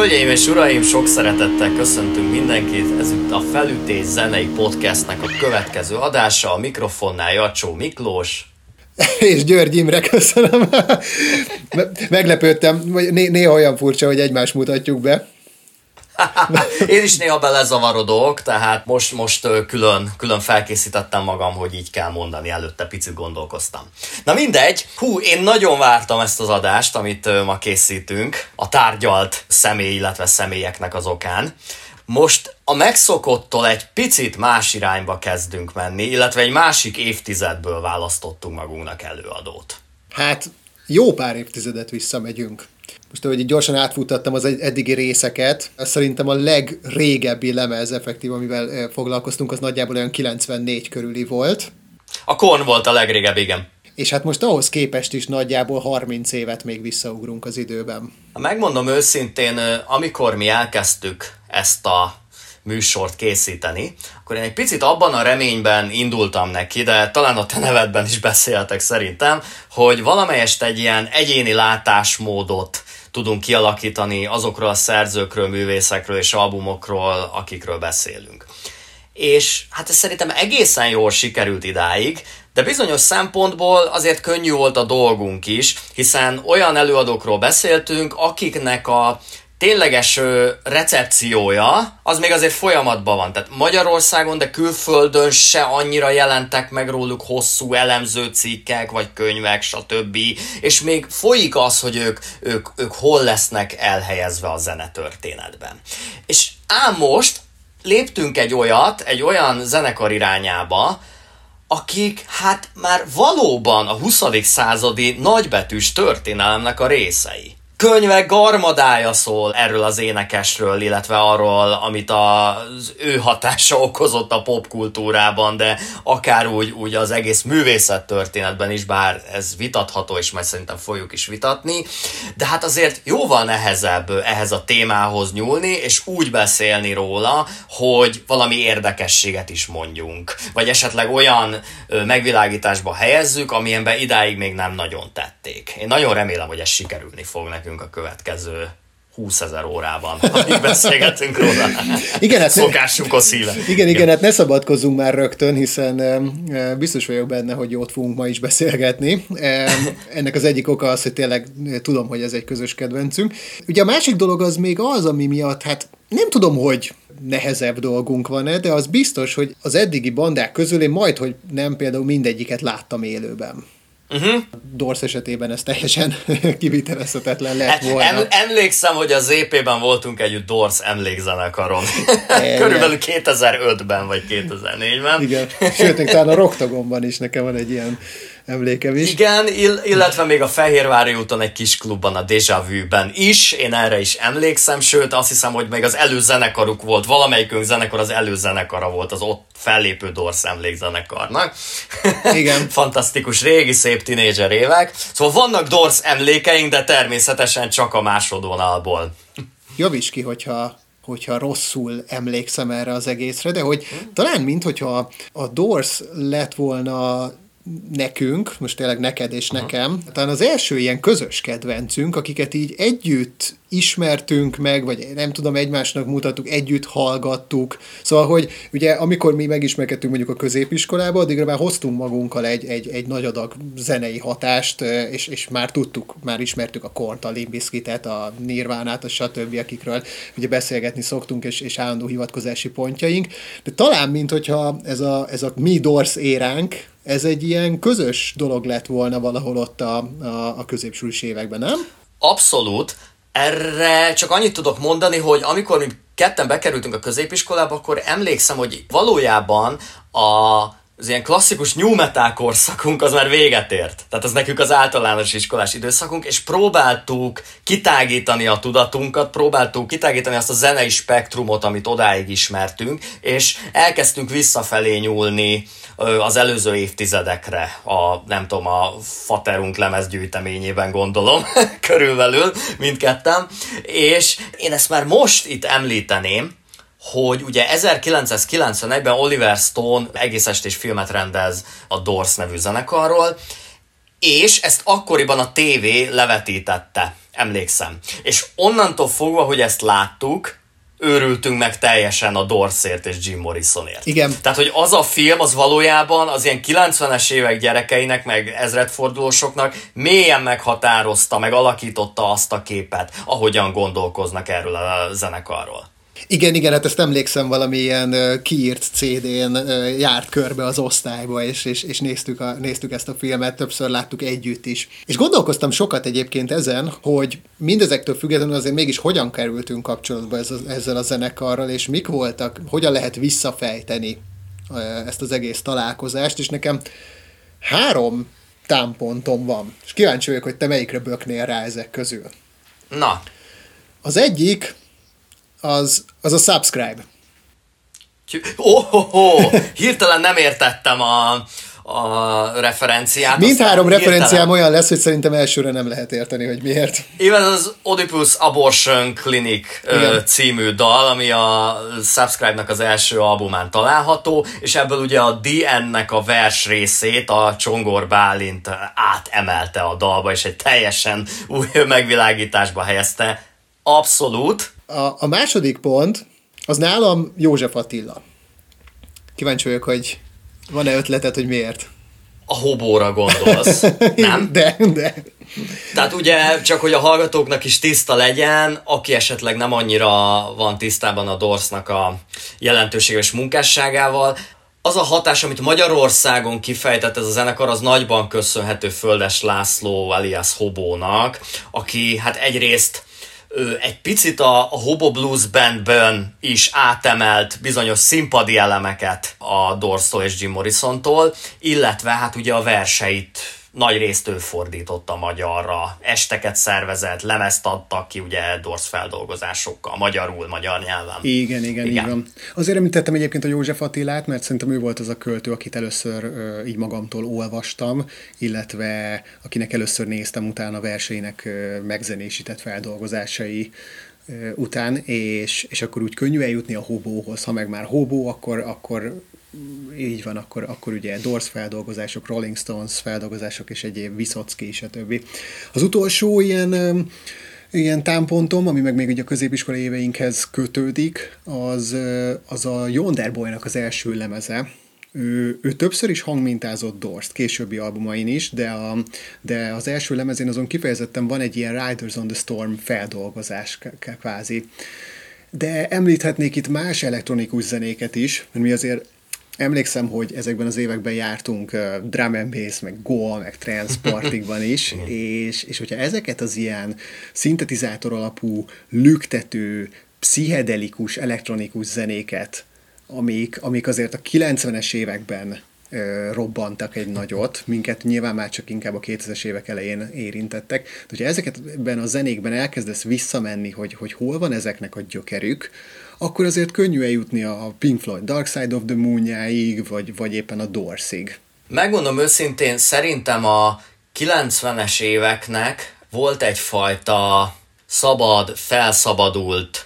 Hölgyeim és uraim, sok szeretettel köszöntünk mindenkit. Ez itt a Felütés zenei podcastnek a következő adása. A mikrofonnál Jacsó Miklós. És György Imre, köszönöm. Meglepődtem, néha olyan furcsa, hogy egymást mutatjuk be. Én is néha belezavarodok, tehát most külön felkészítettem magam, hogy így kell mondani, előtte picit gondolkoztam. Na mindegy, én nagyon vártam ezt az adást, amit ma készítünk, a tárgyalt személy, illetve személyeknek az okán. Most a megszokottól egy picit más irányba kezdünk menni, illetve egy másik évtizedből választottunk magunknak előadót. Hát jó pár évtizedet visszamegyünk. Most, ahogy gyorsan átfuttattam az eddigi részeket, szerintem a legrégebbi lemez effektív, amivel foglalkoztunk, az nagyjából olyan 94 körüli volt. A Korn volt a legrégebb, igen. És hát most ahhoz képest is nagyjából 30 évet még visszaugrunk az időben. Megmondom őszintén, amikor mi elkezdtük ezt a műsort készíteni, akkor én egy picit abban a reményben indultam neki, de talán a te nevedben is beszéltek szerintem, hogy valamelyest egy ilyen egyéni látásmódot tudunk kialakítani azokról a szerzőkről, művészekről és albumokról, akikről beszélünk. És hát ez szerintem egészen jól sikerült idáig, de bizonyos szempontból azért könnyű volt a dolgunk is, hiszen olyan előadókról beszéltünk, akiknek a tényleges recepciója az még azért folyamatban van. Tehát Magyarországon, de külföldön se annyira jelentek meg róluk hosszú elemző cikkek, vagy könyvek, stb. És még folyik az, hogy ők hol lesznek elhelyezve a zenetörténetben. És ám most léptünk egy olyan zenekar irányába, akik hát már valóban a 20. századi nagybetűs történelemnek a részei. Könyvek garmadája szól erről az énekesről, illetve arról, amit az ő hatása okozott a popkultúrában, de akár úgy az egész művészettörténetben is, bár ez vitatható, és majd szerintem fogjuk is vitatni, de hát azért jóval nehezebb ehhez a témához nyúlni, és úgy beszélni róla, hogy valami érdekességet is mondjunk, vagy esetleg olyan megvilágításba helyezzük, amilyenben idáig még nem nagyon tették. Én nagyon remélem, hogy ez sikerülni fog nekünk a következő 20 000 órában, amíg beszélgetünk róla. Igen, hát szokásunk a szíve. Igen, hát ne szabadkozzunk már rögtön, hiszen biztos vagyok benne, hogy jót fogunk ma is beszélgetni. Ennek az egyik oka az, hogy tényleg tudom, hogy ez egy közös kedvencünk. Ugye a másik dolog az még az, ami miatt, hát nem tudom, hogy nehezebb dolgunk van-e, de az biztos, hogy az eddigi bandák közül én majdhogy nem például mindegyiket láttam élőben. Doors esetében ez teljesen kivitelezhetetlen lett volna. Emlékszem, hogy az EP-ben voltunk együtt Doors emlékzenekaron. Körülbelül 2005-ben vagy 2004-ben. Igen, sőt, még talán a Rocktagonban is nekem van egy ilyen emlékem is. Igen, illetve még a Fehérvári úton egy kis klubban, a Déjà Vu-ben is, én erre is emlékszem, sőt azt hiszem, hogy még az előzenekaruk volt, valamelyikünk zenekar az előzenekara volt az ott fellépő Doors emlékzenekarnak. Igen. Fantasztikus, régi, szép tinédzser évek. Szóval vannak Doors emlékeink, de természetesen csak a másodvonalból. Javíts ki, hogyha rosszul emlékszem erre az egészre, de hogy talán minthogyha a Doors lett volna nekünk, most tényleg neked és nekem, talán az első ilyen közös kedvencünk, akiket így együtt ismertünk meg, vagy nem tudom, egymásnak mutattuk, együtt hallgattuk. Szóval, hogy ugye amikor mi megismerkedtünk mondjuk a középiskolában, addigra már hoztunk magunkkal egy nagy adag zenei hatást, és már ismertük a Kornt, a Limp Bizkitet, a Nirvánát, a stb., akikről ugye beszélgetni szoktunk, és állandó hivatkozási pontjaink. De talán, minthogyha ez a mi Doors éránk, ez egy ilyen közös dolog lett volna valahol ott a középsulis években, nem? Abszolút. Erre csak annyit tudok mondani, hogy amikor mi ketten bekerültünk a középiskolába, akkor emlékszem, hogy valójában az ilyen klasszikus new metal korszakunk az már véget ért. Tehát az nekünk az általános iskolás időszakunk, és próbáltuk kitágítani a tudatunkat, próbáltuk kitágítani azt a zenei spektrumot, amit odáig ismertünk, és elkezdtünk visszafelé nyúlni az előző évtizedekre, a faterunk lemezgyűjteményében gondolom, körülbelül mindketten, és én ezt már most itt említeném, hogy ugye 1991-ben Oliver Stone egész estés filmet rendez a Doors nevű zenekarról, és ezt akkoriban a tévé levetítette. Emlékszem. És onnantól fogva, hogy ezt láttuk, őrültünk meg teljesen a Dorsért és Jim Morrisonért. Igen. Tehát, hogy az a film, az valójában az ilyen 90-es évek gyerekeinek, meg ezredfordulósoknak mélyen meghatározta, meg alakította azt a képet, ahogyan gondolkoznak erről a zenekarról. Igen, hát ezt emlékszem, valamilyen kiírt CD-n járt körbe az osztályba, és néztük ezt a filmet, többször láttuk együtt is. És gondolkoztam sokat egyébként ezen, hogy mindezektől függetlenül azért mégis hogyan kerültünk kapcsolatba ezzel a zenekarral, és mik voltak, hogyan lehet visszafejteni ezt az egész találkozást, és nekem 3 támpontom van, és kíváncsi vagyok, hogy te melyikre böknél rá ezek közül. Na. Az egyik az a Subscribe. Hirtelen nem értettem a referenciát. Mindhárom referenciám olyan lesz, hogy szerintem elsőre nem lehet érteni, hogy miért. Even az Oedipus Abortion Clinic című dal, ami a Subscribe-nak az első albumán található, és ebből ugye a DN-nek a vers részét a Csongor Bálint átemelte a dalba, és egy teljesen új megvilágításba helyezte. Abszolút. A második pont, az nálam József Attila. Kíváncsi vagyok, hogy van-e ötleted, hogy miért? A hobóra gondolsz, nem? De. Tehát ugye, csak hogy a hallgatóknak is tiszta legyen, aki esetleg nem annyira van tisztában a Doorsnak a jelentőséges munkásságával, az a hatás, amit Magyarországon kifejtett ez a zenekar, az nagyban köszönhető Földes László alias Hobónak, aki hát egyrészt egy picit a Hobo Blues Bandben is átemelt bizonyos színpadi elemeket a Doorstól és Jim Morrisontól, illetve hát ugye a verseit nagy részt ő fordította magyarra, esteket szervezett, lemezt adtak ki ugye Doors feldolgozásokkal, magyarul, magyar nyelven. Igen, így van. Azért említettem egyébként a József Attilát, mert szerintem ő volt az a költő, akit először így magamtól olvastam, illetve akinek először néztem utána verseinek megzenésített feldolgozásai után, és akkor úgy könnyű eljutni a hobóhoz. Ha meg már hobó, akkor így van, akkor ugye Doors feldolgozások, Rolling Stones feldolgozások és egyéb Vysotsky stb. Az utolsó ilyen támpontom, ami meg még ugye a középiskolai éveinkhez kötődik, az a Yonder Boynak az első lemeze. Ő többször is hangmintázott Doors-t, későbbi albumain is, de az első lemezén azon kifejezetten van egy ilyen Riders on the Storm feldolgozás kvázi. De említhetnék itt más elektronikus zenéket is, mert mi azért emlékszem, hogy ezekben az években jártunk drum and bass, meg goa, meg trance partikban is, és hogyha ezeket az ilyen szintetizátor alapú, lüktető, pszichedelikus, elektronikus zenéket, amik azért a 90-es években robbantak egy nagyot, minket nyilván már csak inkább a 2000-es évek elején érintettek. De hogyha ezekben a zenékben elkezdesz visszamenni, hogy hol van ezeknek a gyökerük, akkor azért könnyű eljutni a Pink Floyd Dark Side of the Moon-jáig, vagy éppen a Doorsig. Megmondom őszintén, szerintem a 90-es éveknek volt egyfajta szabad, felszabadult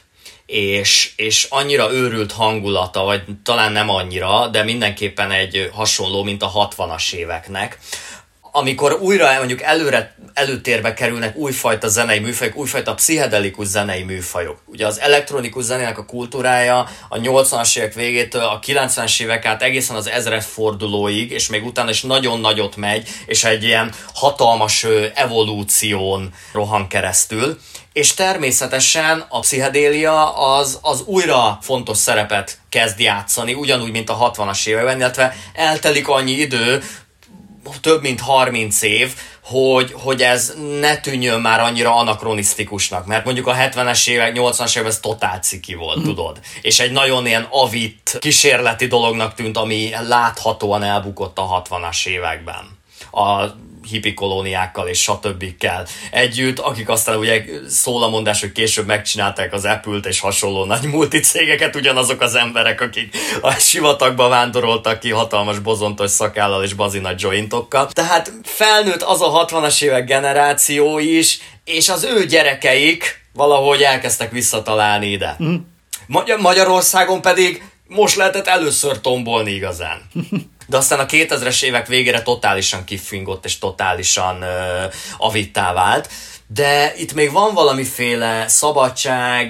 és annyira őrült hangulata, vagy talán nem annyira, de mindenképpen egy hasonló, mint a 60-as éveknek, amikor újra mondjuk előtérbe kerülnek újfajta zenei műfajok, újfajta pszichedelikus zenei műfajok. Ugye az elektronikus zenének a kultúrája a 80-as évek végétől a 90-es évek át egészen az ezredfordulóig, és még utána is nagyon nagyot megy, és egy ilyen hatalmas evolúción rohan keresztül. És természetesen a pszichedélia az újra fontos szerepet kezd játszani, ugyanúgy, mint a 60-as években, illetve eltelik annyi idő, több mint 30 év, hogy ez ne tűnjön már annyira anakronisztikusnak, mert mondjuk a 70-es évek, 80-as évek ez totál ciki volt, tudod. És egy nagyon ilyen avitt kísérleti dolognak tűnt, ami láthatóan elbukott a 60-as években. A hippi kolóniákkal és stb. Együtt, akik aztán ugye szólamondás, hogy később megcsinálták az Apple-t és hasonló nagy multicégeket, ugyanazok az emberek, akik a sivatagba vándoroltak ki hatalmas bozontos szakállal és bazinagy jointokkal. Tehát felnőtt az a 60-as évek generáció is, és az ő gyerekeik valahogy elkezdtek visszatalálni ide. Magyarországon pedig most lehetett először tombolni igazán. De aztán a 2000-es évek végére totálisan kifingott és totálisan avittá vált. de itt még van valamiféle szabadság,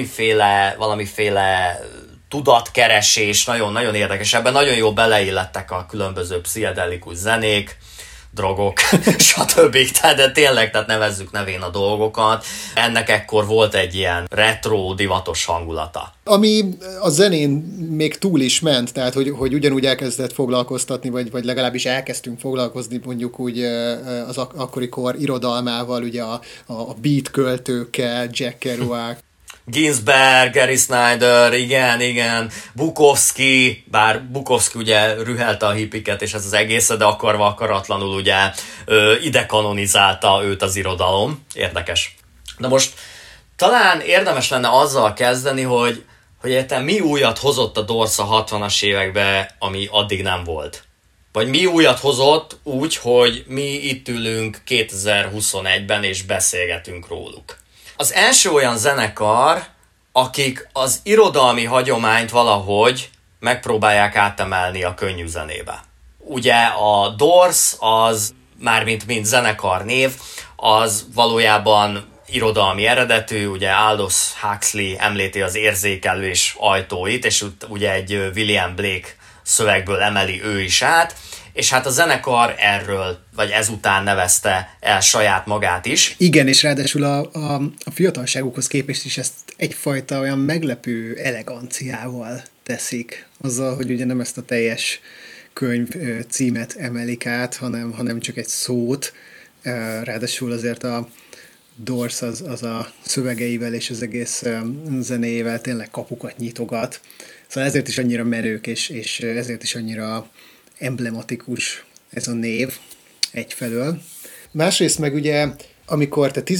valamiféle tudatkeresés, nagyon-nagyon érdekes. Ebben nagyon jól beleillettek a különböző pszichedelikus zenék, drogok, stb. De tényleg, tehát nevezzük nevén a dolgokat. Ennek ekkor volt egy ilyen retro, divatos hangulata. Ami a zenén még túl is ment, tehát hogy ugyanúgy elkezdett foglalkoztatni, vagy legalábbis elkezdtünk foglalkozni mondjuk úgy az akkori kor irodalmával, ugye a beat költőkkel, Jack Kerouac, Ginsberg, Gary Snyder, igen, Bukowski, bár Bukowski ugye rühelte a hippiket és ez az egészet, de akarva akaratlanul ugye ide kanonizálta őt az irodalom. Érdekes. De most talán érdemes lenne azzal kezdeni, hogy értem mi újat hozott a Doors a 60-as évekbe, ami addig nem volt. Vagy mi újat hozott úgy, hogy mi itt ülünk 2021-ben és beszélgetünk róluk. Az első olyan zenekar, akik az irodalmi hagyományt valahogy megpróbálják átemelni a könnyű zenébe. Ugye a Doors az, mármint mint zenekar név, az valójában irodalmi eredetű, ugye Aldous Huxley említi az érzékelés ajtóit, és ugye egy William Blake szövegből emeli ő is át, és hát a zenekar erről, vagy ezután nevezte el saját magát is. Igen, és ráadásul a fiatalságukhoz képest is ezt egyfajta olyan meglepő eleganciával teszik. Azzal, hogy ugye nem ezt a teljes könyv címet emelik át, hanem csak egy szót. Ráadásul azért a Doors az a szövegeivel és az egész zenéjével tényleg kapukat nyitogat. Szóval ezért is annyira merők, és ezért is annyira emblematikus ez a név egyfelől. Másrészt meg ugye, amikor te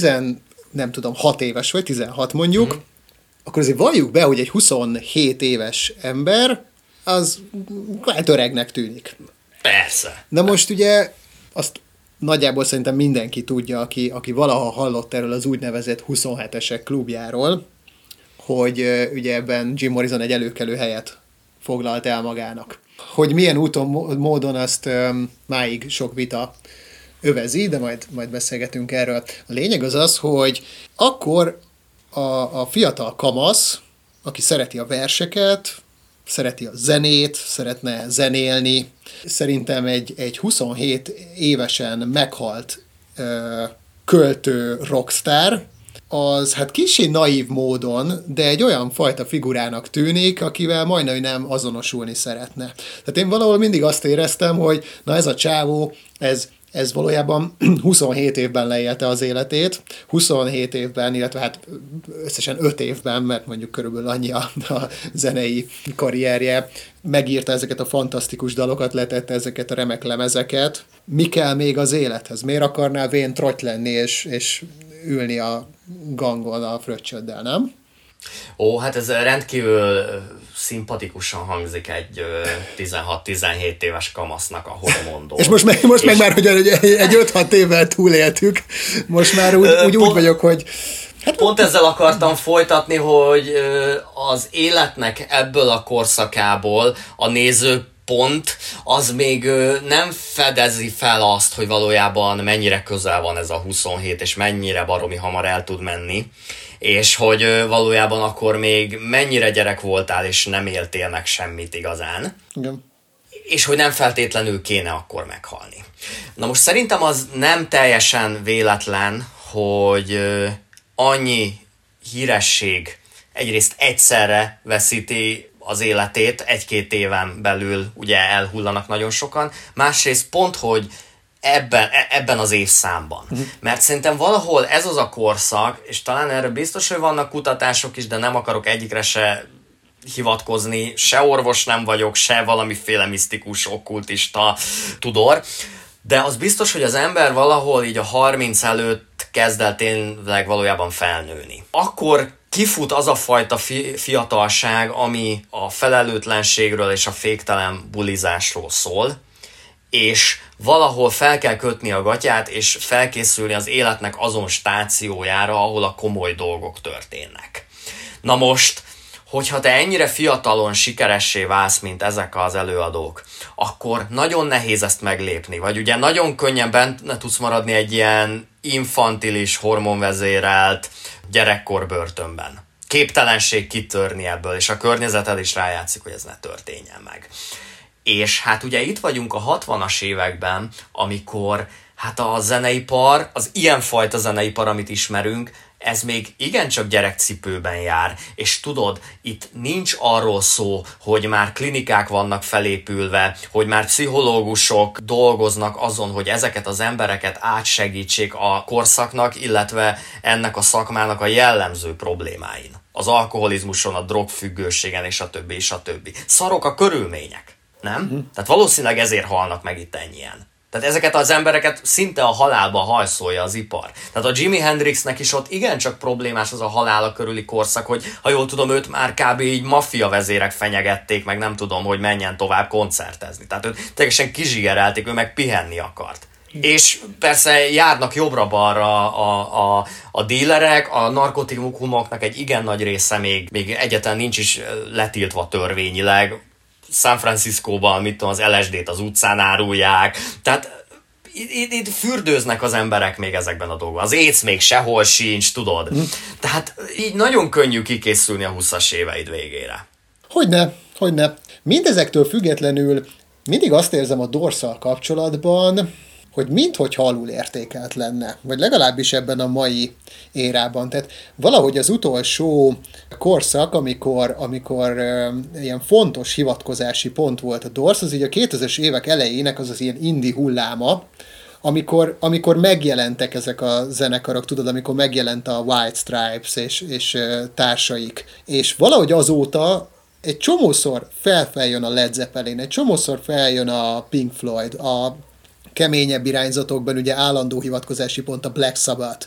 6 éves vagy, 16 mondjuk, akkor azért valljuk be, hogy egy 27 éves ember, az hát öregnek tűnik. Persze. Na most ugye azt nagyjából szerintem mindenki tudja, aki valaha hallott erről az úgynevezett 27-esek klubjáról, hogy ugye ebben Jim Morrison egy előkelő helyet foglalt el magának. Hogy milyen úton, módon azt máig sok vita övezi, de majd beszélgetünk erről. A lényeg az, hogy akkor a fiatal kamasz, aki szereti a verseket, szereti a zenét, szeretne zenélni, szerintem egy 27 évesen meghalt költő rockstar, az hát kicsi naív módon, de egy olyan fajta figurának tűnik, akivel majdnem nem azonosulni szeretne. Tehát én valahol mindig azt éreztem, hogy na ez a csávó, ez valójában 27 évben leélte az életét, 27 évben, illetve hát összesen 5 évben, mert mondjuk körülbelül annyi a zenei karrierje, megírta ezeket a fantasztikus dalokat, letette ezeket a remek lemezeket. Mi kell még az élethez? Miért akarnál vén trotty lenni, és ülni a gangon a fröccsöddel, nem? Ó, hát ez rendkívül szimpatikusan hangzik egy 16-17 éves kamasznak a hormondól. És most meg már, hogy egy 5-6 évvel túléltük, most már úgy vagyok, hogy... Hát pont ezzel akartam folytatni, hogy az életnek ebből a korszakából a nézőpont az még nem fedezi fel azt, hogy valójában mennyire közel van ez a 27, és mennyire baromi hamar el tud menni, és hogy valójában akkor még mennyire gyerek voltál, és nem éltél meg semmit igazán. Igen. És hogy nem feltétlenül kéne akkor meghalni. Na most szerintem az nem teljesen véletlen, hogy annyi híresség egyrészt egyszerre veszíti az életét, 1-2 éven belül ugye elhullanak nagyon sokan, másrészt pont, hogy ebben az évszámban. Mert szerintem valahol ez az a korszak, és talán erről biztos, hogy vannak kutatások is, de nem akarok egyikre se hivatkozni, se orvos nem vagyok, se valamiféle misztikus, okkultista tudor, de az biztos, hogy az ember valahol így a 30 előtt kezd el tényleg valójában felnőni. Akkor kifut az a fajta fiatalság, ami a felelőtlenségről és a féktelen bulizásról szól, és valahol fel kell kötni a gatyát, és felkészülni az életnek azon stációjára, ahol a komoly dolgok történnek. Na most, hogyha te ennyire fiatalon sikeressé válsz, mint ezek az előadók, akkor nagyon nehéz ezt meglépni, vagy ugye nagyon könnyen benne tudsz maradni egy ilyen infantilis, hormonvezérelt gyerekkor börtönben. Képtelenség kitörni ebből, és a környezeted is rájátszik, hogy ez ne történjen meg. És hát ugye itt vagyunk a 60-as években, amikor hát a zeneipar, az ilyenfajta zeneipar, amit ismerünk, ez még igencsak gyerekcipőben jár, és tudod, itt nincs arról szó, hogy már klinikák vannak felépülve, hogy már pszichológusok dolgoznak azon, hogy ezeket az embereket átsegítsék a korszaknak, illetve ennek a szakmának a jellemző problémáin. Az alkoholizmuson, a drogfüggőségen, és a többi, és a többi. Szarok a körülmények, nem? Tehát valószínűleg ezért halnak meg itt ennyien. Tehát ezeket az embereket szinte a halálba hajszolja az ipar. Tehát a Jimi Hendrixnek is ott igencsak problémás az a halála körüli korszak, hogy ha jól tudom, őt már kb. Így maffia vezérek fenyegették, meg nem tudom, hogy menjen tovább koncertezni. Tehát őt teljesen kizsigerelték, ő meg pihenni akart. És persze járnak jobbra-balra a dílerek, a narkotikumoknak egy igen nagy része még egyáltalán nincs is letiltva törvényileg. San Franciscóban, mit tudom, az LSD-t az utcán árulják, tehát itt fürdőznek az emberek még ezekben a dolgokban. Az AIDS még sehol sincs, tudod. Tehát így nagyon könnyű kikészülni a 20-as éveid végére. Hogyne. Mindezektől függetlenül mindig azt érzem a Doorsszal kapcsolatban, hogy minthogyha alulértékelt lenne, vagy legalábbis ebben a mai érában. Tehát valahogy az utolsó korszak, amikor ilyen fontos hivatkozási pont volt a Doors, az így a 2000-es évek elejének az ilyen indie hulláma, amikor megjelentek ezek a zenekarok, tudod, amikor megjelent a White Stripes és társaik. És valahogy azóta egy csomószor felfeljön a Led Zeppelin, egy csomószor feljön a Pink Floyd, a keményebb irányzatokban ugye állandó hivatkozási pont a Black Sabbath,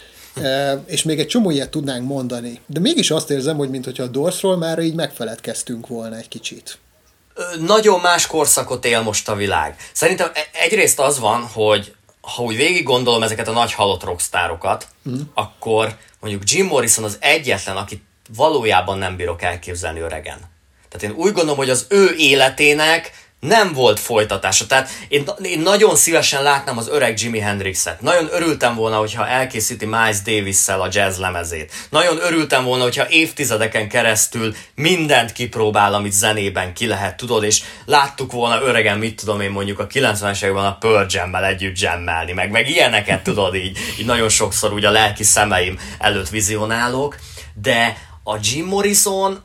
és még egy csomó ilyet tudnánk mondani. De mégis azt érzem, hogy mintha a Doorsról már így megfeledkeztünk volna egy kicsit. Nagyon más korszakot él most a világ. Szerintem egyrészt az van, hogy ha úgy végig gondolom ezeket a nagy halott rockstárokat, akkor mondjuk Jim Morrison az egyetlen, akit valójában nem bírok elképzelni öregen. Tehát én úgy gondolom, hogy az ő életének nem volt folytatása. Tehát én nagyon szívesen látnám az öreg Jimi Hendrixet. Nagyon örültem volna, hogyha elkészíti Miles Davis-szel a jazz lemezét. Nagyon örültem volna, hogyha évtizedeken keresztül mindent kipróbál, amit zenében ki lehet, tudod, és láttuk volna öregen, mit tudom én mondjuk a 90-es években a Pearl Jam-mel együtt jammelni, meg ilyeneket, tudod, így nagyon sokszor úgy a lelki szemeim előtt vizionálok, de a Jim Morrison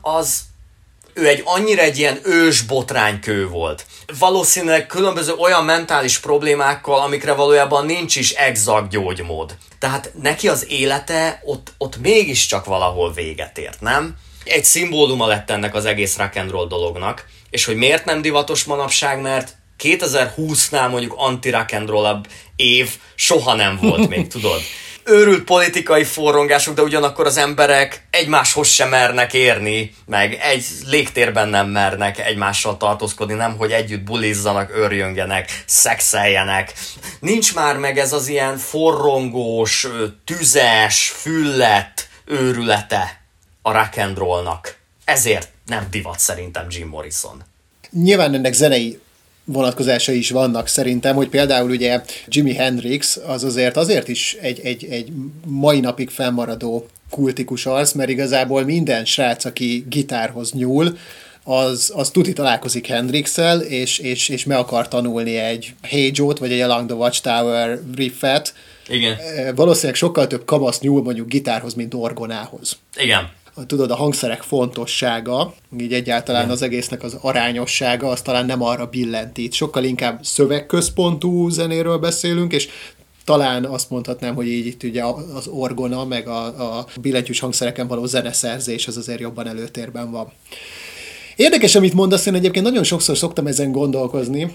ő annyira egy ilyen ős botránykő volt. Valószínűleg különböző olyan mentális problémákkal, amikre valójában nincs is exakt gyógymód. Tehát neki az élete ott mégiscsak valahol véget ért, nem? Egy szimbóluma lett ennek az egész rock and roll dolognak, és hogy miért nem divatos manapság, mert 2020-nál mondjuk anti-rock and roll-abb év soha nem volt még, tudod? Őrült politikai forrongások, de ugyanakkor az emberek egymáshoz sem mernek érni, meg egy légtérben nem mernek egymással tartózkodni, nem hogy együtt bulizzanak, őrjöngenek, szexeljenek. Nincs már meg ez az ilyen forrongós, tüzes, füllett őrülete a rock and rollnak. Ezért nem divat szerintem Jim Morrison. Nyilván ennek zenei vonatkozásai is vannak szerintem, hogy például ugye Jimi Hendrix az azért is egy mai napig fennmaradó kultikus arc, mert igazából minden srác, aki gitárhoz nyúl, az tuti találkozik Hendrixsel, és meg akar tanulni egy Hey Joe-t, vagy egy Along the Watchtower riffet. Igen. Valószínűleg sokkal több kamasz nyúl mondjuk gitárhoz, mint orgonához. Igen. Tudod, a hangszerek fontossága, így egyáltalán az egésznek az arányossága, az talán nem arra billentít. Sokkal inkább szövegközpontú zenéről beszélünk, és talán azt mondhatnám, hogy így itt ugye az orgona, meg a billentyűs hangszereken való zeneszerzés az azért jobban előtérben van. Érdekes, amit mondasz, én egyébként nagyon sokszor szoktam ezen gondolkozni.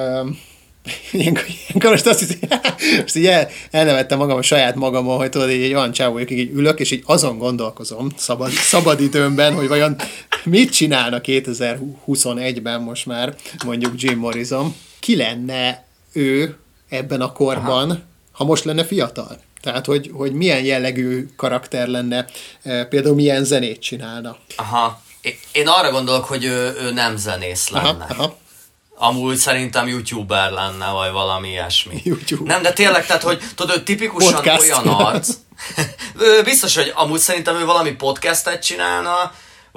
Ilyenkor most azt hiszem, most így elnevettem magam a saját magamon, hogy tudod, így egy olyan csávó, hogy így ülök, és így azon gondolkozom szabad időmben, hogy vajon mit csinálna 2021-ben most már mondjuk Jim Morrison. Ki lenne ő ebben a korban, ha most lenne fiatal? Tehát, hogy milyen jellegű karakter lenne, például milyen zenét csinálna. Aha. Én arra gondolok, hogy ő nem zenész lenne. Aha. Amúgy szerintem YouTuber lenne, vagy valami ilyesmi. YouTube. Nem, de tényleg, tehát, hogy tudod, ő tipikusan Podcast. olyan arc. Biztos, hogy amúgy szerintem ő valami podcastet csinálna,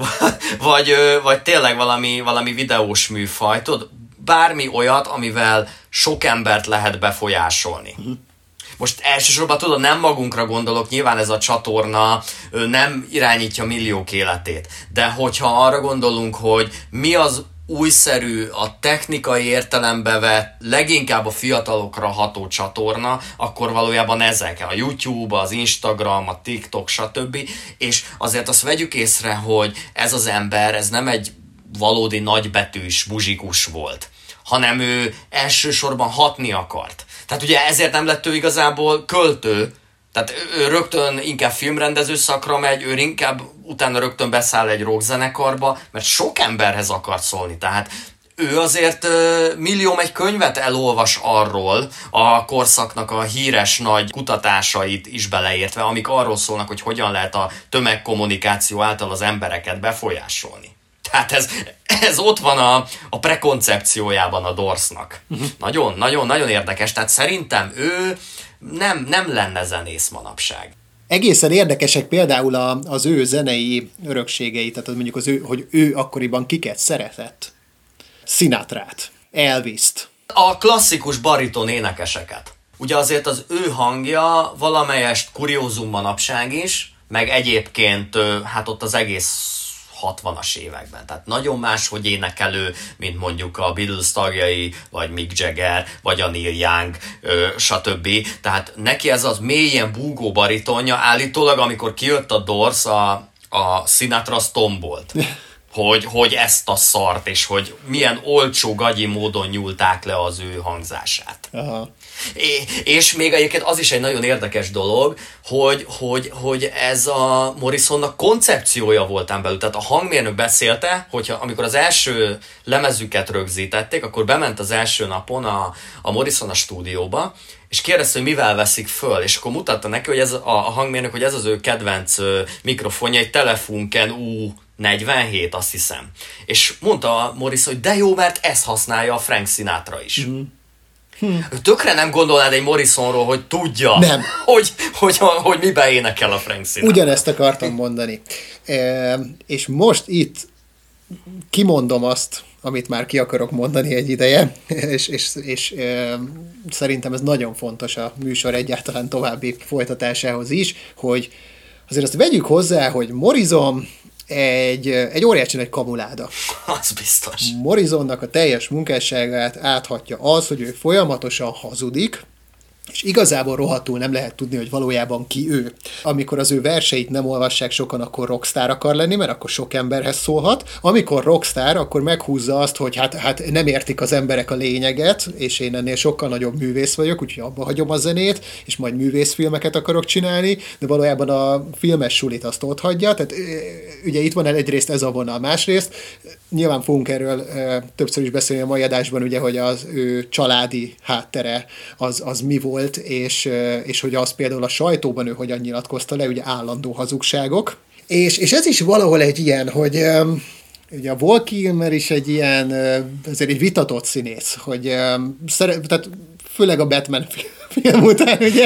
vagy tényleg valami videós műfaj, tudod, bármi olyat, amivel sok embert lehet befolyásolni. Most elsősorban tudod, nem magunkra gondolok, nyilván ez a csatorna nem irányítja milliók életét, de hogyha arra gondolunk, hogy mi az újszerű, a technikai értelembe vett, leginkább a fiatalokra ható csatorna, akkor valójában ezek, a YouTube, az Instagram, a TikTok, stb. És azért azt vegyük észre, hogy ez az ember, ez nem egy valódi nagybetűs muzsikus volt, hanem ő elsősorban hatni akart. Tehát ugye ezért nem lett ő igazából költő, tehát ő rögtön inkább filmrendező szakra megy, ő inkább utána rögtön beszáll egy rockzenekarba, mert sok emberhez akart szólni. Tehát ő azért millió egy könyvet elolvas arról, a korszaknak a híres nagy kutatásait is beleértve, amik arról szólnak, hogy hogyan lehet a tömegkommunikáció által az embereket befolyásolni. Tehát ez ott van a prekoncepciójában a Doorsnak. Nagyon érdekes. Tehát szerintem ő nem lenne zenész manapság. Egészen érdekesek például az ő zenei örökségei, tehát mondjuk hogy ő akkoriban kiket szeretett. Sinatrát, Elvist. A klasszikus bariton énekeseket. Ugye azért az ő hangja valamelyest kuriózum manapság is, meg egyébként hát ott az egész 60-as években. Tehát nagyon máshogy énekelő, mint mondjuk a Beatles tagjai, vagy Mick Jagger, vagy a Neil Young, stb. Tehát neki ez az mélyen búgó baritonja, állítólag amikor kijött a Doors, a Sinatra az tombolt. Hogy ezt a szart, és hogy milyen olcsó gagyi módon nyúlták le az ő hangzását. Aha. És még egyébként az is egy nagyon érdekes dolog, hogy ez a Morrisonnak koncepciója voltán belül. Tehát a hangmérnök beszélte, hogy amikor az első lemezüket rögzítették, akkor bement az első napon a Morrison a stúdióba, és kérdezte, hogy mivel veszik föl, és akkor mutatta neki, hogy ez a hangmérnök, hogy ez az ő kedvenc mikrofonja, egy Telefunken U47, azt hiszem. És mondta a Morrison, hogy de jó, mert ezt használja a Frank Sinatra is. Tökre nem gondolnád egy Morrisonról, hogy tudja, nem. hogy miben énekel a Frank Sinatra. Ugyanezt akartam mondani. És most itt kimondom azt, amit már ki akarok mondani egy ideje, és szerintem ez nagyon fontos a műsor egyáltalán további folytatásához is, hogy azért azt vegyük hozzá, hogy Morrison egy óriási nagy kamuláda. Az biztos. Morrisonnak a teljes munkásságát áthatja az, hogy ő folyamatosan hazudik, és igazából rohadtul nem lehet tudni, hogy valójában ki ő. Amikor az ő verseit nem olvassák sokan, akkor rockstar akar lenni, mert akkor sok emberhez szólhat. Amikor rockstar, akkor meghúzza azt, hogy hát nem értik az emberek a lényeget, és én ennél sokkal nagyobb művész vagyok, úgyhogy abba hagyom a zenét, és majd művészfilmeket akarok csinálni, de valójában a filmes sulit azt ott hagyja. Tehát ugye itt van egyrészt ez a vonal, másrészt nyilván fogunk erről többször is beszélni a mai adásban, ugye, hogy az ő családi háttere az mi volt, és hogy az például a sajtóban ő hogyan nyilatkozta le, ugye állandó hazugságok. És ez is valahol egy ilyen, hogy ugye a Val Kilmer is egy ilyen, azért egy vitatott színész, hogy tehát főleg a Batman film után, ugye.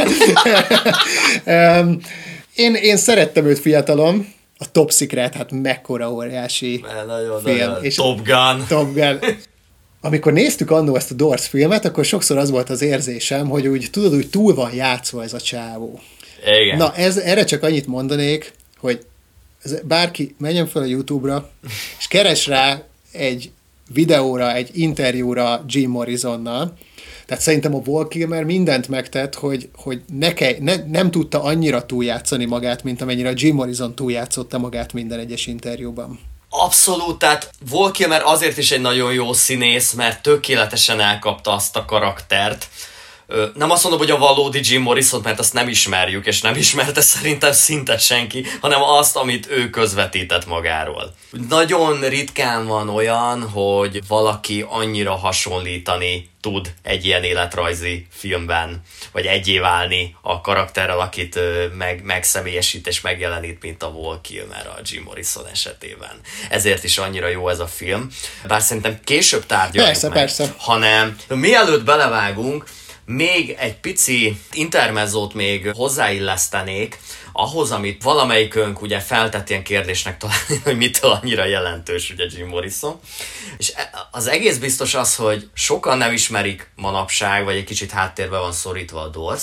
Én szerettem őt fiatalon, a Top Secret, hát mekkora óriási film. És Top Gun. Amikor néztük annó ezt a Doors filmet, akkor sokszor az volt az érzésem, hogy úgy tudod, úgy túl van játszva ez a csávó. Igen. Na, erre csak annyit mondanék, hogy bárki menjen fel a YouTube-ra, és keres rá egy videóra, egy interjúra Jim Morrisonnal. Tehát szerintem a Val Kilmer mindent megtett, hogy nem tudta annyira túljátszani magát, mint amennyire a Jim Morrison túljátszotta magát minden egyes interjúban. Abszolút, tehát Val Kilmer azért is egy nagyon jó színész, mert tökéletesen elkapta azt a karaktert, nem azt mondom, hogy a valódi Jim Morrison, mert azt nem ismerjük, és nem ismerte szerintem szinte senki, hanem azt, amit ő közvetített magáról. Nagyon ritkán van olyan, hogy valaki annyira hasonlítani tud egy ilyen életrajzi filmben, vagy egyé válni a karakterrel, akit megszemélyesít és megjelenít, mint a Val Kilmer a Jim Morrison esetében. Ezért is annyira jó ez a film. Bár szerintem később tárgyaljuk persze. Hanem mielőtt belevágunk, még egy pici intermezzót még hozzáillesztenék ahhoz, amit valamelyikünk ugye feltett ilyen kérdésnek találni, hogy mitől annyira jelentős ugye Jim Morrison. És az egész biztos az, hogy sokan nem ismerik manapság, vagy egy kicsit háttérbe van szorítva a Doors,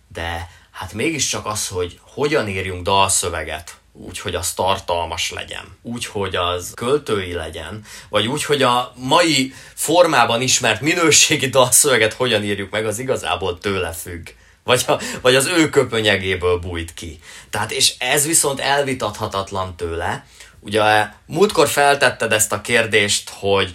de hát mégiscsak az, hogy hogyan írjunk dalszöveget, úgy, hogy az tartalmas legyen, úgy, hogy az költői legyen, vagy úgy, hogy a mai formában ismert minőségi dalszöveget hogyan írjuk meg, az igazából tőle függ. Vagy az ő köpönyegéből bújt ki. Tehát, és ez viszont elvitathatatlan tőle. Ugye múltkor feltetted ezt a kérdést,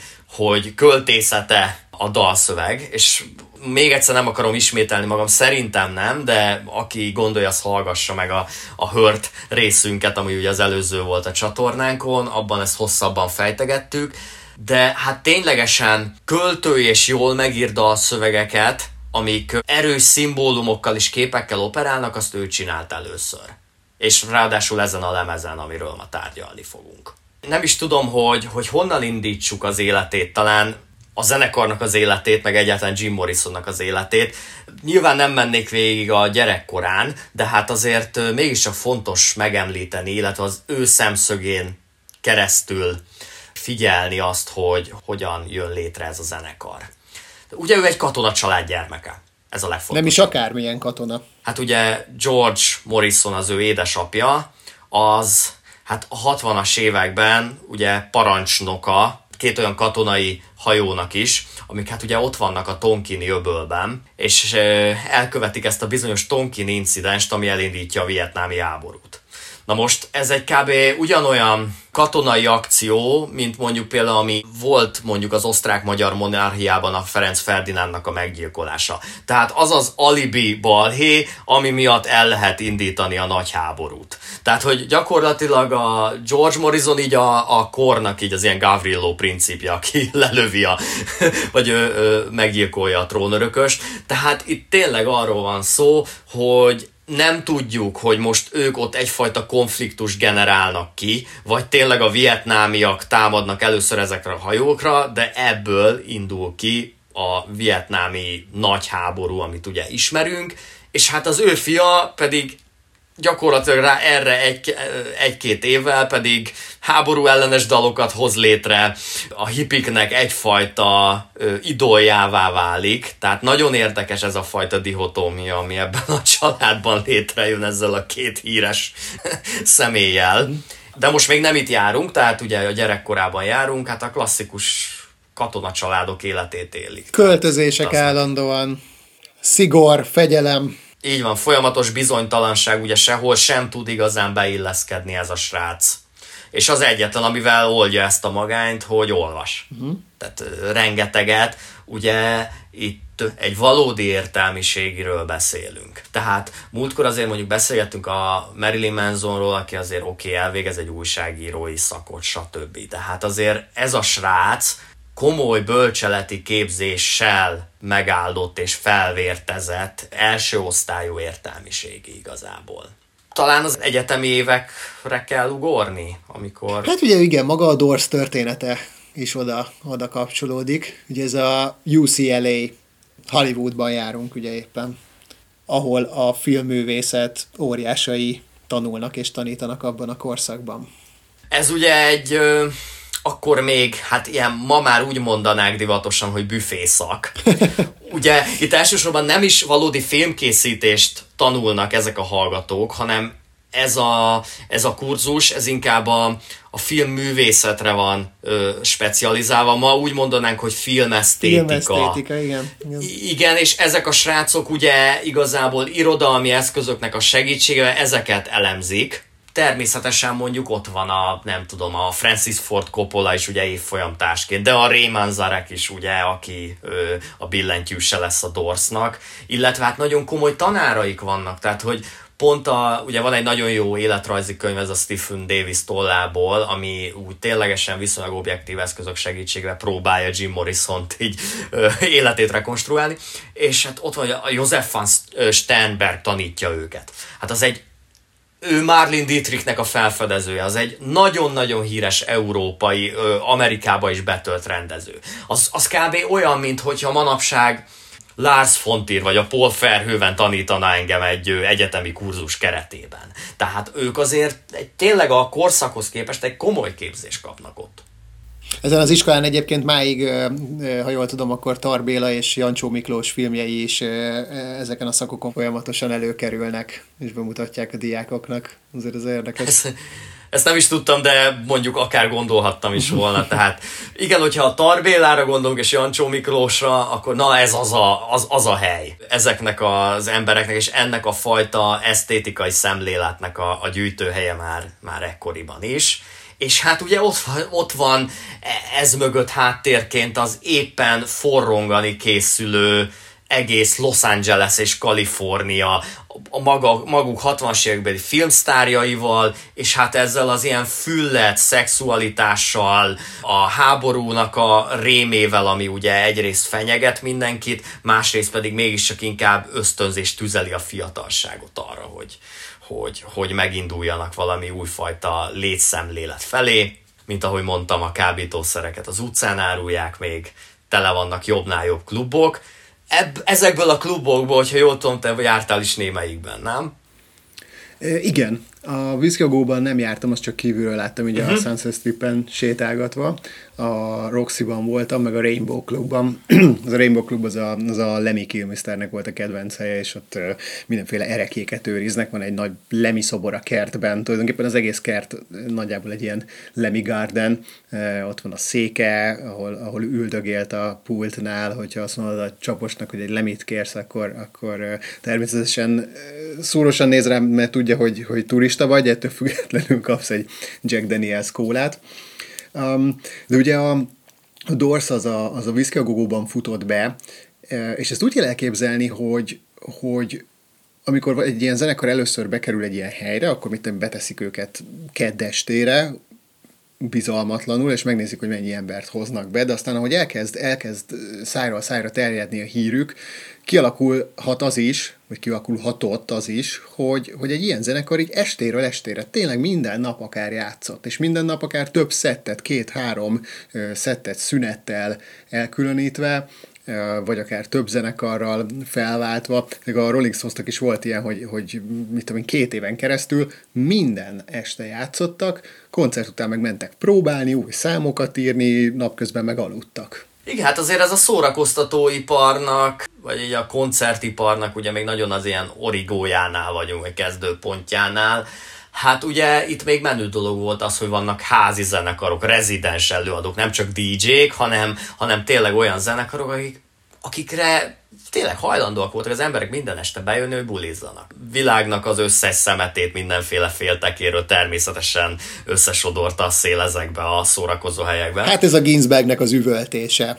hogy költészete a dalszöveg, és még egyszer nem akarom ismételni magam, szerintem nem, de aki gondolja, az hallgassa meg a Hört részünket, ami ugye az előző volt a csatornánkon, abban ezt hosszabban fejtegettük, de hát ténylegesen költő és jól megírt dalszövegeket, amik erős szimbólumokkal és képekkel operálnak, azt ő csinált először. És ráadásul ezen a lemezen, amiről ma tárgyalni fogunk. Nem is tudom, hogy honnan indítsuk az életét, talán a zenekarnak az életét, meg egyáltalán Jim Morrisonnak az életét. Nyilván nem mennék végig a gyerekkorán, de hát azért mégiscsak fontos megemlíteni, illetve az ő szemszögén keresztül figyelni azt, hogy hogyan jön létre ez a zenekar. Ugye ő egy katona család gyermeke. Ez a legfontosabb. Nem is akármilyen katona. Hát ugye George Morrison, az ő édesapja, az hát a 60-as években ugye parancsnoka két olyan katonai hajónak is, amik hát ugye ott vannak a Tonkini öbölben, és elkövetik ezt a bizonyos Tonkini incidenst, ami elindítja a vietnámi háborút. Na most ez egy kb. Ugyanolyan katonai akció, mint mondjuk például ami volt mondjuk az osztrák-magyar monarchiában a Ferenc Ferdinándnak a meggyilkolása. Tehát az az alibi balhé, ami miatt el lehet indítani a nagy háborút. Tehát, hogy gyakorlatilag a George Morrison így a kornak így az ilyen Gavrilo principje, aki lelövi vagy meggyilkolja a trónörököst. Tehát itt tényleg arról van szó, hogy nem tudjuk, hogy most ők ott egyfajta konfliktust generálnak ki, vagy tényleg a vietnámiak támadnak először ezekre a hajókra, de ebből indul ki a vietnámi nagy háború, amit ugye ismerünk, és hát az ő fia pedig gyakorlatilag rá erre egy-két évvel pedig háború ellenes dalokat hoz létre, a hippiknek egyfajta idoljává válik, tehát nagyon érdekes ez a fajta dihotómia, ami ebben a családban létrejön ezzel a két híres személlyel. De most még nem itt járunk, tehát ugye a gyerekkorában járunk, hát a klasszikus katonacsaládok életét élik. Költözések állandóan, szigor, fegyelem. Így van, folyamatos bizonytalanság, ugye sehol sem tud igazán beilleszkedni ez a srác. És az egyetlen, amivel oldja ezt a magányt, hogy olvas. Tehát rengeteget, ugye itt egy valódi értelmiségiről beszélünk. Tehát múltkor azért mondjuk beszélgettünk a Marilyn Mansonról, aki azért elvégez egy újságírói szakot, stb. Tehát azért ez a srác komoly bölcseleti képzéssel megáldott és felvértezett első osztályú értelmiségi igazából. Talán az egyetemi évekre kell ugorni, amikor... Hát ugye igen, maga a Doors története is oda kapcsolódik. Ugye ez a UCLA, Hollywoodban járunk ugye éppen, ahol a filmművészet óriásai tanulnak és tanítanak abban a korszakban. Ez ugye egy... akkor még, hát ilyen ma már úgy mondanák divatosan, hogy büfészak. Ugye itt elsősorban nem is valódi filmkészítést tanulnak ezek a hallgatók, hanem ez a kurzus, ez inkább a filmművészetre van specializálva. Ma úgy mondanánk, hogy filmesztétika. Filmesztétika, igen. Igen, és ezek a srácok ugye igazából irodalmi eszközöknek a segítségével ezeket elemzik. természetesen mondjuk ott van a Francis Ford Coppola is ugye évfolyamtársként, de a Ray Manzarek is ugye, aki a billentyűse lesz a Doorsnak, illetve hát nagyon komoly tanáraik vannak, tehát hogy pont ugye van egy nagyon jó életrajzi könyv, ez a Stephen Davis tollából, ami úgy ténylegesen viszonylag objektív eszközök segítségével próbálja Jim Morrisont így életét rekonstruálni, és hát ott van a Josef van Sternberg tanítja őket. Hát ő Marlene Dietrichnek a felfedezője, az egy nagyon-nagyon híres európai, Amerikába is betölt rendező. Az kb. Olyan, mint hogyha manapság Lars von Trier vagy a Paul Verhoeven tanítaná engem egy egyetemi kurzus keretében. Tehát ők azért tényleg a korszakhoz képest egy komoly képzést kapnak ott. Ezen az iskolán egyébként máig, ha jól tudom, akkor Tar Béla és Jancsó Miklós filmjei is ezeken a szakokon folyamatosan előkerülnek, és bemutatják a diákoknak. Azért ez érdekes. Ezt nem is tudtam, de mondjuk akár gondolhattam is volna. Tehát igen, hogyha a Tar Bélára gondolunk és Jancsó Miklósra, akkor na ez az a hely. Ezeknek az embereknek és ennek a fajta esztétikai szemléletnek a gyűjtőhelye már ekkoriban is. És hát ugye ott van ez mögött háttérként az éppen forrongani készülő egész Los Angeles és Kalifornia, maguk 60-as évekbeli filmsztárjaival, és hát ezzel az ilyen füllet szexualitással, a háborúnak a rémével, ami ugye egyrészt fenyeget mindenkit, másrészt pedig mégiscsak inkább ösztönzés tüzeli a fiatalságot arra, hogy meginduljanak valami újfajta létszemlélet felé. Mint ahogy mondtam, a kábítószereket az utcán árulják még, tele vannak jobbnál jobb klubok. Ezekből a klubokból, hogyha jól tudom, te jártál is némelyikben, nem? Igen. A Whisky a Go-ban nem jártam, azt csak kívülről láttam, ugye a Sunset Stripen sétálgatva. A Roxy-ban voltam, meg a Rainbow Clubban. Az a Rainbow Club az a Lemmy Kilmisternek volt a kedvenc helye, és ott mindenféle erekéket őriznek. Van egy nagy Lemmy szobor a kertben. Tulajdonképpen az egész kert nagyjából egy ilyen Lemmy Garden. Ott van a széke, ahol üldögélt a pultnál, hogyha azt mondod a csaposnak, hogy egy Lemmyt kérsz, akkor természetesen szúrosan néz rám, mert tudja, hogy turista vagy, ettől függetlenül kapsz egy Jack Daniels kólát. De ugye a Doors az a Whisky a Go-ban futott be, és ezt úgy kell elképzelni, hogy amikor egy ilyen zenekar először bekerül egy ilyen helyre, akkor beteszik őket kedd estére, bizalmatlanul, és megnézik, hogy mennyi embert hoznak be, de aztán, ahogy elkezd szájról szájra terjedni a hírük, kialakulhat az is, vagy kialakulhatott az is, hogy egy ilyen zenekar így estéről estére tényleg minden nap akár játszott, és minden nap akár több szettet, 2-3 szettet szünettel elkülönítve, vagy akár több zenekarral felváltva. A Rolling Stonesnak is volt ilyen, hogy mit tudom én, 2 éven keresztül minden este játszottak, koncert után meg mentek próbálni, új számokat írni, napközben meg aludtak. Igen, hát azért ez a szórakoztatóiparnak, vagy így a koncertiparnak ugye még nagyon az ilyen origójánál vagyunk, vagy kezdőpontjánál. Hát ugye itt még menő dolog volt az, hogy vannak házi zenekarok, rezidens előadók, nem csak DJ-k, hanem tényleg olyan zenekarok, akikre tényleg hajlandóak voltak az emberek minden este bejönni, hogy bulizzanak. Világnak az összes szemetét mindenféle féltekéről természetesen összesodorta a szél ezekbe a szórakozó helyekben. Hát ez a Ginsbergnek az üvöltése.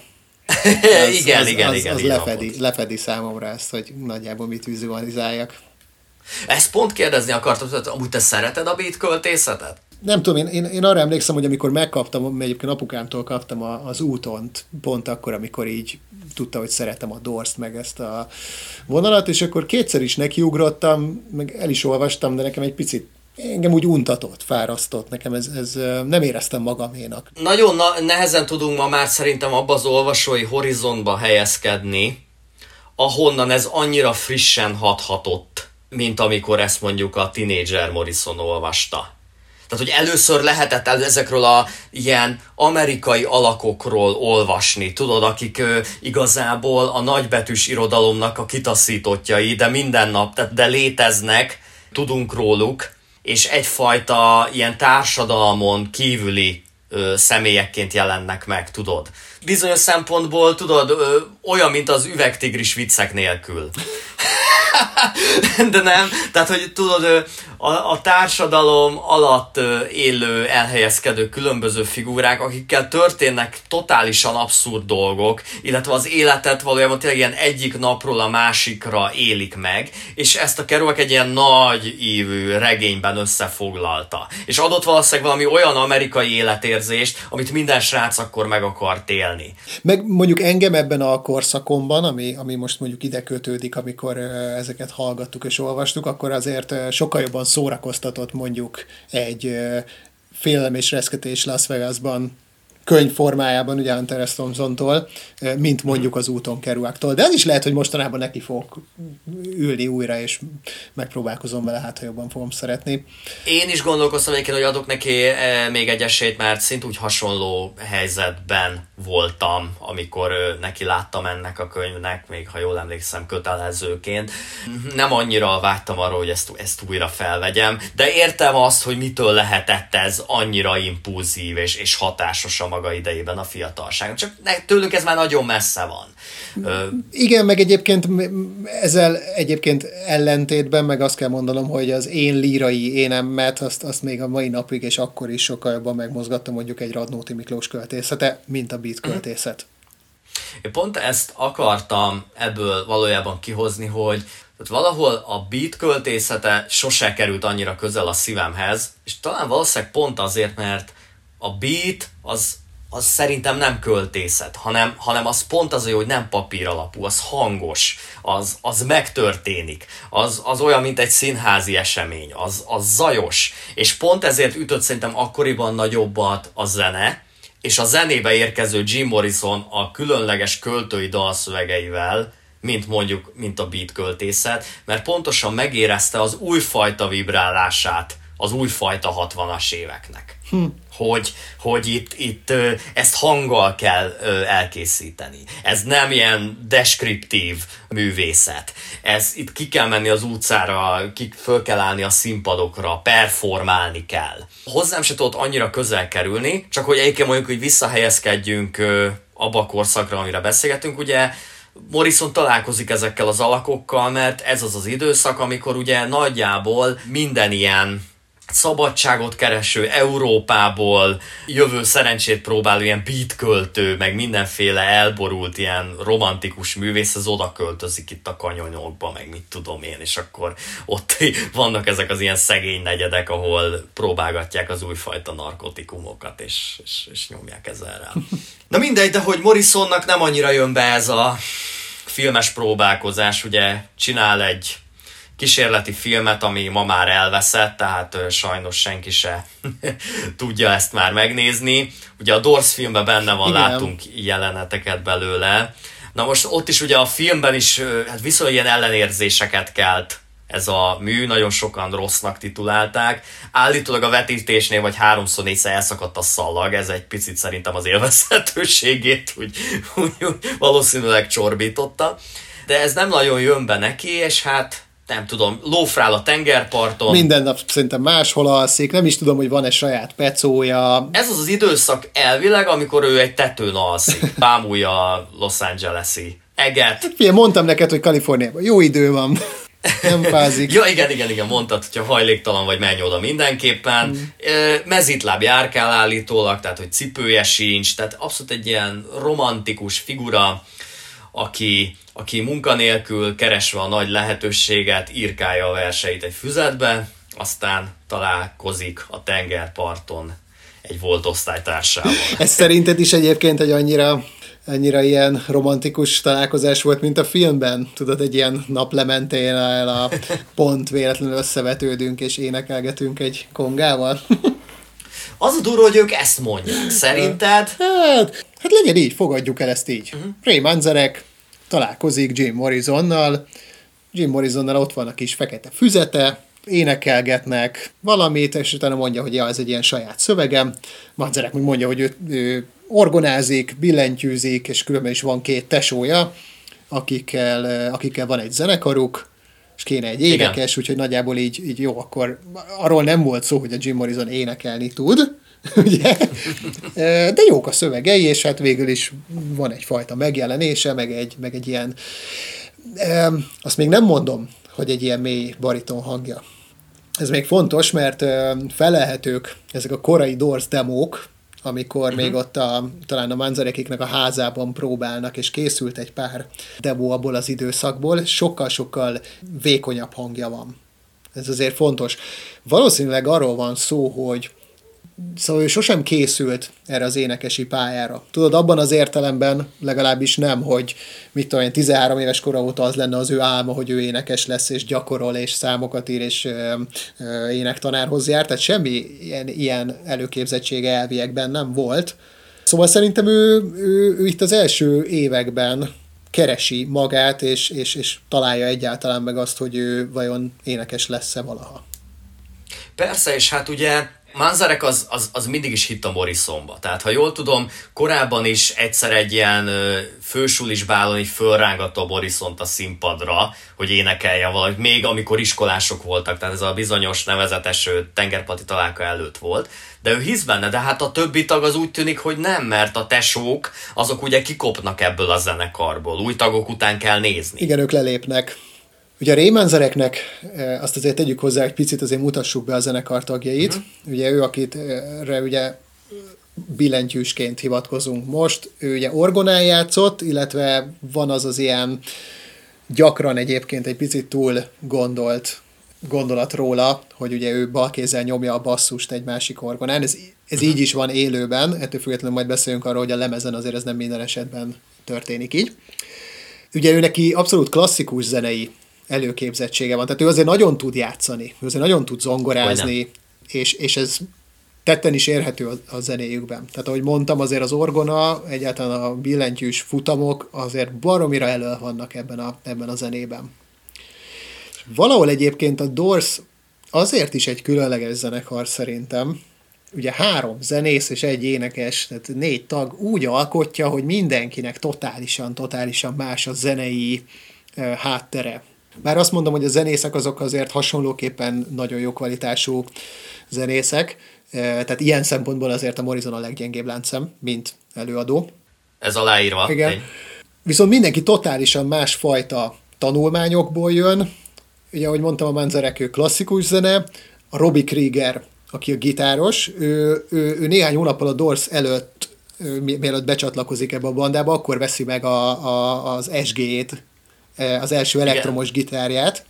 Igen. Lefedi számomra ezt, hogy nagyjából mit vizualizáljak. Ezt pont kérdezni akartam, hogy amúgy te szereted a beat költészetet? Nem tudom, én arra emlékszem, hogy amikor megkaptam, egyébként apukámtól kaptam az útont, pont akkor, amikor így tudta, hogy szeretem a Doors-t, meg ezt a vonalat, és akkor 2-szer is nekiugrottam, meg el is olvastam, de nekem egy picit engem úgy untatott, fárasztott, nekem ez nem éreztem magaménak. Nagyon nehezen tudunk ma már szerintem abba az olvasói horizontba helyezkedni, ahonnan ez annyira frissen hathatott, mint amikor ezt mondjuk a Teenager Morrison olvasta. Tehát, hogy először lehetett ezekről a ilyen amerikai alakokról olvasni, tudod, akik igazából a nagybetűs irodalomnak a kitaszítottjai, de minden nap, de léteznek, tudunk róluk, és egyfajta ilyen társadalmon kívüli személyekként jelennek meg, tudod. Bizonyos szempontból, tudod, olyan, mint az üvegtigris viccek nélkül. De nem, tehát hogy tudod, a társadalom alatt élő, elhelyezkedő különböző figurák, akikkel történnek totálisan abszurd dolgok, illetve az életet valójában tényleg ilyen egyik napról a másikra élik meg, és ezt a Kerouac egy ilyen nagy ívű regényben összefoglalta. És adott valószínűleg valami olyan amerikai életérzést, amit minden srác akkor meg akart élni. Meg mondjuk engem ebben a korszakomban, ami most mondjuk ide kötődik, amikor ezeket hallgattuk és olvastuk, akkor azért sokkal jobban szórakoztatott mondjuk egy Félelem és reszketés Las Vegasban könyv formájában, ugye Hunter S. Thompsontól, mint mondjuk az Úton Kerouactól. De ez is lehet, hogy mostanában neki fogok ülni újra, és megpróbálkozom vele, hát ha jobban fogom szeretni. Én is gondolkoztam egyébként, hogy adok neki még egy esélyt, mert szint úgy hasonló helyzetben voltam, amikor neki láttam ennek a könyvnek, még ha jól emlékszem, kötelezőként. Nem annyira vágytam arra, hogy ezt újra felvegyem, de értem azt, hogy mitől lehetett ez annyira impulzív és hatásos a maga idejében a fiatalság. Csak tőlük ez már nagyon messze van. Igen, meg egyébként ezzel egyébként ellentétben, meg azt kell mondanom, hogy az én lírai énemet, azt még a mai napig, és akkor is sokkal jobban megmozgatta mondjuk egy Radnóti Miklós költészete, mint a beat költészet. Én pont ezt akartam ebből valójában kihozni, hogy valahol a beat költészete sose került annyira közel a szívemhez, és talán valószínűleg pont azért, mert a beat az szerintem nem költészet, hanem az pont az, hogy nem papír alapú, az hangos, az megtörténik, az olyan, mint egy színházi esemény, az zajos, és pont ezért ütött szerintem akkoriban nagyobbat a zene, és a zenébe érkező Jim Morrison a különleges költői dalszövegeivel, mint a beat költészet, mert pontosan megérezte az újfajta vibrálását az újfajta 60-as éveknek. Hogy itt ezt hanggal kell elkészíteni. Ez nem ilyen deskriptív művészet. Itt ki kell menni az utcára, föl kell állni a színpadokra, performálni kell. Hozzám se tudott annyira közel kerülni, csak hogy egyébként mondjuk, hogy visszahelyezkedjünk abba a korszakra, amire beszélgetünk, ugye Morrison találkozik ezekkel az alakokkal, mert ez az időszak, amikor ugye nagyjából minden ilyen szabadságot kereső, Európából jövő szerencsét próbáló ilyen beat költő, meg mindenféle elborult ilyen romantikus művész, az oda költözik itt a kanyonokba, meg mit tudom én, és akkor ott vannak ezek az ilyen szegény negyedek, ahol próbálgatják az újfajta narkotikumokat, és nyomják ezzel rá. Na mindegy, de hogy Morrisonnak nem annyira jön be ez a filmes próbálkozás, ugye csinál egy kísérleti filmet, ami ma már elveszett, tehát sajnos senki se tudja ezt már megnézni. Ugye a Doors filmben benne van, igen. Látunk jeleneteket belőle. Na most ott is ugye a filmben is hát viszonylag ilyen ellenérzéseket kelt ez a mű, nagyon sokan rossznak titulálták. Állítólag a vetítésnél vagy 3-4-szer elszakadt a szallag, ez egy picit szerintem az élvezhetőségét úgy valószínűleg csorbította. De ez nem nagyon jön be neki, és hát nem tudom, lófrál a tengerparton. Minden nap szerintem máshol alszik, nem is tudom, hogy van-e saját pecója. Ez az időszak elvileg, amikor ő egy tetőn alszik, bámulja a Los Angeles-i eget. Figyelj, mondtam neked, hogy Kaliforniában jó idő van, nem fázik. Ja, igen, mondtad, hogyha hajléktalan vagy, menj oda mindenképpen. Mezitláb járkál állítólag, tehát hogy cipője sincs, tehát abszolút egy ilyen romantikus figura, aki munkanélkül, keresve a nagy lehetőséget, írkálja a verseit egy füzetbe, aztán találkozik a tengerparton egy volt osztálytársával. Ez szerinted is egyébként egy annyira ilyen romantikus találkozás volt, mint a filmben? Tudod, egy ilyen naplementén a pont véletlenül összevetődünk és énekelgetünk egy kongával? Az a durva, hogy ők ezt mondják. Szerinted? Hát legyen így, fogadjuk el ezt így. Ray Manzarek találkozik Jim Morrisonnal. Jim Morrisonnal ott van a kis fekete füzete, énekelgetnek valamit, és utána mondja, hogy ja, ez egy ilyen saját szövegem. Manzarek meg mondja, hogy ő orgonázik, billentyűzik, és különben is van 2 tesója, akikkel van egy zenekaruk, és kéne egy énekes, úgyhogy nagyjából így jó, akkor arról nem volt szó, hogy a Jim Morrison énekelni tud, ugye? De jók a szövegei, és hát végül is van egyfajta megjelenése, meg egy ilyen, azt még nem mondom, hogy egy ilyen mély bariton hangja. Ez még fontos, mert felelhetők ezek a korai Doors demók, amikor még ott talán a Manzarekiknek a házában próbálnak, és készült egy pár demo abból az időszakból, sokkal-sokkal vékonyabb hangja van. Ez azért fontos. Valószínűleg arról van szó, hogy szóval ő sosem készült erre az énekesi pályára. Tudod, abban az értelemben legalábbis nem, hogy mit tudom én, 13 éves kora óta az lenne az ő álma, hogy ő énekes lesz, és gyakorol, és számokat ír, és énektanárhoz jár, tehát semmi ilyen előképzettsége elviekben nem volt. Szóval szerintem ő itt az első években keresi magát, és találja egyáltalán meg azt, hogy ő vajon énekes lesz-e valaha. Persze, és hát ugye Manzarek az mindig is hitt a Morrisonba. Tehát, ha jól tudom, korábban is egyszer egy ilyen fősulis bálon így fölrángatta a Morrisont a színpadra, hogy énekeljen valahogy, még amikor iskolások voltak, tehát ez a bizonyos nevezetes tengerparti találka előtt volt. De ő hisz benne, de hát a többi tag az úgy tűnik, hogy nem, mert a tesók, azok ugye kikopnak ebből a zenekarból. Új tagok után kell nézni. Igen, ők lelépnek. Ugye a Ray Manzareknek, azt azért tegyük hozzá, hogy picit azért mutassuk be a zenekar tagjait. Ugye ő, akire ugye billentyűsként hivatkozunk most, ő ugye orgonán játszott, illetve van az ilyen gyakran egyébként egy picit túl gondolat róla, hogy ugye ő balkézzel nyomja a basszust egy másik orgonán. Ez így is van élőben, ettől függetlenül majd beszélünk arról, hogy a lemezen azért ez nem minden esetben történik így. Ugye ő neki abszolút klasszikus zenei előképzettsége van, tehát ő azért nagyon tud játszani, ő azért nagyon tud zongorázni, és ez tetten is érhető a zenéjükben. Tehát ahogy mondtam, azért az orgona, egyáltalán a billentyűs futamok azért baromira elő vannak ebben a zenében. Valahol egyébként a Doors azért is egy különleges zenekar szerintem, ugye 3 zenész és 1 énekes, tehát 4 tag úgy alkotja, hogy mindenkinek totálisan más a zenei háttere. Bár azt mondom, hogy a zenészek azok azért hasonlóképpen nagyon jó kvalitású zenészek, tehát ilyen szempontból azért a Morrison a leggyengébb láncszem, mint előadó. Ez aláírva. Igen. Viszont mindenki totálisan másfajta tanulmányokból jön. Ugye, ahogy mondtam, a Manzarek ő klasszikus zene, a Robbie Krieger, aki a gitáros, ő néhány hónappal a Doors előtt, mielőtt becsatlakozik ebbe a bandába, akkor veszi meg az SG-t, az első elektromos gitárját,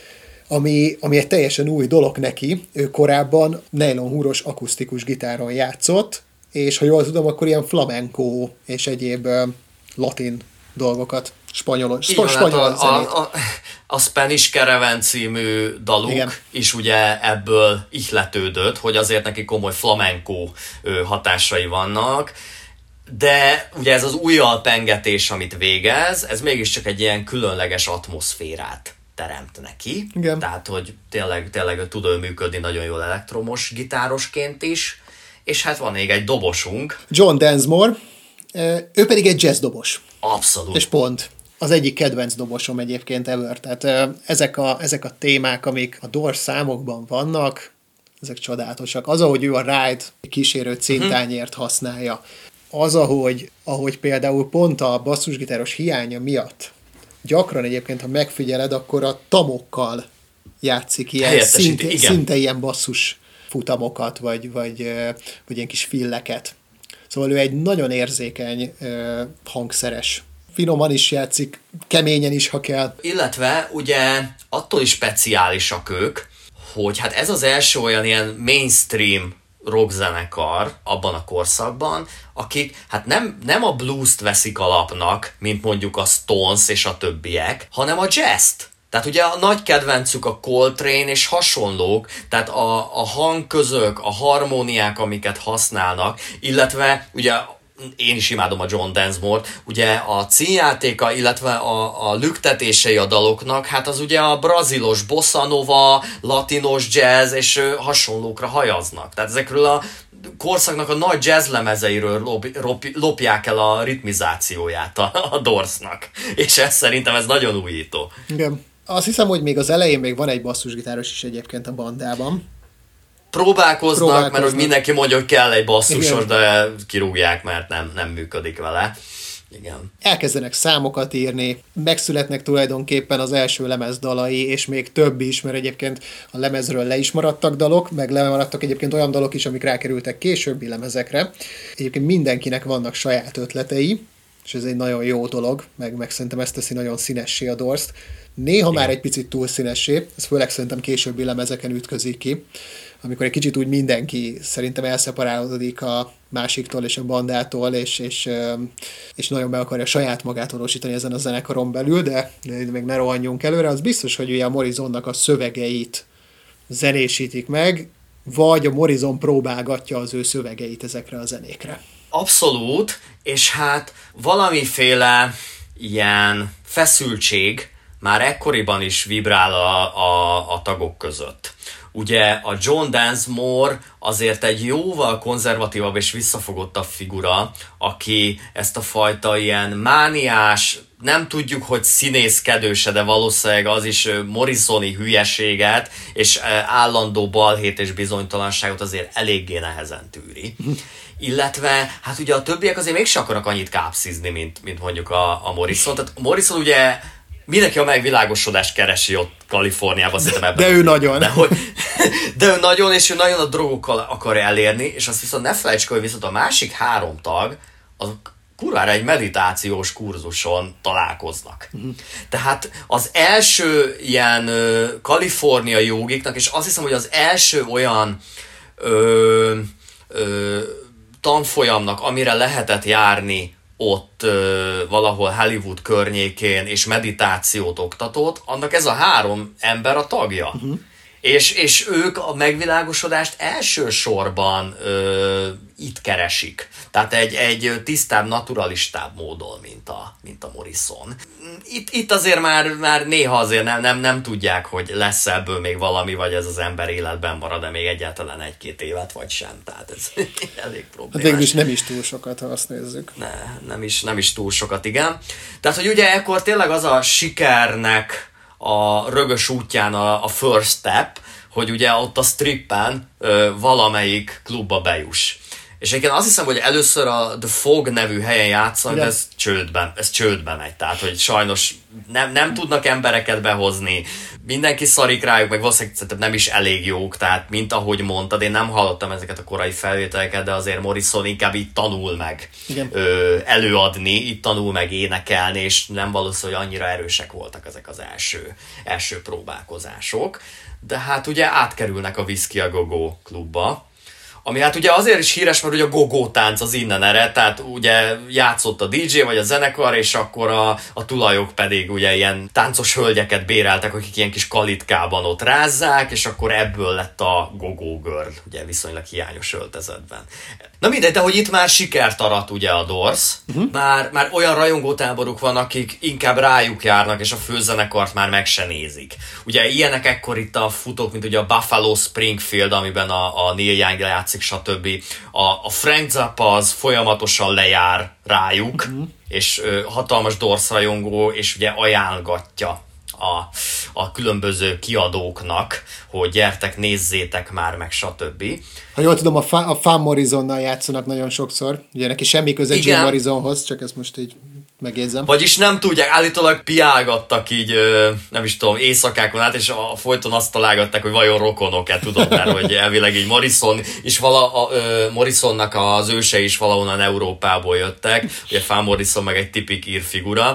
ami egy teljesen új dolog neki. Ő korábban nylonhúros akusztikus gitáron játszott, és ha jól tudom, akkor ilyen flamenco és egyéb latin dolgokat, spanyol zenét. A Spanish Caravan című daluk is ugye ebből ihletődött, hogy azért neki komoly flamenco hatásai vannak, de ugye ez az ujjal pengetés, amit végez, ez mégiscsak egy ilyen különleges atmoszférát teremt neki. Igen. Tehát, hogy tényleg tud ő működni nagyon jól elektromos gitárosként is, és hát van még egy dobosunk. John Densmore, ő pedig egy jazz dobos. Abszolút. És pont. Az egyik kedvenc dobosom egyébként ever. Tehát ezek a témák, amik a Doors számokban vannak, ezek csodálatosak. Az, ahogy ő a ride kísérő cintányért használja. Az, ahogy például pont a basszusgitáros hiánya miatt gyakran egyébként, ha megfigyeled, akkor a tamokkal játszik ilyen szinte ilyen basszus futamokat, vagy ilyen kis filleket. Szóval ő egy nagyon érzékeny hangszeres. Finoman is játszik, keményen is, ha kell. Illetve ugye attól is speciálisak ők, hogy hát ez az első olyan ilyen mainstream rockzenekar abban a korszakban, akik hát nem a blues-t veszik alapnak, mint mondjuk a Stones és a többiek, hanem a jazz-t. Tehát ugye a nagy kedvencük a Coltrane és hasonlók, tehát a hangközök, a harmóniák, amiket használnak, illetve ugye én is imádom a John Densmore-t, ugye a színjátéka, illetve a lüktetései a daloknak, hát az ugye a brazilos bossa nova, latinos jazz és hasonlókra hajaznak. Tehát ezekről a korszaknak a nagy jazzlemezeiről lopják el a ritmizációját a Doorsnak. És szerintem ez nagyon újító. Igen. Azt hiszem, hogy még az elején még van egy basszusgitáros is egyébként a bandában. Próbálkoznak, mert hogy mindenki mondja, hogy kell egy basszusos, de kirúgják, mert nem működik vele. Igen. Elkezdenek számokat írni, megszületnek tulajdonképpen az első lemezdalai, és még több is, mert egyébként a lemezről le is maradtak dalok, meg lemaradtak egyébként olyan dalok is, amik rákerültek későbbi lemezekre. Egyébként mindenkinek vannak saját ötletei, és ez egy nagyon jó dolog, meg szerintem ezt teszi nagyon színessé a Doors-t. Néha már egy picit túl színessé, ez főleg szerintem későbbi lemezeken ütközik ki, amikor egy kicsit úgy mindenki szerintem elszeparálódik a másiktól és a bandától, és nagyon be akarja saját magát valósítani ezen a zenekaron belül, de még ne rohanjunk előre. Az biztos, hogy ugye a Morrisonnak a szövegeit zenésítik meg, vagy a Morrison próbálgatja az ő szövegeit ezekre a zenékre. Abszolút, és hát valamiféle ilyen feszültség már ekkoriban is vibrál a tagok között. Ugye a John Densmore azért egy jóval konzervatívabb és visszafogottabb figura, aki ezt a fajta ilyen mániás, nem tudjuk, hogy színészkedőse, de valószínűleg az is Morrisoni hülyeséget és állandó balhét és bizonytalanságot azért eléggé nehezen tűri. Illetve, hát ugye a többiek azért mégsem akarnak annyit kápszizni, mint mondjuk a Morrison. Tehát Morrison ugye mindenki a megvilágosodást keresi ott Kaliforniában, szerintem ebben. De ő nagyon. De ő nagyon, és ő nagyon a drogokkal akar elérni, és azt viszont ne felejtsd, hogy viszont a másik 3 tag, azok kurvára egy meditációs kurzuson találkoznak. Tehát az első ilyen kaliforniai jogiknak, és azt hiszem, hogy az első olyan tanfolyamnak, amire lehetett járni ott valahol Hollywood környékén, és meditációt oktatott, annak ez a 3 ember a tagja. És ők a megvilágosodást elsősorban itt keresik. Tehát egy tisztább, naturalistább módon, mint a Morrison. Itt azért már néha azért nem tudják, hogy lesz ebből még valami, vagy ez az ember életben marad, de még egyáltalán 1-2 évet, vagy sem. Tehát ez elég problémás. Hát végülis nem is túl sokat, ha azt nézzük. Nem is túl sokat, igen. Tehát, hogy ugye ekkor tényleg az a sikernek a rögös útján a first step, hogy ugye ott a strippen valamelyik klubba bejuss. És egyébként azt hiszem, hogy először a The Fog nevű helyen játszanak, de ez csődbe megy. Tehát, hogy sajnos nem tudnak embereket behozni, mindenki szarik rájuk, meg valószínűleg nem is elég jók, tehát mint ahogy mondtad, én nem hallottam ezeket a korai felvételeket, de azért Morrison inkább itt tanul meg előadni, itt tanul meg énekelni, és nem valószínű, hogy annyira erősek voltak ezek az első próbálkozások. De hát ugye átkerülnek a Whisky a Go-Go klubba, ami hát ugye azért is híres, mert ugye a go-go tánc az innen ered, tehát ugye játszott a DJ vagy a zenekar, és akkor a tulajok pedig ugye ilyen táncos hölgyeket béreltek, akik ilyen kis kalitkában ott rázzák, és akkor ebből lett a go-go girl, ugye viszonylag hiányos öltözetben. Na mindegy, de hogy itt már sikert arat ugye a Doors, már olyan rajongótáboruk van, akik inkább rájuk járnak, és a főzenekart már meg se nézik. Ugye ilyenek ekkor itt a futók, mint ugye a Buffalo Springfield, amiben a Neil Young játszik, stb. A Frank Zappa az folyamatosan lejár rájuk, és hatalmas Doors rajongó, és ugye ajánlgatja a különböző kiadóknak, hogy gyertek, nézzétek már meg, stb. Ha jól tudom, a Van Morrisonnal játszanak nagyon sokszor. Ugye neki semmi köze Jim Morrisonhoz, csak ezt most így megjegyzem. Vagyis nem tudják, állítólag piálgattak így, nem is tudom, éjszakákon át, és folyton azt találgatták, hogy vajon rokonok-e, tudod, mert hogy elvileg így Morrison, és Morrisonnak az őse is valahonnan Európából jöttek, ugye Van Morrison meg egy tipik ír figura.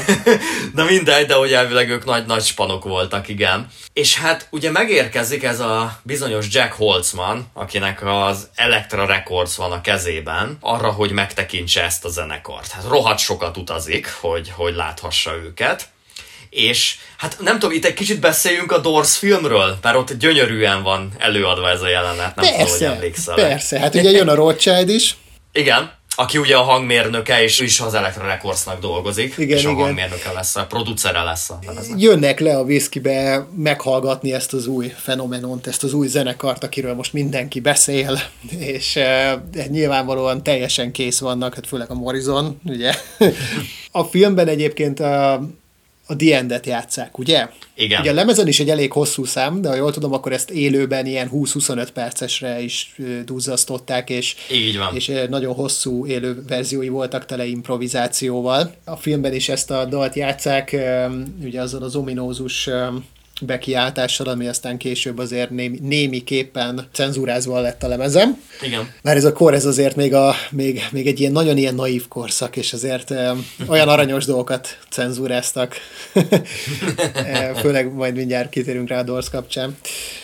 Na mindegy, de hogy elvileg ők nagy spanok voltak, igen. És hát ugye megérkezik ez a bizonyos Jack Holzman, akinek az Elektra Records van a kezében, arra, hogy megtekintse ezt a zenekart. Hát rohadt sokat utazik, hogy láthassa őket. És hát nem tudom, itt egy kicsit beszéljünk a Doors filmről, mert ott gyönyörűen van előadva ez a jelenet, nem tudom, hogy emlékszel. Persze, hát ugye jön a Rothschild is. Igen. Aki ugye a hangmérnöke, és ő is az Elektra Recordsnak dolgozik, igen, és a hangmérnöke lesz, a producere lesz a lemeznek. Jönnek le a Whiskybe meghallgatni ezt az új fenomenont, ezt az új zenekart, akiről most mindenki beszél, és nyilvánvalóan teljesen kész vannak, hát főleg a Morrison, ugye. A filmben egyébként a a The End-et játsszák, ugye? Igen. Ugye a lemezen is egy elég hosszú szám, de ha jól tudom, akkor ezt élőben ilyen 20-25 percesre is duzzasztották, és, így van. És nagyon hosszú élő verziói voltak tele improvizációval. A filmben is ezt a dalt játsszák, ugye azon az ominózus bekiáltással, ami aztán később azért némiképpen cenzúrázva lett a lemezem. Igen. Mert ez a kor, ez azért még egy ilyen nagyon ilyen naív korszak, és azért olyan aranyos dolgokat cenzúráztak. Főleg majd mindjárt kitérünk rá a Doors kapcsán.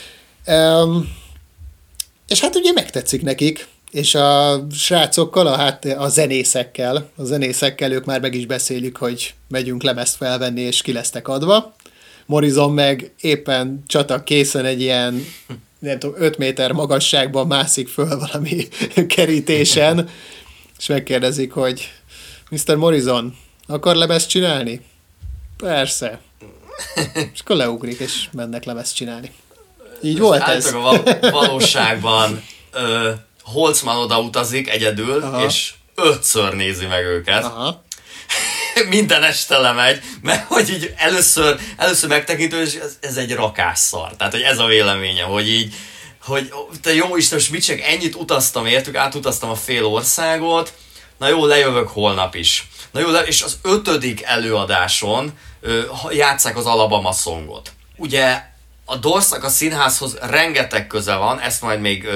És hát ugye megtetszik nekik, és a srácokkal, a zenészekkel ők már meg is beszélik, hogy megyünk lemezt felvenni, és ki lesztek adva. Morrison meg éppen csata készen egy ilyen, nem tudom, 5 méter magasságban mászik föl valami kerítésen, és megkérdezik, hogy Mr. Morrison, akar lemezt csinálni? Persze. És akkor leugrik, és mennek lemezt csinálni. Így volt ez. A valóságban Holtzman oda utazik egyedül, aha, és 5-ször nézi meg őket. Aha. Minden este lemegy, mert hogy így először megtekintő, és ez egy rakásszar. Tehát, hogy ez a véleménye, hogy így, hogy te jó Isten, most mit csak ennyit utaztam értük, átutaztam a fél országot, na jó, lejövök holnap is. Na jó, és az 5. előadáson játsszák az Alabama songot. Ugye a Doorsnak a színházhoz rengeteg köze van, ezt majd még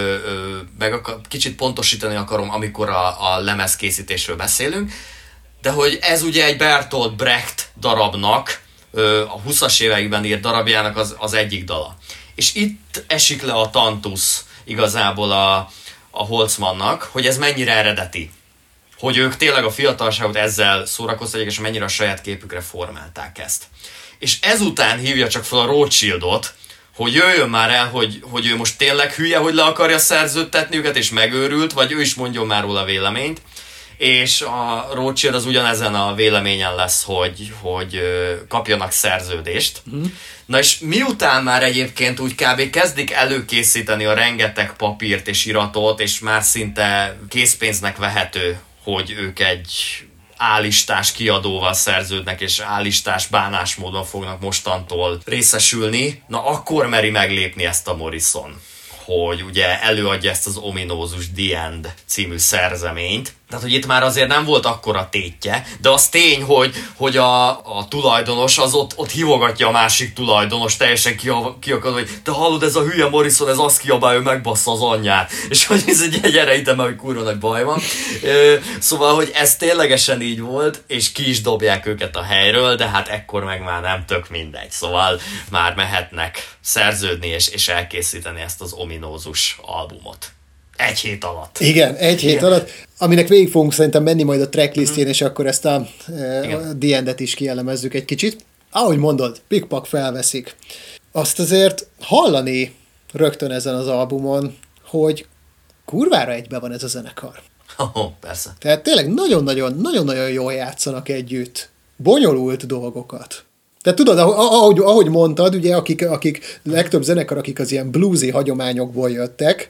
kicsit pontosítani akarom, amikor a lemezkészítésről beszélünk, de hogy ez ugye egy Bertolt Brecht darabnak, a 20-as években írt darabjának az egyik dala. És itt esik le a tantusz igazából a Holtzmannak, hogy ez mennyire eredeti. Hogy ők tényleg a fiatalságot ezzel szórakoztatják, és mennyire a saját képükre formálták ezt. És ezután hívja csak fel a Rothschildot, hogy jöjjön már el, hogy ő most tényleg hülye, hogy le akarja szerződtetni őket, és megőrült, vagy ő is mondjon már róla véleményt. És a Rothschild az ugyanezen a véleményen lesz, hogy kapjanak szerződést. Mm. Na és miután már egyébként úgy kb. Kezdik előkészíteni a rengeteg papírt és iratot, és már szinte készpénznek vehető, hogy ők egy A-listás kiadóval szerződnek, és A-listás bánásmódon fognak mostantól részesülni, na akkor meri meglépni ezt a Morrison, hogy ugye előadja ezt az ominózus The End című szerzeményt. Tehát, hogy itt már azért nem volt akkora tétje, de az tény, hogy a tulajdonos az ott hívogatja a másik tulajdonos, teljesen kiakad, hogy te hallod, ez a hülye Morrison, ez azt kiabál, ő megbassza az anyját. És hogy ez egy gyere ide, mert hogy kurva nagy baj van. Szóval, hogy ez ténylegesen így volt, és ki is dobják őket a helyről, de hát ekkor meg már nem tök mindegy. Szóval már mehetnek szerződni és elkészíteni ezt az ominózus albumot. 1 hét alatt. Igen, 1 hét alatt, aminek végig fogunk szerintem menni majd a tracklistjén, és akkor ezt a The End-et is kielemezzük egy kicsit. Ahogy mondod, pikpak felveszik. Azt azért hallani rögtön ezen az albumon, hogy kurvára egybe van ez a zenekar. Persze. Tehát tényleg nagyon-nagyon jól játszanak együtt. Bonyolult dolgokat. Tehát tudod, ahogy mondtad, ugye, akik legtöbb zenekar, akik az ilyen bluesy hagyományokból jöttek,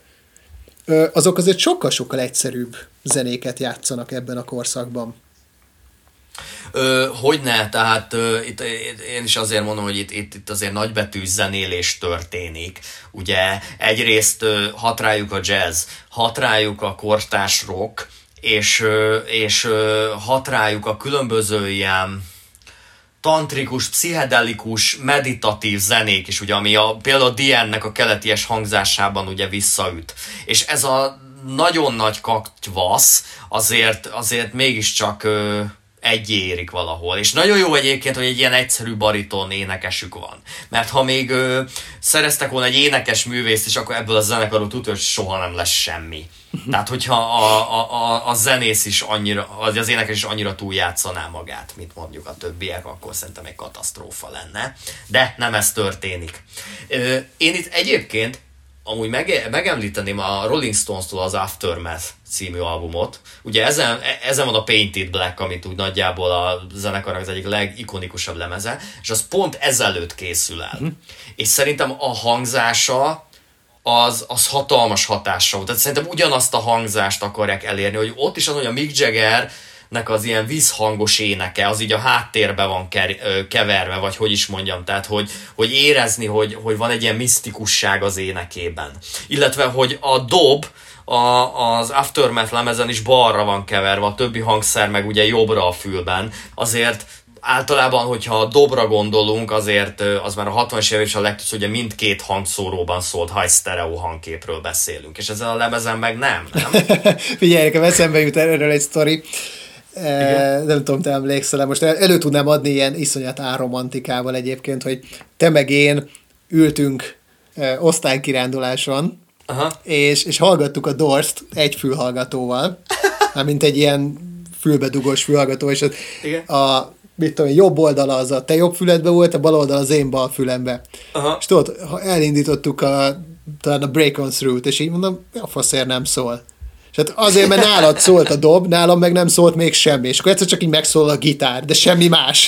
azok azért sokkal-sokkal egyszerűbb zenéket játszanak ebben a korszakban. Hogyne, tehát itt én is azért mondom, hogy itt azért nagybetűs zenélés történik. Ugye egyrészt hat rájuk a jazz, hat rájuk a kortárs rock, és hat rájuk a különböző ilyen tantrikus, pszichedelikus, meditatív zenék is, ugye, ami például a The End-nek a keleties hangzásában ugye visszaüt. És ez a nagyon nagy kaktyvasz azért mégiscsak egyé érik valahol. És nagyon jó egyébként, hogy egy ilyen egyszerű bariton énekesük van. Mert ha még szereztek volna egy énekes művészt, és akkor ebből a zenekarról tudja, hogy soha nem lesz semmi. Tehát, hogyha a zenész is annyira, az énekes is annyira túljátszaná magát, mint mondjuk a többiek, akkor szerintem egy katasztrófa lenne. De nem ez történik. Én itt egyébként amúgy megemlíteném a Rolling Stones-tól az Aftermath című albumot. Ugye ezen van a Painted Black, amit úgy nagyjából a zenekarnak az egyik legikonikusabb lemeze, és az pont ezelőtt készül el. És szerintem a hangzása az hatalmas hatással. Tehát szerintem ugyanazt a hangzást akarják elérni, hogy ott is az, hogy a Mick Jagger az ilyen vízhangos éneke, az így a háttérbe van keverve, vagy hogy is mondjam, tehát hogy érezni, hogy van egy ilyen misztikusság az énekében. Illetve, hogy a dob az Aftermath lemezen is balra van keverve, a többi hangszer meg ugye jobbra a fülben. Azért általában, hogyha a dobra gondolunk, azért az már a 60-as évek is a legtöbb, ugye mindkét hangszóróban szólt high stereo hangképről beszélünk, és ezen a lemezen meg nem? Figyelj, nekem eszembe jut erről egy sztori. Nem tudom, te emlékszel, most elő tudnám adni ilyen iszonyat áromantikával egyébként, hogy te meg én ültünk osztálykiránduláson, és hallgattuk a Doors-t egy fülhallgatóval, mint egy ilyen fülbedugós fülhallgató, és mit tudom, jobb oldala az a te jobb füledbe volt, a bal oldal az én bal fülembe. És tudod, elindítottuk talán a Break on Through-t, és így mondom, a faszért nem szól. És hát azért, mert nálad szólt a dob, nálam meg nem szólt még semmi, és akkor egyszer csak így megszól a gitár, de semmi más.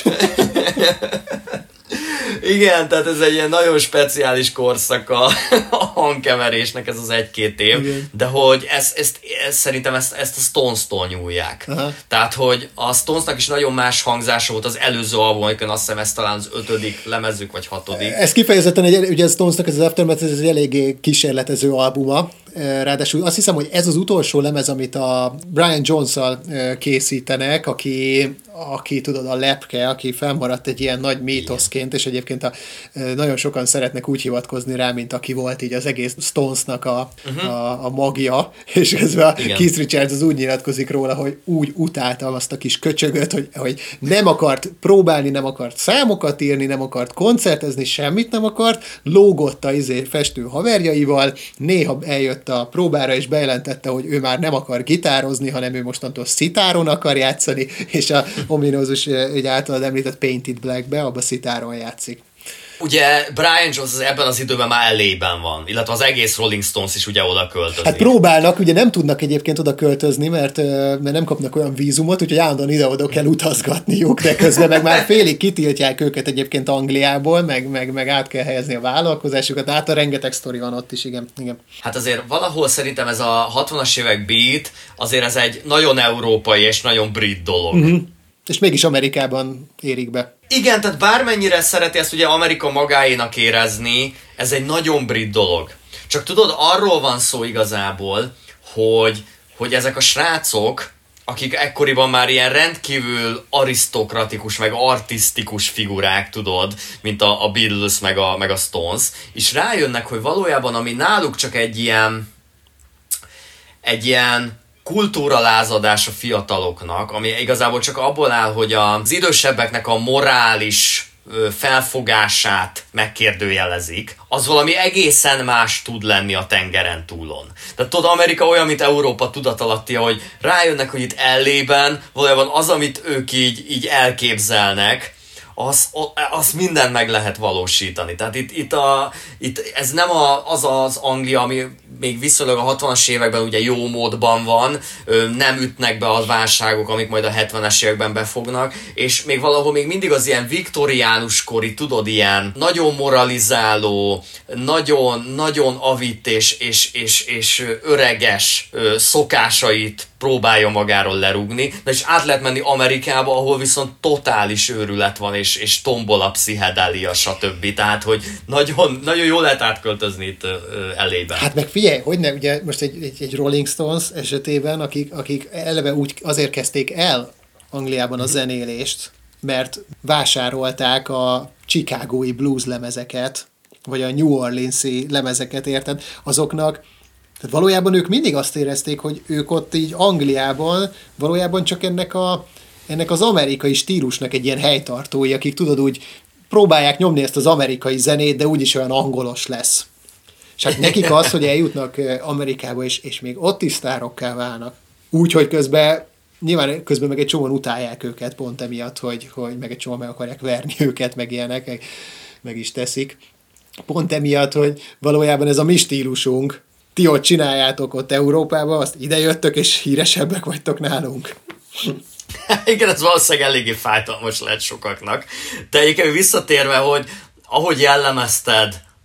Igen, tehát ez egy ilyen nagyon speciális korszak a hangkeverésnek, ez az 1-2 év, igen. De hogy szerintem ezt a Stones-tól nyúlják. Aha. Tehát, hogy a Stonesnak is nagyon más hangzása volt az előző albumokon, azt hiszem ez talán az 5. lemezük, vagy 6. Ez kifejezetten, ugye a Stonesnak ez az Aftermath, ez egy eléggé kísérletező albuma, ráadásul azt hiszem, hogy ez az utolsó lemez, amit a Brian Jones-szal készítenek, aki tudod, a lepke, aki felmaradt egy ilyen nagy mítoszként, és egyébként nagyon sokan szeretnek úgy hivatkozni rá, mint aki volt így az egész Stonesnak a magja, és közben a Keith Richards az úgy nyilatkozik róla, hogy úgy utáltam azt a kis köcsögöt, hogy nem akart próbálni, nem akart számokat írni, nem akart koncertezni, semmit nem akart, lógott a festő haverjaival, néha eljött a próbára, és bejelentette, hogy ő már nem akar gitározni, hanem ő mostantól szitáron akar játszani, és a ominózus, egy általad említett Painted Black-be, abban szitáron játszik. Ugye Brian Jones az ebben az időben már LA-ben van, illetve az egész Rolling Stones is ugye oda költözik. Hát próbálnak, ugye nem tudnak egyébként oda költözni, mert nem kapnak olyan vízumot, úgyhogy állandóan ide-oda kell utazgatniuk, de közben meg már félig kitiltják őket egyébként Angliából, meg át kell helyezni a vállalkozásukat, a rengeteg sztori van ott is, igen. Hát azért valahol szerintem ez a 60-as évek beat, azért ez egy nagyon európai és nagyon brit dolog. Uh-huh. És mégis Amerikában érik be. Igen, tehát bármennyire szereti ezt ugye Amerika magáénak érezni, ez egy nagyon brit dolog. Csak tudod, arról van szó igazából, hogy ezek a srácok, akik ekkoriban már ilyen rendkívül arisztokratikus, meg artisztikus figurák, tudod, mint a Beatles, meg a Stones, és rájönnek, hogy valójában ami náluk csak egy ilyen kultúralázadás a fiataloknak, ami igazából csak abból áll, hogy az idősebbeknek a morális felfogását megkérdőjelezik, az valami egészen más tud lenni a tengeren túlon. Tehát tudod, Amerika olyan, mint Európa tudatalattia, hogy rájönnek, hogy itt LA-ben valójában az, amit ők így elképzelnek, azt mindent meg lehet valósítani. Tehát itt ez nem az Anglia, ami még viszonylag a 60-as években ugye jó módban van, nem ütnek be a válságok, amik majd a 70-es években befognak, és még valahol még mindig az ilyen viktoriánuskori, tudod, ilyen nagyon moralizáló, nagyon avitt és öreges szokásait próbálja magáról lerúgni, de és át lehet menni Amerikába, ahol viszont totális őrület van, és tombol a pszichedelia, stb. Tehát, hogy nagyon, nagyon jól lehet átköltözni itt elébe. Hát meg figyelj, hogy ne, ugye most egy Rolling Stones esetében, akik eleve úgy azért kezdték el Angliában a zenélést, mert vásárolták a chicagói blues lemezeket, vagy a New Orleans-i lemezeket, érted? Azoknak, tehát valójában ők mindig azt érezték, hogy ők ott így Angliában valójában csak ennek az amerikai stílusnak egy ilyen helytartói, akik tudod úgy próbálják nyomni ezt az amerikai zenét, de úgyis olyan angolos lesz. És hát nekik az, hogy eljutnak Amerikába, és még ott is sztárokká válnak. Úgyhogy nyilván közben meg egy csomóan utálják őket pont emiatt, hogy meg egy csomóan meg akarják verni őket, meg ilyenek, meg is teszik. Pont emiatt, hogy valójában ez a mi stílusunk, ti ott csináljátok ott Európában, azt idejöttök, és híresebbek vagytok nálunk. Igen, ez valószínűleg eléggé fájdalmas lehet sokaknak. De egyébként visszatérve, hogy ahogy jellemezted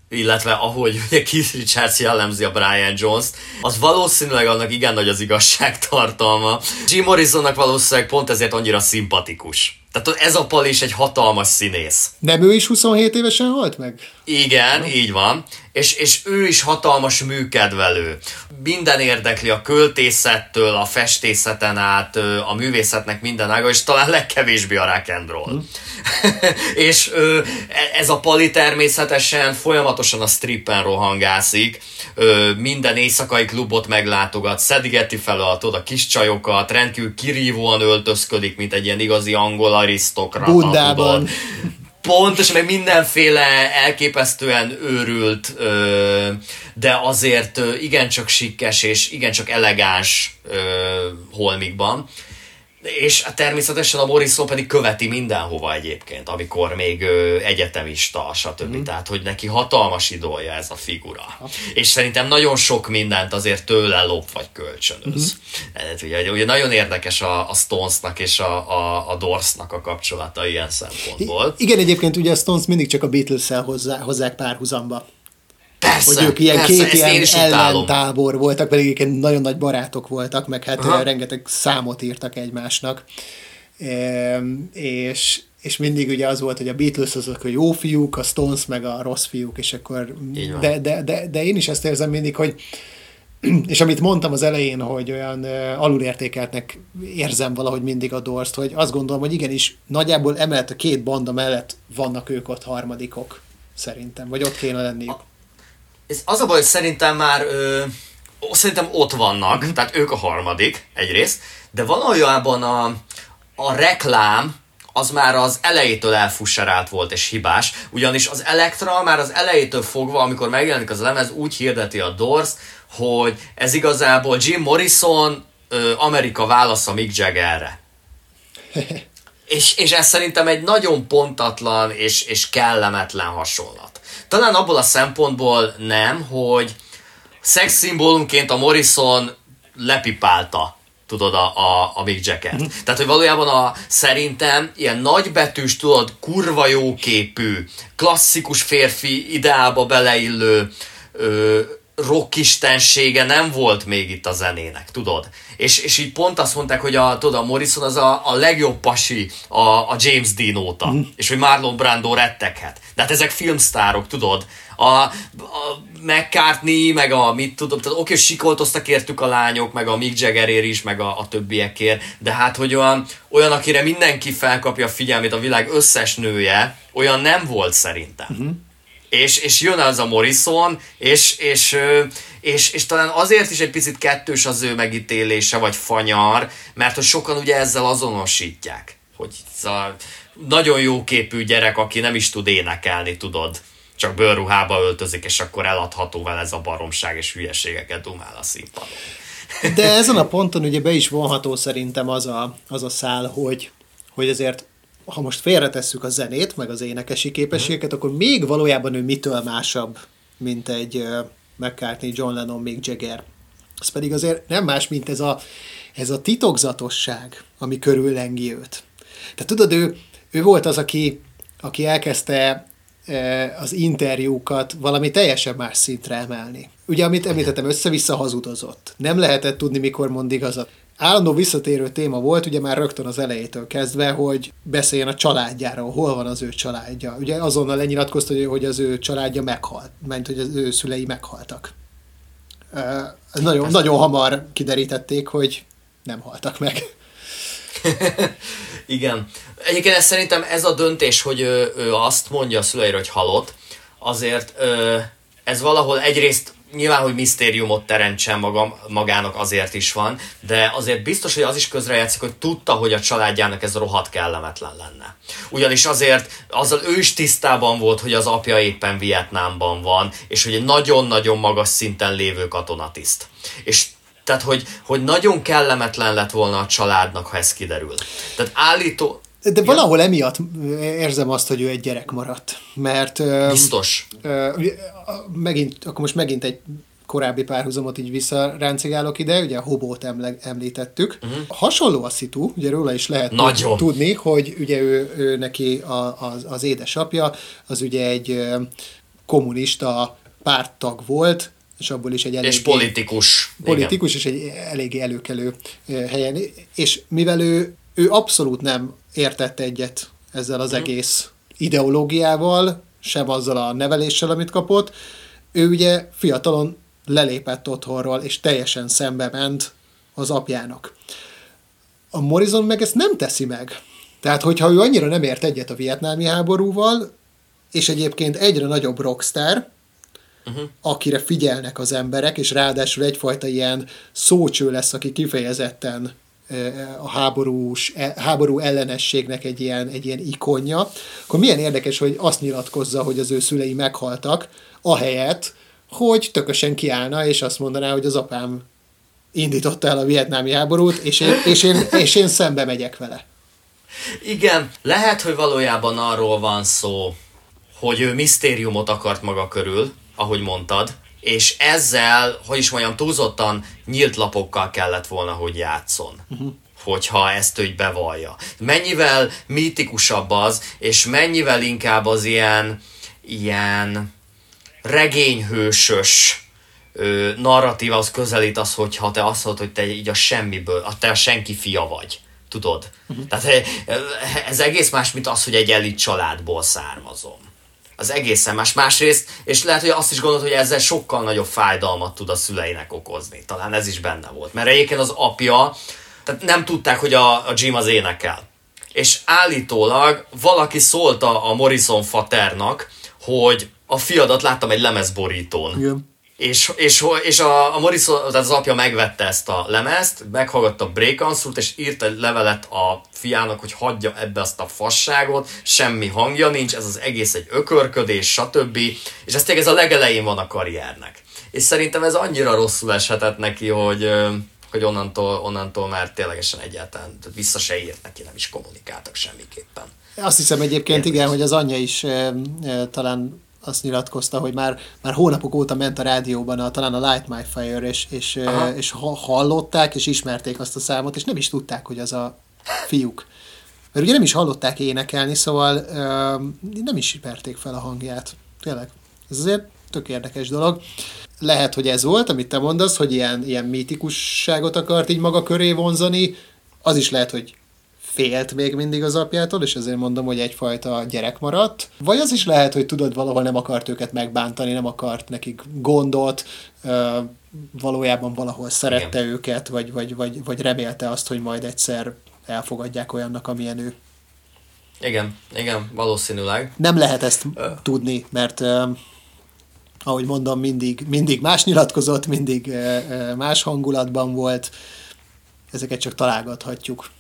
illetve ahogy ugye Keith Richards jellemzi a Brian Jones-t, az valószínűleg annak igen nagy az igazságtartalma. Jim Morrisonnak valószínűleg pont ezért annyira szimpatikus. Tehát ez a pali is egy hatalmas színész. Nem ő is 27 évesen halt meg? Igen, így van. És ő is hatalmas műkedvelő. Minden érdekli a költészettől, a festészeten át, a művészetnek minden ága, és talán legkevésbé a rock and roll. És ez a pali természetesen folyamatosan a strippen rohangászik, minden éjszakai klubot meglátogat, szedgeti fel a kis csajokat, rendkívül kirívóan öltözködik, mint egy ilyen igazi angol arisztokrata. Bundában. Pontosan, meg mindenféle elképesztően őrült, de azért igencsak sikkes és igencsak elegáns holmikban. És természetesen a Morrison pedig követi mindenhova egyébként, amikor még egyetemista, stb. Tehát, hogy neki hatalmas idolja ez a figura. És szerintem nagyon sok mindent azért tőle lop vagy kölcsönöz. Ugye nagyon érdekes a Stonesnak és a Doorsnak a kapcsolata ilyen szempontból. Igen, egyébként ugye a Stones mindig csak a Beatles-szel hozzák párhuzamba. Persze, hogy ők ilyen persze, két ilyen ellentábor tábor voltak, pedig egyébként nagyon nagy barátok voltak, meg hát rengeteg számot írtak egymásnak. És mindig ugye az volt, hogy a Beatles azok a jó fiúk, a Stones meg a rossz fiúk, és akkor... De én is ezt érzem mindig, hogy és amit mondtam az elején, hogy olyan alulértékeltnek érzem valahogy mindig a Doorst, hogy azt gondolom, hogy igenis nagyjából emellett a két banda mellett vannak ők ott harmadikok, szerintem, vagy ott kéne lenniük. Ez az a baj, hogy szerintem már szerintem ott vannak, tehát ők a harmadik egyrészt, de valójában a reklám az már az elejétől elfusserált volt és hibás, ugyanis az Elektra már az elejétől fogva, amikor megjelenik az lemez, úgy hirdeti a Doors, hogy ez igazából Jim Morrison Amerika válasza Mick Jaggerre. és ez szerintem egy nagyon pontatlan és kellemetlen hasonlat. Talán abból a szempontból nem, hogy szexszimbólumként a Morrison lepipálta, tudod, a Mick Jaggert. Tehát, hogy valójában szerintem ilyen nagybetűs, tudod, kurva jóképű, klasszikus férfi ideába beleillő rockistensége nem volt még itt a zenének, tudod? És így pont azt mondták, hogy a Morrison az a legjobb pasi a James Dean óta, és hogy Marlon Brando retteghet. De hát ezek filmsztárok, tudod? A McCartney, meg mit tudom, tehát oké, sikoltoztak értük a lányok, meg a Mick Jaggerért is, meg a többiekért, de hát, hogy olyan, akire mindenki felkapja a figyelmét, a világ összes nője, olyan nem volt szerintem. És jön az a Morrison, és talán azért is egy picit kettős az ő megítélése, vagy fanyar, mert hogy sokan ugye ezzel azonosítják, hogy ez a nagyon jóképű gyerek, aki nem is tud énekelni, tudod, csak bőrruhába öltözik, és akkor eladható vele ez a baromság, és hülyeségeket dumál a színpadon. De ezen a ponton ugye be is vonható szerintem az a szál, hogy azért ha most félretesszük a zenét, meg az énekesi képességeket, akkor még valójában ő mitől másabb, mint egy McCartney, John Lennon, Mick Jagger. Az pedig azért nem más, mint ez a titokzatosság, ami körüllengi őt. Tehát tudod, ő volt az, aki elkezdte az interjúkat valami teljesen más szintre emelni. Ugye, amit említettem, össze-vissza hazudozott. Nem lehetett tudni, mikor mond igazat. Állandó visszatérő téma volt, ugye már rögtön az elejétől kezdve, hogy beszéljen a családjáról, hol van az ő családja. Ugye azonnal lenyilatkozta, hogy az ő családja meghalt, mert hogy az ő szülei meghaltak. Nagyon hamar kiderítették, hogy nem haltak meg. Igen. Egyébként szerintem ez a döntés, hogy ő azt mondja a szüleire, hogy halott, azért ez valahol egyrészt nyilván, hogy misztériumot teremtsen magának azért is van, de azért biztos, hogy az is közrejátszik, hogy tudta, hogy a családjának ez rohadt kellemetlen lenne. Ugyanis azért azzal ő is tisztában volt, hogy az apja éppen Vietnámban van, és hogy egy nagyon-nagyon magas szinten lévő katonatiszt. És tehát, hogy nagyon kellemetlen lett volna a családnak, ha ez kiderül. Tehát De valahol emiatt érzem azt, hogy ő egy gyerek maradt, mert... Biztos. Akkor most megint egy korábbi párhuzamot így visszaráncigálok ide, ugye a Hobót említettük. Hasonló a szitu, ugye róla is lehet tudni, hogy ugye ő neki az édesapja, az ugye egy kommunista párttag volt, és abból is egy eléggé... És politikus. Politikus, és egy eléggé előkelő helyen. És mivel ő abszolút nem értett egyet ezzel az egész ideológiával, sem azzal a neveléssel, amit kapott, ő ugye fiatalon lelépett otthonról, és teljesen szembe ment az apjának. A Morrison meg ezt nem teszi meg. Tehát, hogyha ő annyira nem ért egyet a vietnámi háborúval, és egyébként egyre nagyobb rockstar, akire figyelnek az emberek, és ráadásul egyfajta ilyen szócső lesz, aki kifejezetten a háború ellenességnek egy ilyen ikonja, akkor milyen érdekes, hogy azt nyilatkozza, hogy az ő szülei meghaltak, ahelyett, hogy tökösen kiállna, és azt mondaná, hogy az apám indította el a vietnámi háborút, és én szembe megyek vele. Igen, lehet, hogy valójában arról van szó, hogy ő misztériumot akart maga körül, ahogy mondtad, és ezzel, hogy is mondjam, túlzottan nyílt lapokkal kellett volna, hogy játszon. Hogyha ezt ő így bevallja. Mennyivel mítikusabb az, és mennyivel inkább az ilyen regényhősös narratívához közelít az, hogyha te azt mondod, hogy te így a semmiből, te a senki fia vagy. Tudod? Tehát ez egész más, mint az, hogy egy elit családból származom. Az egészen más. Másrészt, és lehet, hogy azt is gondolod, hogy ezzel sokkal nagyobb fájdalmat tud a szüleinek okozni. Talán ez is benne volt. Mert egyébként az apja, tehát nem tudták, hogy a Jim az énekel. És állítólag valaki szólt a Morrison faternak, hogy a fiadat láttam egy lemezborítón. Igen. És a Morrison, tehát az apja megvette ezt a lemezt, meghallgatta a breakansult, és írt egy levelet a fiának, hogy hagyja ebbe azt a fasságot, semmi hangja nincs, ez az egész egy ökörködés, stb. És ez tényleg ez a legelején van a karriernek. És szerintem ez annyira rosszul eshetett neki, hogy onnantól már ténylegesen egyáltalán vissza se írt neki, nem is kommunikáltak semmiképpen. Azt hiszem egyébként igen, hogy az anyja is talán azt nyilatkozta, hogy már hónapok óta ment a rádióban talán a Light My Fire, és hallották, és ismerték azt a számot, és nem is tudták, hogy az a fiúk. Mert ugye nem is hallották énekelni, szóval nem is ismerték fel a hangját. Tényleg. Ez azért tök érdekes dolog. Lehet, hogy ez volt, amit te mondasz, hogy ilyen mítikusságot akart így maga köré vonzani. Az is lehet, hogy félt még mindig az apjától, és ezért mondom, hogy egyfajta gyerek maradt. Vagy az is lehet, hogy tudod, valahol nem akart őket megbántani, nem akart nekik gondot, valójában valahol szerette őket, vagy remélte azt, hogy majd egyszer elfogadják olyannak, amilyen ő. Igen, valószínűleg. Nem lehet ezt tudni, mert ahogy mondom, mindig más nyilatkozott, mindig más hangulatban volt. Ezeket csak találgathatjuk.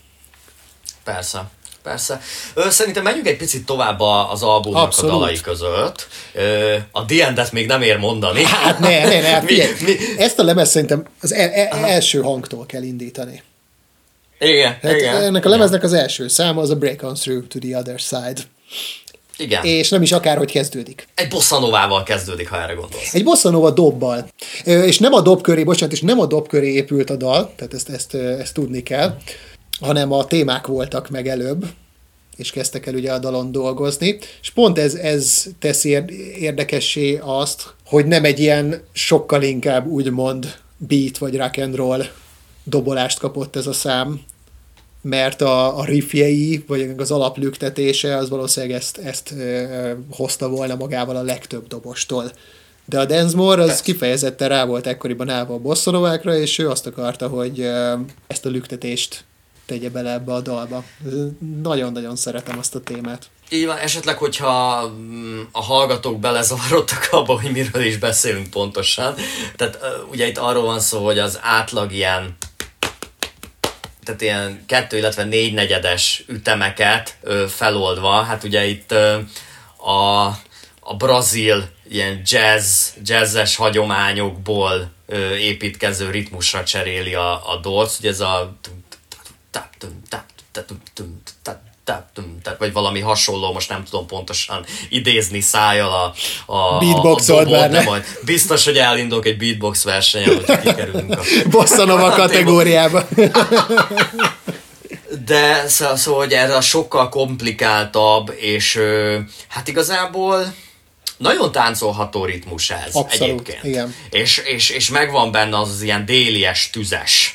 Persze. Szerintem menjünk egy picit tovább az albumnak Abszolút. A dalai között. A The End-et még nem ér mondani. Hát ne, ezt a lemez szerintem az első hangtól kell indítani. Igen. Ennek a lemeznek az első száma az a Break On Through to the Other Side. Igen. És nem is akárhogy kezdődik. Egy bossa novával kezdődik, ha erre gondolsz. Egy bossa nova dobbal. És nem a dob köré épült a dal, tehát ezt tudni kell, hanem a témák voltak meg előbb, és kezdtek el ugye a dalon dolgozni, és pont ez teszi érdekessé azt, hogy nem egy ilyen sokkal inkább úgymond beat vagy rock and roll dobolást kapott ez a szám, mert a riffjei, vagy az alaplüktetése az valószínűleg ezt hozta volna magával a legtöbb dobostól. De a Densmore az kifejezetten rá volt ekkoriban állva a bosszanovákra, és ő azt akarta, hogy ezt a lüktetést tegye bele ebbe a dalba. Nagyon-nagyon szeretem azt a témát. Így van, esetleg, hogyha a hallgatók belezavarodtak abba, hogy miről is beszélünk pontosan. Tehát ugye itt arról van szó, hogy az átlag ilyen 2, illetve 4 negyedes ütemeket feloldva, hát ugye itt a brazil ilyen jazzes hagyományokból építkező ritmusra cseréli a Doors, ugye ez a vagy valami hasonló, most nem tudom pontosan idézni szájjal a beatboxolt már, de majd biztos, hogy elindulok egy beatbox versenyen, hogyha kikerülünk a bossa nova kategóriába. De szóval, hogy erre a sokkal komplikáltabb, és hát igazából nagyon táncolható ritmus ez. Abszolút, egyébként. Igen. És megvan benne az ilyen délies, tüzes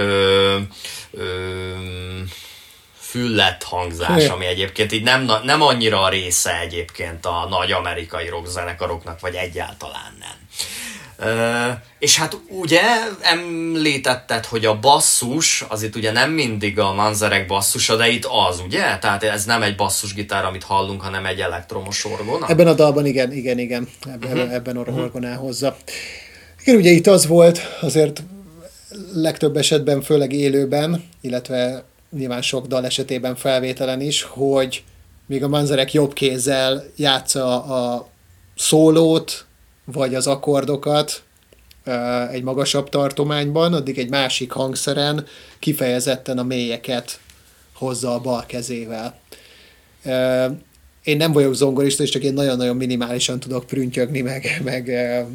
füllet hangzás, ami egyébként így nem annyira a része egyébként a nagy amerikai rockzenekaroknak, vagy egyáltalán nem. És hát ugye említetted, hogy a basszus, az itt ugye nem mindig a Manzarek basszusa, de itt az, ugye? Tehát ez nem egy basszusgitár, amit hallunk, hanem egy elektromos orgona? Ebben a dalban igen. Ebben orgonál hozzá. Igen, ugye itt az volt, azért legtöbb esetben, főleg élőben, illetve nyilván sok dal esetében felvételen is, hogy míg a Manzarek jobb kézzel játsza a szólót, vagy az akkordokat egy magasabb tartományban, addig egy másik hangszeren kifejezetten a mélyeket hozza a bal kezével. Én nem vagyok zongorista, és csak én nagyon-nagyon minimálisan tudok prüntjögni, meg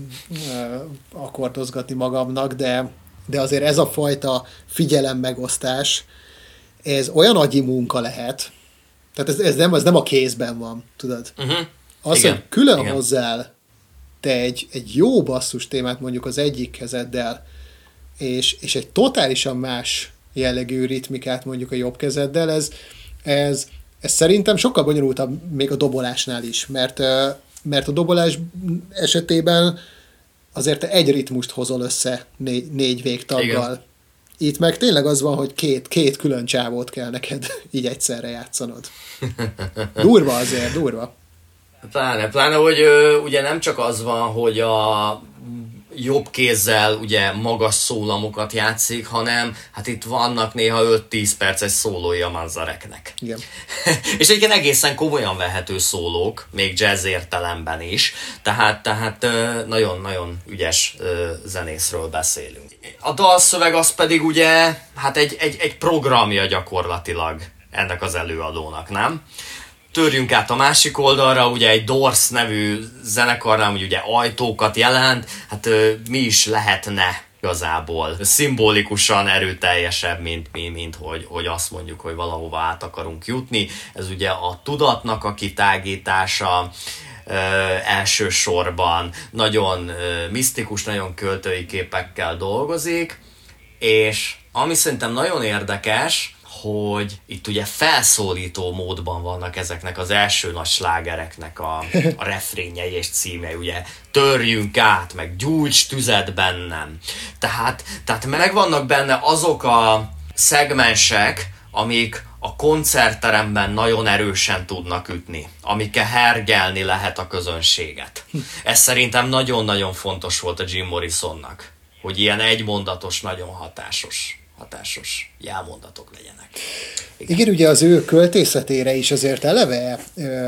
akkordozgatni magamnak, de azért ez a fajta figyelemmegosztás, ez olyan agyi munka lehet, tehát ez nem a kézben van, tudod? Az, hogy külön hozzál te egy jó basszus témát mondjuk az egyik kezeddel, és egy totálisan más jellegű ritmikát mondjuk a jobb kezeddel, ez szerintem sokkal bonyolultabb még a dobolásnál is, mert a dobolás esetében azért te egy ritmust hozol össze négy végtaggal. Igen. Itt meg tényleg az van, hogy két külön csávót kell neked így egyszerre játszanod. Durva azért, durva. Pláne, hogy ugye nem csak az van, hogy a jobb kézzel ugye magas szólamokat játszik, hanem hát itt vannak néha 5-10 perces szólói a Manzareknek. Igen. És egyébként egészen komolyan vehető szólók, még jazz értelemben is, tehát nagyon-nagyon ügyes zenészről beszélünk. A dalszöveg az pedig ugye hát egy programja gyakorlatilag ennek az előadónak, nem? Törjünk át a másik oldalra, ugye egy Doors nevű zenekarnál, ugye ajtókat jelent, hát mi is lehetne igazából szimbolikusan erőteljesebb, mint hogy azt mondjuk, hogy valahova át akarunk jutni. Ez ugye a tudatnak a kitágítása elsősorban, nagyon misztikus, nagyon költői képekkel dolgozik, és ami szerintem nagyon érdekes, hogy itt ugye felszólító módban vannak ezeknek az első nagy slágereknek a refrényei és címei, ugye törjünk át, meg gyújts tüzet bennem. Tehát megvannak benne azok a szegmensek, amik a koncertteremben nagyon erősen tudnak ütni, amikkel hergelni lehet a közönséget. Ez szerintem nagyon-nagyon fontos volt a Jim Morrisonnak, hogy ilyen egymondatos, nagyon hatásos jelmondatok legyenek. Igen, ugye az ő költészetére is azért eleve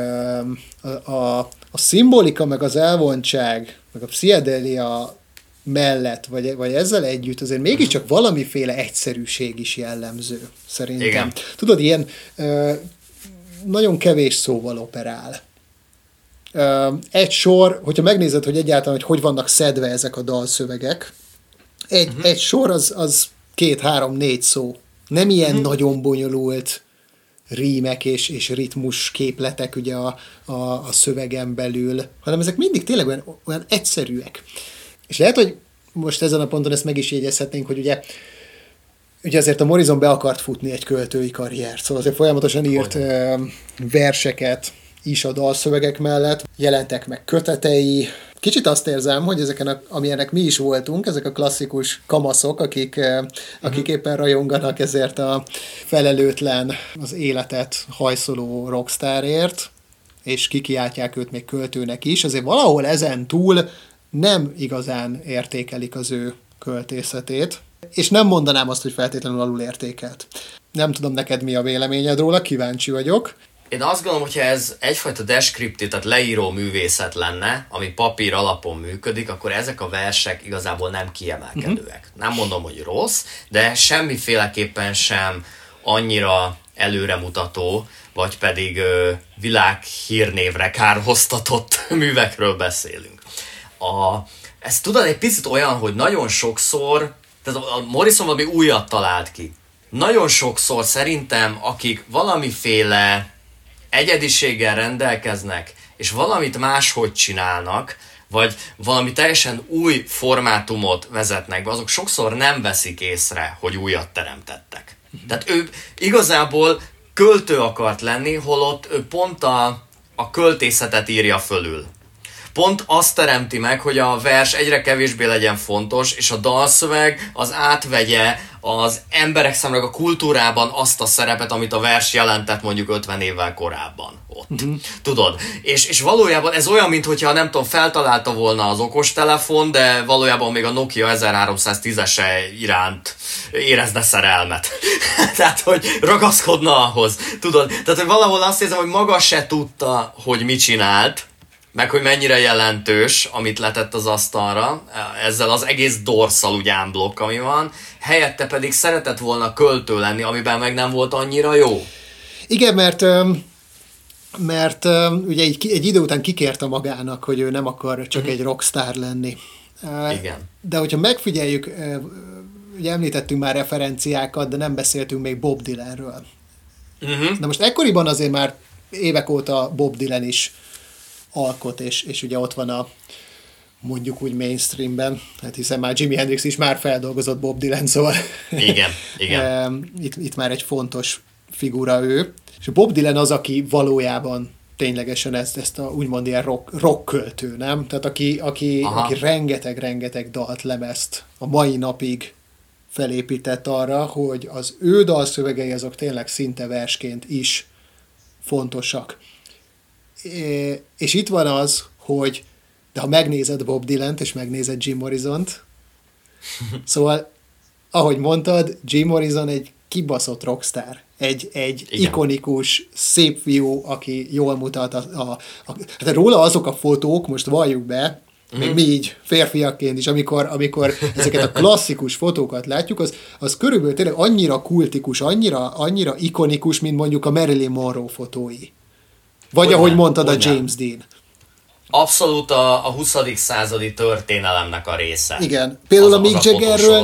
a szimbolika, meg az elvontság, meg a pszichedelia mellett, vagy ezzel együtt azért mégiscsak valamiféle egyszerűség is jellemző, szerintem. Igen. Tudod, ilyen nagyon kevés szóval operál. Egy sor, hogyha megnézed, hogy egyáltalán, hogy vannak szedve ezek a dalszövegek, egy sor az 2-3-4 szó. Nem ilyen nagyon bonyolult rímek és ritmus képletek ugye a szövegen belül, hanem ezek mindig tényleg olyan egyszerűek. És lehet, hogy most ezen a ponton ezt meg is jegyezhetnénk, hogy ugye azért a Morrison be akart futni egy költői karriert, szóval azért folyamatosan írt verseket is a dalszövegek mellett, jelentek meg kötetei. Kicsit azt érzem, hogy ezeken, amilyenek mi is voltunk, ezek a klasszikus kamaszok, akik éppen rajonganak ezért a felelőtlen, az életet hajszoló rockstárért, és kikiáltják őt még költőnek is, azért valahol ezen túl nem igazán értékelik az ő költészetét, és nem mondanám azt, hogy feltétlenül alul értékelt. Nem tudom neked mi a véleményed róla, kíváncsi vagyok. Én azt gondolom, hogyha ez egyfajta descriptív, tehát leíró művészet lenne, ami papír alapon működik, akkor ezek a versek igazából nem kiemelkedőek. Nem mondom, hogy rossz, de semmiféleképpen sem annyira előremutató, vagy pedig világhírnévre kárhoztatott művekről beszélünk. Ez tudod, egy picit olyan, hogy nagyon sokszor, tehát a Morrison valami újat talált ki. Nagyon sokszor szerintem, akik valamiféle egyediséggel rendelkeznek, és valamit máshogy csinálnak, vagy valami teljesen új formátumot vezetnek be, azok sokszor nem veszik észre, hogy újat teremtettek. Tehát ő igazából költő akart lenni, holott ő pont a költészetet írja fölül. Pont azt teremti meg, hogy a vers egyre kevésbé legyen fontos, és a dalszöveg az átvegye az emberek számára a kultúrában azt a szerepet, amit a vers jelentett mondjuk 50 évvel korábban ott. Tudod? És valójában ez olyan, mintha nem tudom, feltalálta volna az okostelefon, de valójában még a Nokia 1310-ese iránt érezne szerelmet. Tehát, hogy ragaszkodna ahhoz. Tudod? Tehát, hogy valahol azt érzem, hogy maga se tudta, hogy mit csinált, meg hogy mennyire jelentős, amit letett az asztalra, ezzel az egész Doors-szal ugye unblock, ami van, helyette pedig szeretett volna költő lenni, amiben meg nem volt annyira jó. Igen, mert ugye egy idő után kikérte magának, hogy ő nem akar csak egy rockstar lenni. Igen. De hogyha megfigyeljük, ugye említettünk már referenciákat, de nem beszéltünk még Bob Dylanről. De most ekkoriban azért már évek óta Bob Dylan is alkot, és ugye ott van a mondjuk úgy mainstreamben, hát hiszen már Jimi Hendrix is már feldolgozott Bob Dylan, szóval igen. itt már egy fontos figura ő. És Bob Dylan az, aki valójában ténylegesen ezt a úgymond ilyen rock költő, nem? Tehát aki rengeteg dalt, lemezt a mai napig felépített arra, hogy az ő dalszövegei azok tényleg szinte versként is fontosak. És itt van az, hogy de ha megnézed Bob Dylant, és megnézed Jim Morrisont, szóval, ahogy mondtad, Jim Morrison egy kibaszott rockstar. Egy ikonikus, szép fiú, aki jól mutat. Hát róla azok a fotók, most valljuk be, még mi így férfiakként is, amikor ezeket a klasszikus fotókat látjuk, az körülbelül tényleg annyira kultikus, annyira ikonikus, mint mondjuk a Marilyn Monroe fotói. Vagy ahogy mondtad, a James Dean. Abszolút a 20. századi történelemnek a része. Igen. Például a Mick Jaggerről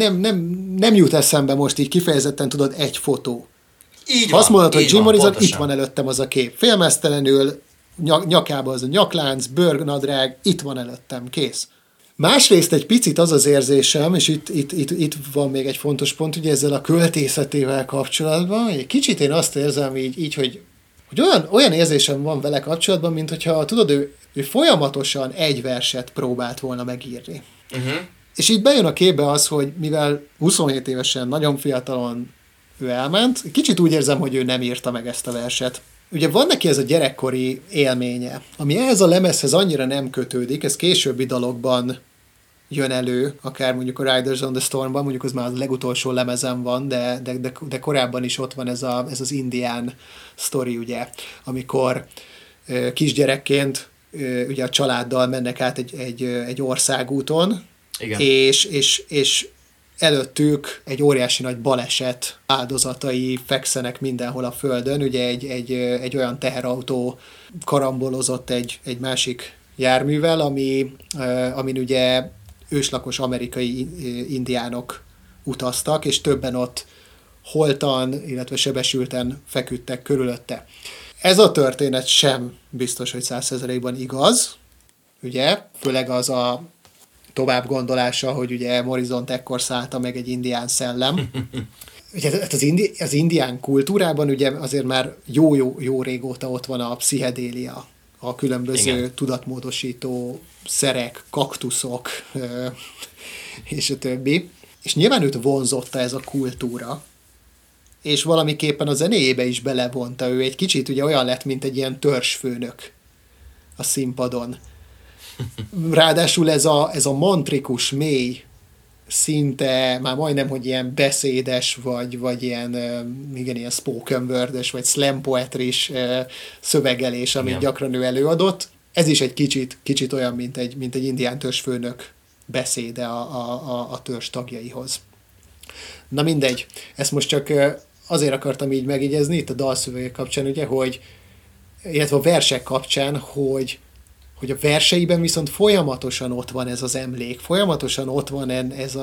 nem jut eszembe most így kifejezetten, tudod, egy fotó. Így van. Azt mondod, hogy Jim Morrison, pontosan. Itt van előttem az a kép. Félmeztelenül, nyakában az a nyaklánc, bőrnadrág, itt van előttem, kész. Másrészt egy picit az az érzésem, és itt van még egy fontos pont, ugye ezzel a költészetével kapcsolatban, egy kicsit én azt érzem így hogy olyan érzésem van vele kapcsolatban, mint hogyha, tudod, ő folyamatosan egy verset próbált volna megírni. És így bejön a képbe az, hogy mivel 27 évesen, nagyon fiatalon ő elment, kicsit úgy érzem, hogy ő nem írta meg ezt a verset. Ugye van neki ez a gyerekkori élménye, ami ehhez a lemezhez annyira nem kötődik, ez későbbi dalokban jön elő, akár mondjuk a Riders on the Stormban, mondjuk az már a legutolsó lemezen van, de korábban is ott van ez az indián sztori, ugye, amikor kisgyerekként ugye a családdal mennek át egy országúton, igen. És előttük egy óriási nagy baleset áldozatai fekszenek mindenhol a földön, ugye egy olyan teherautó karambolozott egy másik járművel, amin ugye őslakos amerikai indiánok utaztak, és többen ott holtan, illetve sebesülten feküdtek körülötte. Ez a történet sem biztos, hogy 100%-ban igaz, ugye, főleg az a tovább gondolása, hogy ugye Morrisont ekkor szállta meg egy indián szellem. Ugye az indián kultúrában ugye azért már jó régóta ott van a pszichedélia, a különböző tudatmódosító szerek, kaktuszok, és a többi. És nyilván őt vonzotta ez a kultúra, és valamiképpen a zenéjébe is belevonta. Ő egy kicsit ugye olyan lett, mint egy ilyen törzsfőnök a színpadon. Ráadásul ez a mantrikus, mély, szinte már majdnem, hogy ilyen beszédes, vagy ilyen spoken word-es, vagy slam poetry-s szövegelés, amit gyakran ő előadott. Ez is egy kicsit olyan, mint egy indián törzsfőnök beszéde a törzs tagjaihoz. Na mindegy, ezt most csak azért akartam így megigyezni itt a dalszövegek kapcsán, ugye, illetve a versek kapcsán, hogy a verseiben viszont folyamatosan ott van ez az emlék, folyamatosan ott van ez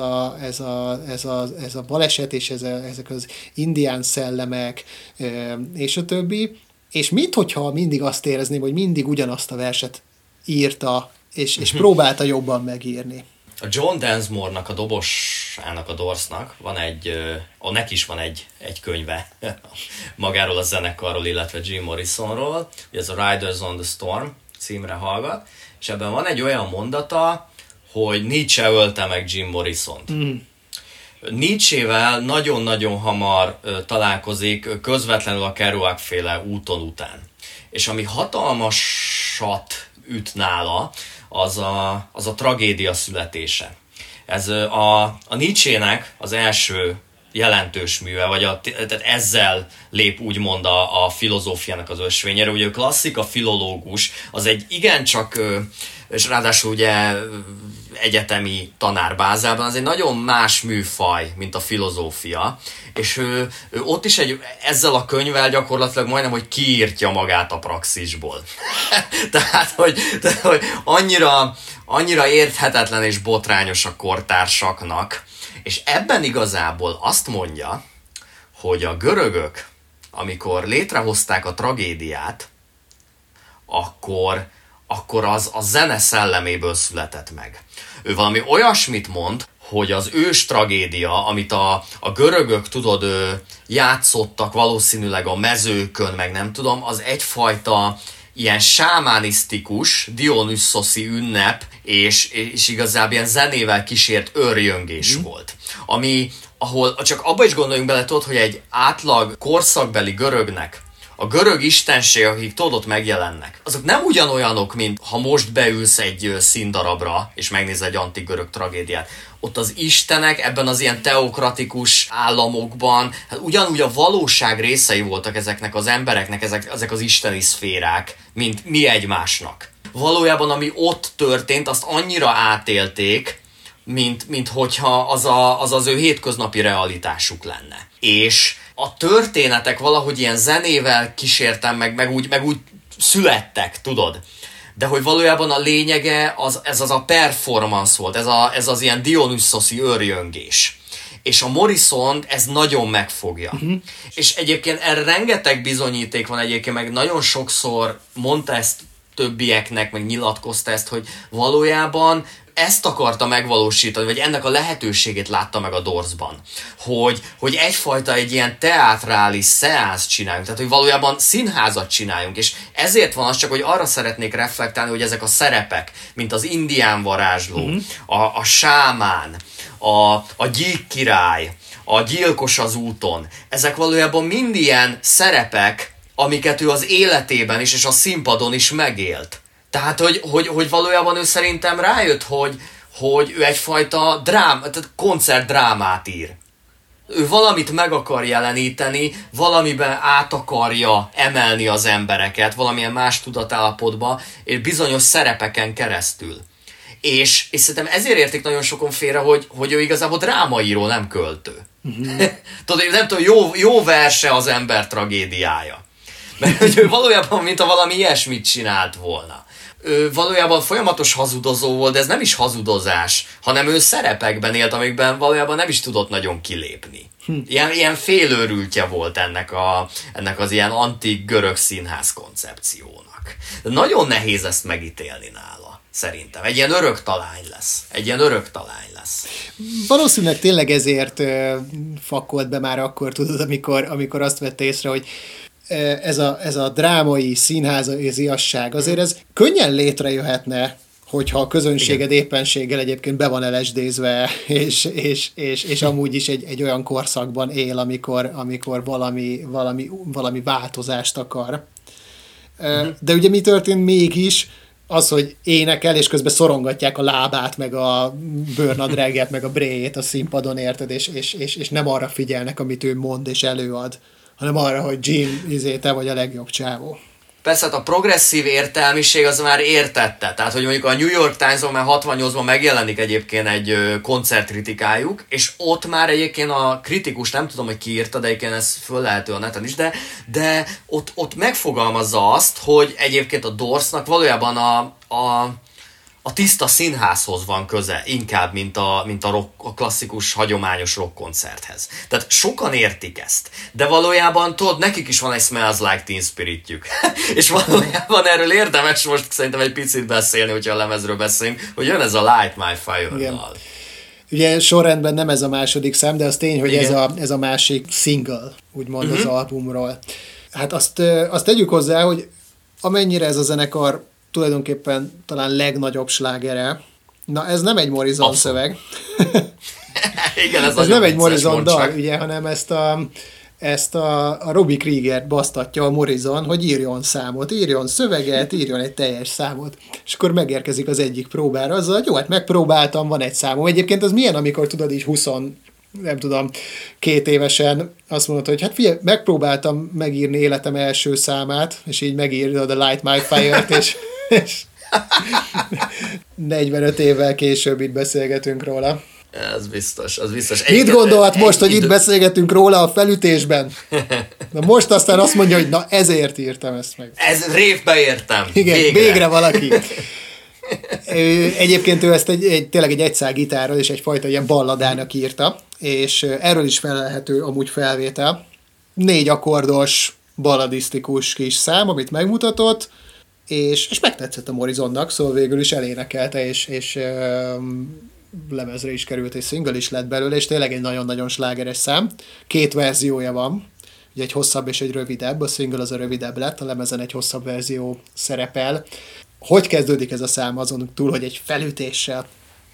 a baleset, és ezek az indián szellemek, és a többi, és minthogyha mindig azt érezném, hogy mindig ugyanazt a verset írta, és próbálta jobban megírni. A John Densmore-nak, a dobosának, a Doorsnak van neki is van egy könyve magáról a zenekarról, illetve Jim Morrisonról, ez a Riders on the Storm címre hallgat, és ebben van egy olyan mondata, hogy Nietzsche ölte meg Jim Morrisont. Nietzsével nagyon-nagyon hamar találkozik, közvetlenül a Kerouac-féle úton után. És ami hatalmasat üt nála, az a tragédia születése. Ez a Nietzsének az első jelentős műve, tehát ezzel lép úgymond a filozófiának az ösvényére. Ugye ő klasszika filológus, az egy igencsak, és ráadásul ugye egyetemi tanár Bázelben, az egy nagyon más műfaj, mint a filozófia, és ő ott is ezzel a könyvvel gyakorlatilag majdnem, hogy kiírtja magát a praxisból. Tehát, hogy annyira érthetetlen és botrányos a kortársaknak, és ebben igazából azt mondja, hogy a görögök, amikor létrehozták a tragédiát, akkor az a zene szelleméből született meg. Ő valami olyasmit mond, hogy az ős tragédia, amit a görögök, játszottak valószínűleg a mezőkön, meg nem tudom, az egyfajta ilyen sámánisztikus, Dionüsszoszi ünnep, és igazából ilyen zenével kísért örjöngés volt. Ahol csak abba is gondoljunk bele, hogy egy átlag korszakbeli görögnek a görög istenség, akik ott megjelennek, azok nem ugyanolyanok, mint ha most beülsz egy színdarabra, és megnézel egy antik görög tragédiát. Ott az istenek ebben az ilyen teokratikus államokban, hát ugyanúgy a valóság részei voltak ezeknek az embereknek, ezek az isteni szférák, mint mi egymásnak. Valójában, ami ott történt, azt annyira átélték, mint hogyha az ő hétköznapi realitásuk lenne. És a történetek valahogy ilyen zenével kísértem, meg úgy születtek, tudod. De hogy valójában a lényege ez az a performance volt, ez az ilyen Dionüsszoszi örjöngés. És a Morrison ez nagyon megfogja. És egyébként erre rengeteg bizonyíték van egyébként, meg nagyon sokszor mondta ezt többieknek, meg nyilatkozta ezt, hogy valójában ezt akarta megvalósítani, vagy ennek a lehetőségét látta meg a Doorsban, hogy egyfajta egy ilyen teátrális szeánsz csináljunk, tehát hogy valójában színházat csináljunk, és ezért van az, csak, hogy arra szeretnék reflektálni, hogy ezek a szerepek, mint az indián varázsló, a sámán, a gyík király, a gyilkos az úton, ezek valójában mind ilyen szerepek, amiket ő az életében is, és a színpadon is megélt. Tehát, hogy valójában ő szerintem rájött, hogy ő egyfajta koncertdrámát ír. Ő valamit meg akar jeleníteni, valamiben át akarja emelni az embereket, valamilyen más tudatállapotba, és bizonyos szerepeken keresztül. És szerintem ezért értik nagyon sokon félre, hogy ő igazából drámaíró, nem költő. Tudod, nem tudom, jó verse az ember tragédiája. Mert hogy ő valójában, mintha valami ilyesmit csinált volna. Ő valójában folyamatos hazudozó volt, de ez nem is hazudozás, hanem ő szerepekben élt, amikben valójában nem is tudott nagyon kilépni. Ilyen félőrültje volt ennek az ilyen antik görög színház koncepciónak. De nagyon nehéz ezt megítélni nála, szerintem. Egy ilyen örök talány lesz. Valószínűleg tényleg ezért fakkolt be már akkor, tudod, amikor azt vette észre, hogy ez a drámai színháziasság, azért ez könnyen létrejöhetne, hogyha a közönséged éppenséggel egyébként be van LSD-zve, és amúgy is egy olyan korszakban él, amikor valami változást akar. De ugye mi történt mégis? Az, hogy énekel, és közben szorongatják a lábát, meg a bőrnadrágját, meg a bréjét a színpadon, érted, és nem arra figyelnek, amit ő mond és előad, hanem arra, hogy Jim, te vagy a legjobb csávó. Persze, hát a progresszív értelmiség az már értette. Tehát, hogy mondjuk a New York Times-on már 68-ban megjelenik egyébként egy koncertkritikájuk, és ott már egyébként a kritikus, nem tudom, hogy ki írta, de egyébként ez föl lehető a neten is, de ott megfogalmazza azt, hogy egyébként a Doorsnak valójában a tiszta színházhoz van köze, inkább, mint a klasszikus, hagyományos rockkoncerthez. Tehát sokan értik ezt, de valójában tudod, nekik is van egy Smells Like Teen Spiritjük. És valójában erről érdemes most szerintem egy picit beszélni, hogyha a lemezről beszélünk, hogy jön ez a Light My Fire-nal. Ugye sorrendben nem ez a második szám, de az tény, hogy ez a másik single, úgymond az albumról. Hát azt tegyük hozzá, hogy amennyire ez a zenekar tulajdonképpen talán legnagyobb slágere, na ez nem egy Morrison szöveg. Igen, ez nem egy Morrison dal, ugye, hanem ezt a Robbie Krieger basztatja a Morrison, hogy írjon számot, írjon szöveget, írjon egy teljes számot. És akkor megérkezik az egyik próbára, azzal, hogy jó, hát megpróbáltam, van egy számom. Egyébként az milyen, amikor tudod így 2 évesen azt mondod, hogy hát figyelj, megpróbáltam megírni életem első számát, és így megírod a Light My Fire-t, és 45 évvel később itt beszélgetünk róla. Ez biztos, az biztos. Mit gondolhat most, hogy itt beszélgetünk róla a felütésben? Na most aztán azt mondja, hogy na ezért írtam ezt meg. Ez révbe értem. Igen, végre valaki. Egyébként ő ezt tényleg egy egyszál gitárral és egyfajta ilyen balladának írta, és erről is felelhető amúgy felvétel. 4 akkordos, balladisztikus kis szám, amit megmutatott, és megtetszett a Morrisonnak, szóval végül is elénekelte, és lemezre is került, és single is lett belőle, és tényleg egy nagyon-nagyon slágeres szám. 2 verziója van, ugye egy hosszabb és egy rövidebb, a single az a rövidebb lett, a lemezen egy hosszabb verzió szerepel. Hogy kezdődik ez a szám azon túl, hogy egy felütéssel?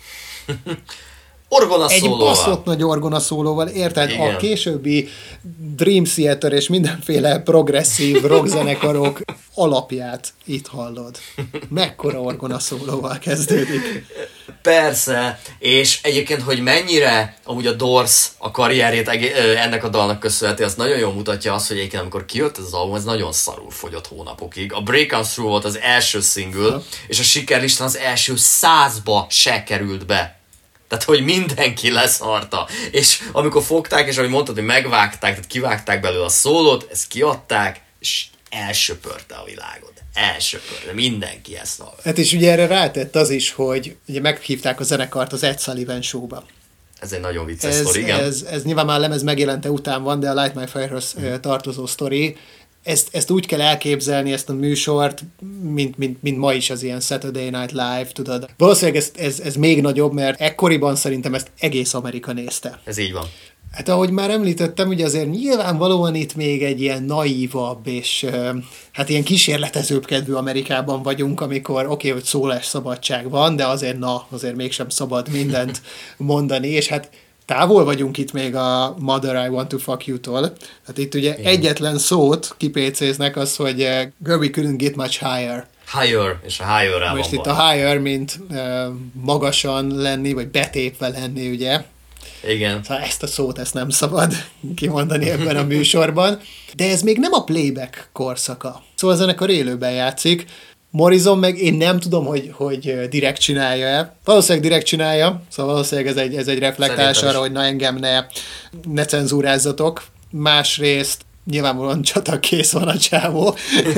Orgonaszólóval. Egy baszott nagy orgonaszólóval, érted? Igen. A későbbi Dream Theater és mindenféle progresszív rockzenekarok alapját itt hallod. Mekkora orgonaszólóval kezdődik. Persze, és egyébként, hogy mennyire amúgy a Doors a karrierjét ennek a dalnak köszönheti, az nagyon jól mutatja azt, hogy egyébként amikor kijött ez az album, ez nagyon szarul fogyott hónapokig. A Break On Through volt az első single, és a sikerlistán az első 100-ba se került be. Tehát, hogy mindenki leszarta. És amikor fogták, és ahogy mondtad, hogy megvágták, tehát kivágták belőle a szólót, ezt kiadták, és elsöpörte a világot. Elsöpörte. Mindenki ezt hallgat. Hát és ugye erre rátett az is, hogy ugye meghívták a zenekart az Ed Sullivan Show-ba. Ez egy nagyon vicces sztori, igen. Ez nyilván már a lemez megjelente után van, de a Light My Fire-höz tartozó sztori. Ezt úgy kell elképzelni, ezt a műsort, mint ma is az ilyen Saturday Night Live, tudod. Valószínűleg ez még nagyobb, mert ekkoriban szerintem ezt egész Amerika nézte. Ez így van. Hát ahogy már említettem, ugye azért nyilvánvalóan itt még egy ilyen naívabb és hát ilyen kísérletezőbb kedvű Amerikában vagyunk, amikor oké, hogy szólásszabadság van, de azért mégsem szabad mindent mondani, és hát távol vagyunk itt még a Mother I Want to Fuck You-tól. Hát itt ugye egyetlen szót kipécéznek az, hogy Girl, we couldn't get much higher. Higher, és a higher most itt a higher, mint magasan lenni, vagy betépve lenni, ugye. Igen. Szóval ezt a szót nem szabad kimondani ebben a műsorban. De ez még nem a playback korszaka. Szóval a zenekar élőben játszik. Morrison meg én nem tudom, hogy direkt csinálja-e. Valószínűleg direkt csinálja, szóval valószínűleg ez egy reflektás arra, hogy na engem ne cenzúrázzatok. Másrészt nyilvánvalóan csatakész van a csávó,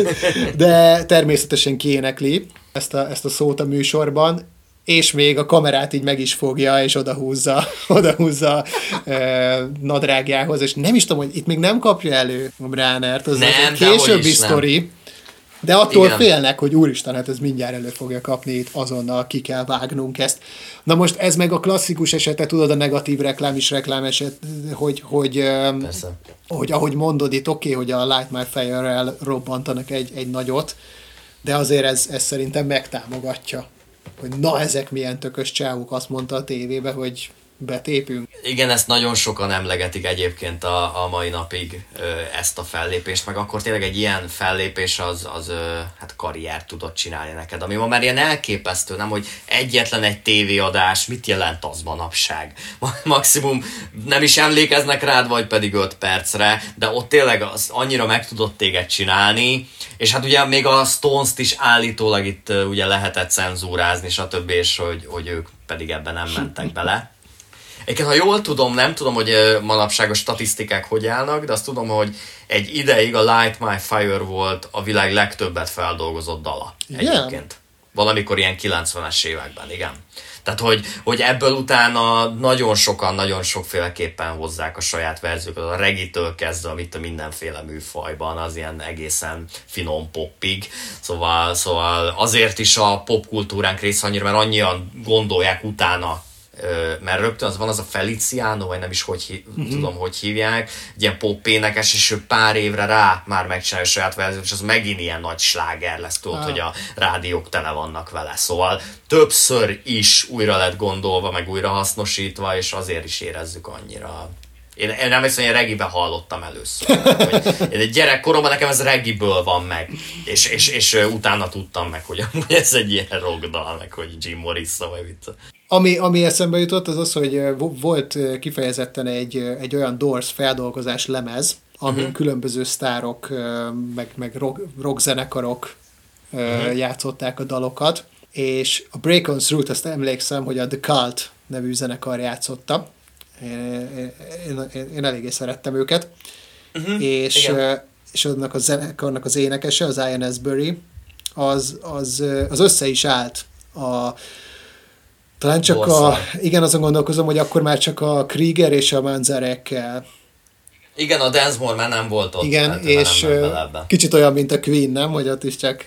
de természetesen kiénekli ezt a szót a műsorban, és még a kamerát így meg is fogja, és odahúzza nadrágjához, és nem is tudom, hogy itt még nem kapja elő a Bránert, az egy későbbi sztori, de attól félnek, hogy úristen, hát ez mindjárt elő fogja kapni, itt azonnal ki kell vágnunk ezt. Na most ez meg a klasszikus esete, tudod, a negatív reklám eset, hogy ahogy mondod itt, oké, hogy a Light My Fire-rel robbantanak egy nagyot, de azért ez szerintem megtámogatja, hogy na ezek milyen tökös csávok, azt mondta a tévébe, hogy betépünk. Igen, ezt nagyon sokan emlegetik egyébként a mai napig ezt a fellépést, meg akkor tényleg egy ilyen fellépés az hát karriert tudott csinálni neked, ami ma már ilyen elképesztő, nem, hogy egyetlen egy tévéadás, mit jelent az manapság? Maximum nem is emlékeznek rád, vagy pedig 5 percre, de ott tényleg az annyira meg tudott téged csinálni, és hát ugye még a Stones-t is állítólag itt ugye lehetett cenzúrázni, stb., és hogy ők pedig ebben nem mentek bele. Egyébként, ha jól tudom, nem tudom, hogy manapság a statisztikák hogy állnak, de azt tudom, hogy egy ideig a Light My Fire volt a világ legtöbbet feldolgozott dala. Egyébként. Valamikor ilyen 90-es években, igen. Tehát, hogy ebből utána nagyon sokan, nagyon sokféleképpen hozzák a saját verziókat, a reggae-től kezdve, amit a mindenféle műfajban, az ilyen egészen finom poppig. Szóval azért is a popkultúránk része annyira, mert annyian gondolják utána, mert rögtön az van az a Feliciano, vagy nem is tudom, hogy hívják, egy ilyen pop énekes, és ő pár évre rá már megcsinálja a saját verziót, és az megint ilyen nagy sláger lesz, tudod, hogy a rádiók tele vannak vele. Szóval többször is újra lett gondolva, meg újra hasznosítva, és azért is érezzük annyira. Én nem hiszem, hogy én reggae-ben hallottam először. Én egy gyerekkoromban nekem ez reggae-ből van meg, és utána tudtam meg, hogy ez egy ilyen rockdal, meg hogy Jim Morrison, vagy mit. Ami eszembe jutott, az az, hogy volt kifejezetten egy olyan Doors feldolgozás lemez, amin különböző sztárok, meg rockzenekarok játszották a dalokat, és a Break On Through-t, azt emlékszem, hogy a The Cult nevű zenekar játszotta. Én eléggé szerettem őket. És annak a zenekarnak az énekese, az Ian Astbury, az össze is állt talán csak igen, azon gondolkozom, hogy akkor már csak a Krieger és a Manzarekkel. Igen, a Densmore már nem volt ott. Igen, hát, és kicsit olyan, mint a Queen, nem? Hogy ott is csak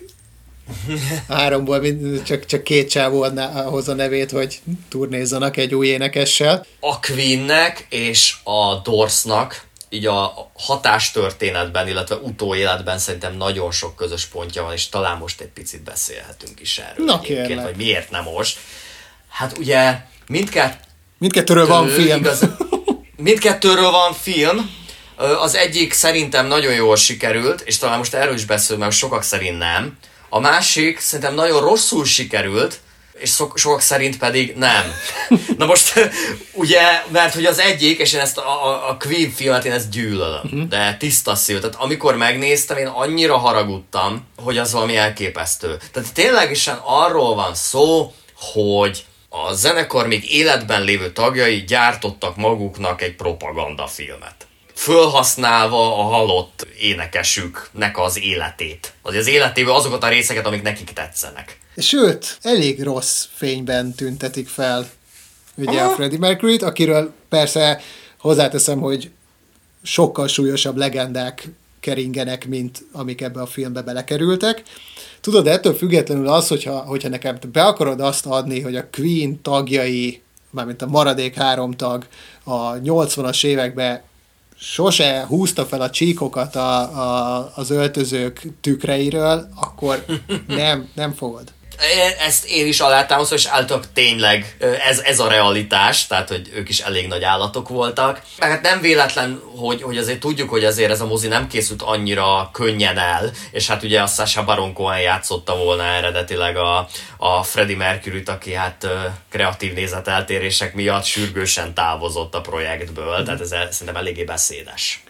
háromból csak két csávó adná hozzá nevét, hogy turnézzanak egy új énekessel. A Queennek és a Doorsnak így a hatástörténetben, illetve utóéletben szerintem nagyon sok közös pontja van, és talán most egy picit beszélhetünk is erről. Na kérlek. Vagy miért nem most. Hát ugye mindkettőről van film. Mindkettőről van film. Az egyik szerintem nagyon jól sikerült, és talán most erről is beszélünk, mert sokak szerint nem. A másik szerintem nagyon rosszul sikerült, és sokak szerint pedig nem. Na most ugye, mert hogy az egyik, és én ezt a Queen filmet, én ezt gyűlölöm, de tiszta szív. Tehát amikor megnéztem, én annyira haragudtam, hogy az valami elképesztő. Tehát ténylegesen arról van szó, hogy a zenekar még életben lévő tagjai gyártottak maguknak egy propagandafilmet. Fölhasználva a halott énekesüknek az életét. Az életéből azokat a részeket, amik nekik tetszenek. Sőt, elég rossz fényben tüntetik fel ugye a Freddie Mercuryt, akiről persze hozzáteszem, hogy sokkal súlyosabb legendák keringenek, mint amik ebbe a filmbe belekerültek. Tudod, ettől függetlenül az, hogyha nekem be akarod azt adni, hogy a Queen tagjai, mármint a maradék 3 tag a 80-as években sose húzta fel a csíkokat az öltözők tükreiről, akkor nem fogod. Ezt én is alátámasztom, és állítólag tényleg ez a realitás, tehát hogy ők is elég nagy állatok voltak. Meg hát nem véletlen, hogy azért tudjuk, hogy azért ez a mozi nem készült annyira könnyen el, és hát ugye a Sacha Baron Cohen játszotta volna eredetileg a Freddie Mercuryt, aki hát kreatív nézeteltérések miatt sürgősen távozott a projektből, tehát ez szerintem eléggé beszédes.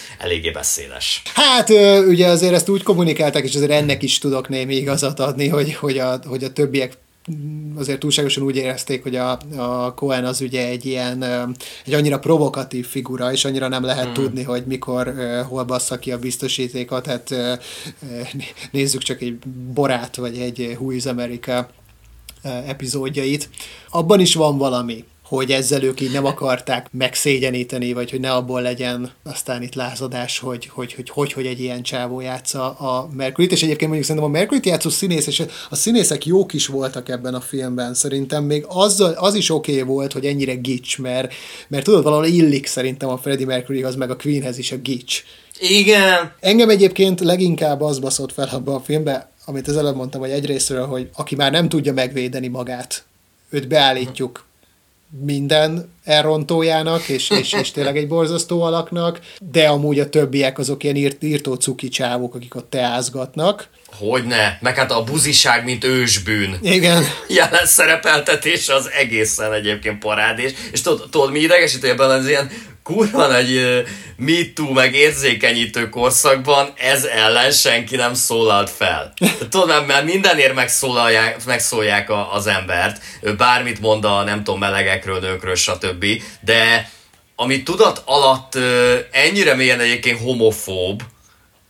Hát ugye azért ezt úgy kommunikálták, és azért ennek is tudok némi igazat adni, hogy a többiek azért túlságosan úgy érezték, hogy a Cohen az ugye egy annyira provokatív figura, és annyira nem lehet tudni, hogy mikor hol bassza ki a biztosítékot. Hát nézzük csak egy Borát, vagy egy Who is America epizódjait. Abban is van valami, hogy ezzel ők így nem akarták megszégyeníteni, vagy hogy ne abból legyen aztán itt lázadás, hogy egy ilyen csávó játsza a Mercuryt, és egyébként mondjuk szerintem a Mercuryt játszó színész, és a színészek jók is voltak ebben a filmben, szerintem még az is oké volt, hogy ennyire gics, mert tudod, valahol illik szerintem a Freddie Mercuryhoz, meg a Queenhez is a gics. Igen. Engem egyébként leginkább az baszott fel abban a filmben, amit az előbb mondtam, hogy egyrésztről, hogy aki már nem tudja megvédeni magát, őt beállítjuk minden elrontójának, és tényleg egy borzasztó alaknak, de amúgy a többiek azok ilyen írtó cuki csávok, akik ott teázgatnak. Hogyne, meg hát a buziság, mint ősbűn. Igen. Jelen szerepeltetés az egészen egyébként parádés. És tudod mi idegesítő ebben az ilyen kurva nagy MeToo meg érzékenyítő korszakban ez ellen senki nem szólalt fel. Tudod, mert mindenért megszólják az embert, bármit mond a nem tudom melegekről, nőkről, stb. De ami tudat alatt ennyire mélyen egyébként homofób,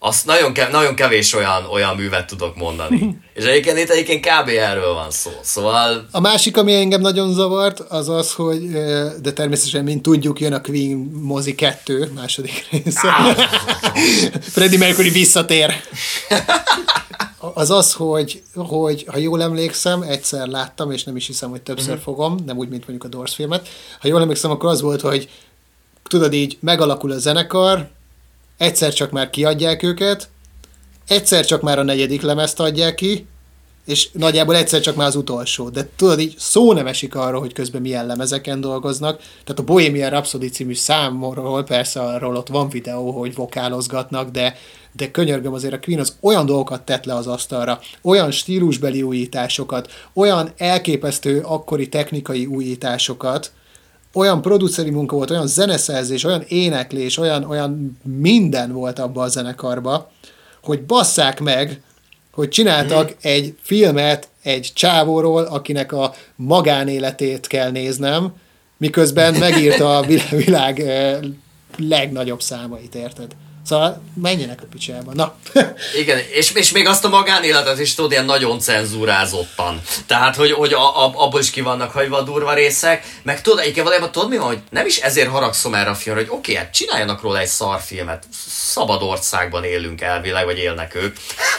Azt nagyon kevés olyan művet tudok mondani. És egyébként kb. Erről van szó. Szóval... A másik, ami engem nagyon zavart, az az, hogy, de természetesen, mint tudjuk, jön a Queen mozi 2 második része. Freddie Mercury visszatér. Az az, hogy ha jól emlékszem, egyszer láttam, és nem is hiszem, hogy többször fogom, nem úgy, mint mondjuk a Doors filmet. Ha jól emlékszem, akkor az volt, hogy tudod így, megalakul a zenekar, egyszer csak már kiadják őket, egyszer csak már a 4. lemezt adják ki, és nagyjából egyszer csak már az utolsó. De tudod, így szó nem esik arról, hogy közben milyen lemezeken dolgoznak. Tehát a Bohemian Rhapsody című számról persze arról ott van videó, hogy vokálozgatnak, de könyörgöm, azért a Queen az olyan dolgokat tett le az asztalra, olyan stílusbeli újításokat, olyan elképesztő akkori technikai újításokat, olyan produceri munka volt, olyan zeneszerzés, olyan éneklés, olyan minden volt abban a zenekarban, hogy basszák meg, hogy csináltak egy filmet egy csávóról, akinek a magánéletét kell néznem, miközben megírta a világ legnagyobb számait, érted? Szóval menjenek a picsába. Na. Igen, és még azt a magánéletet is tudod, ilyen nagyon cenzúrázottan. Tehát, hogy abból is ki vannak hagyva a durva részek. Meg tudod, egyébként valójában tudod mi van, hogy nem is ezért haragszom erre a filmre, hogy oké, hát csináljanak róla egy szarfilmet. Szabad országban élünk elvileg, vagy élnek ők.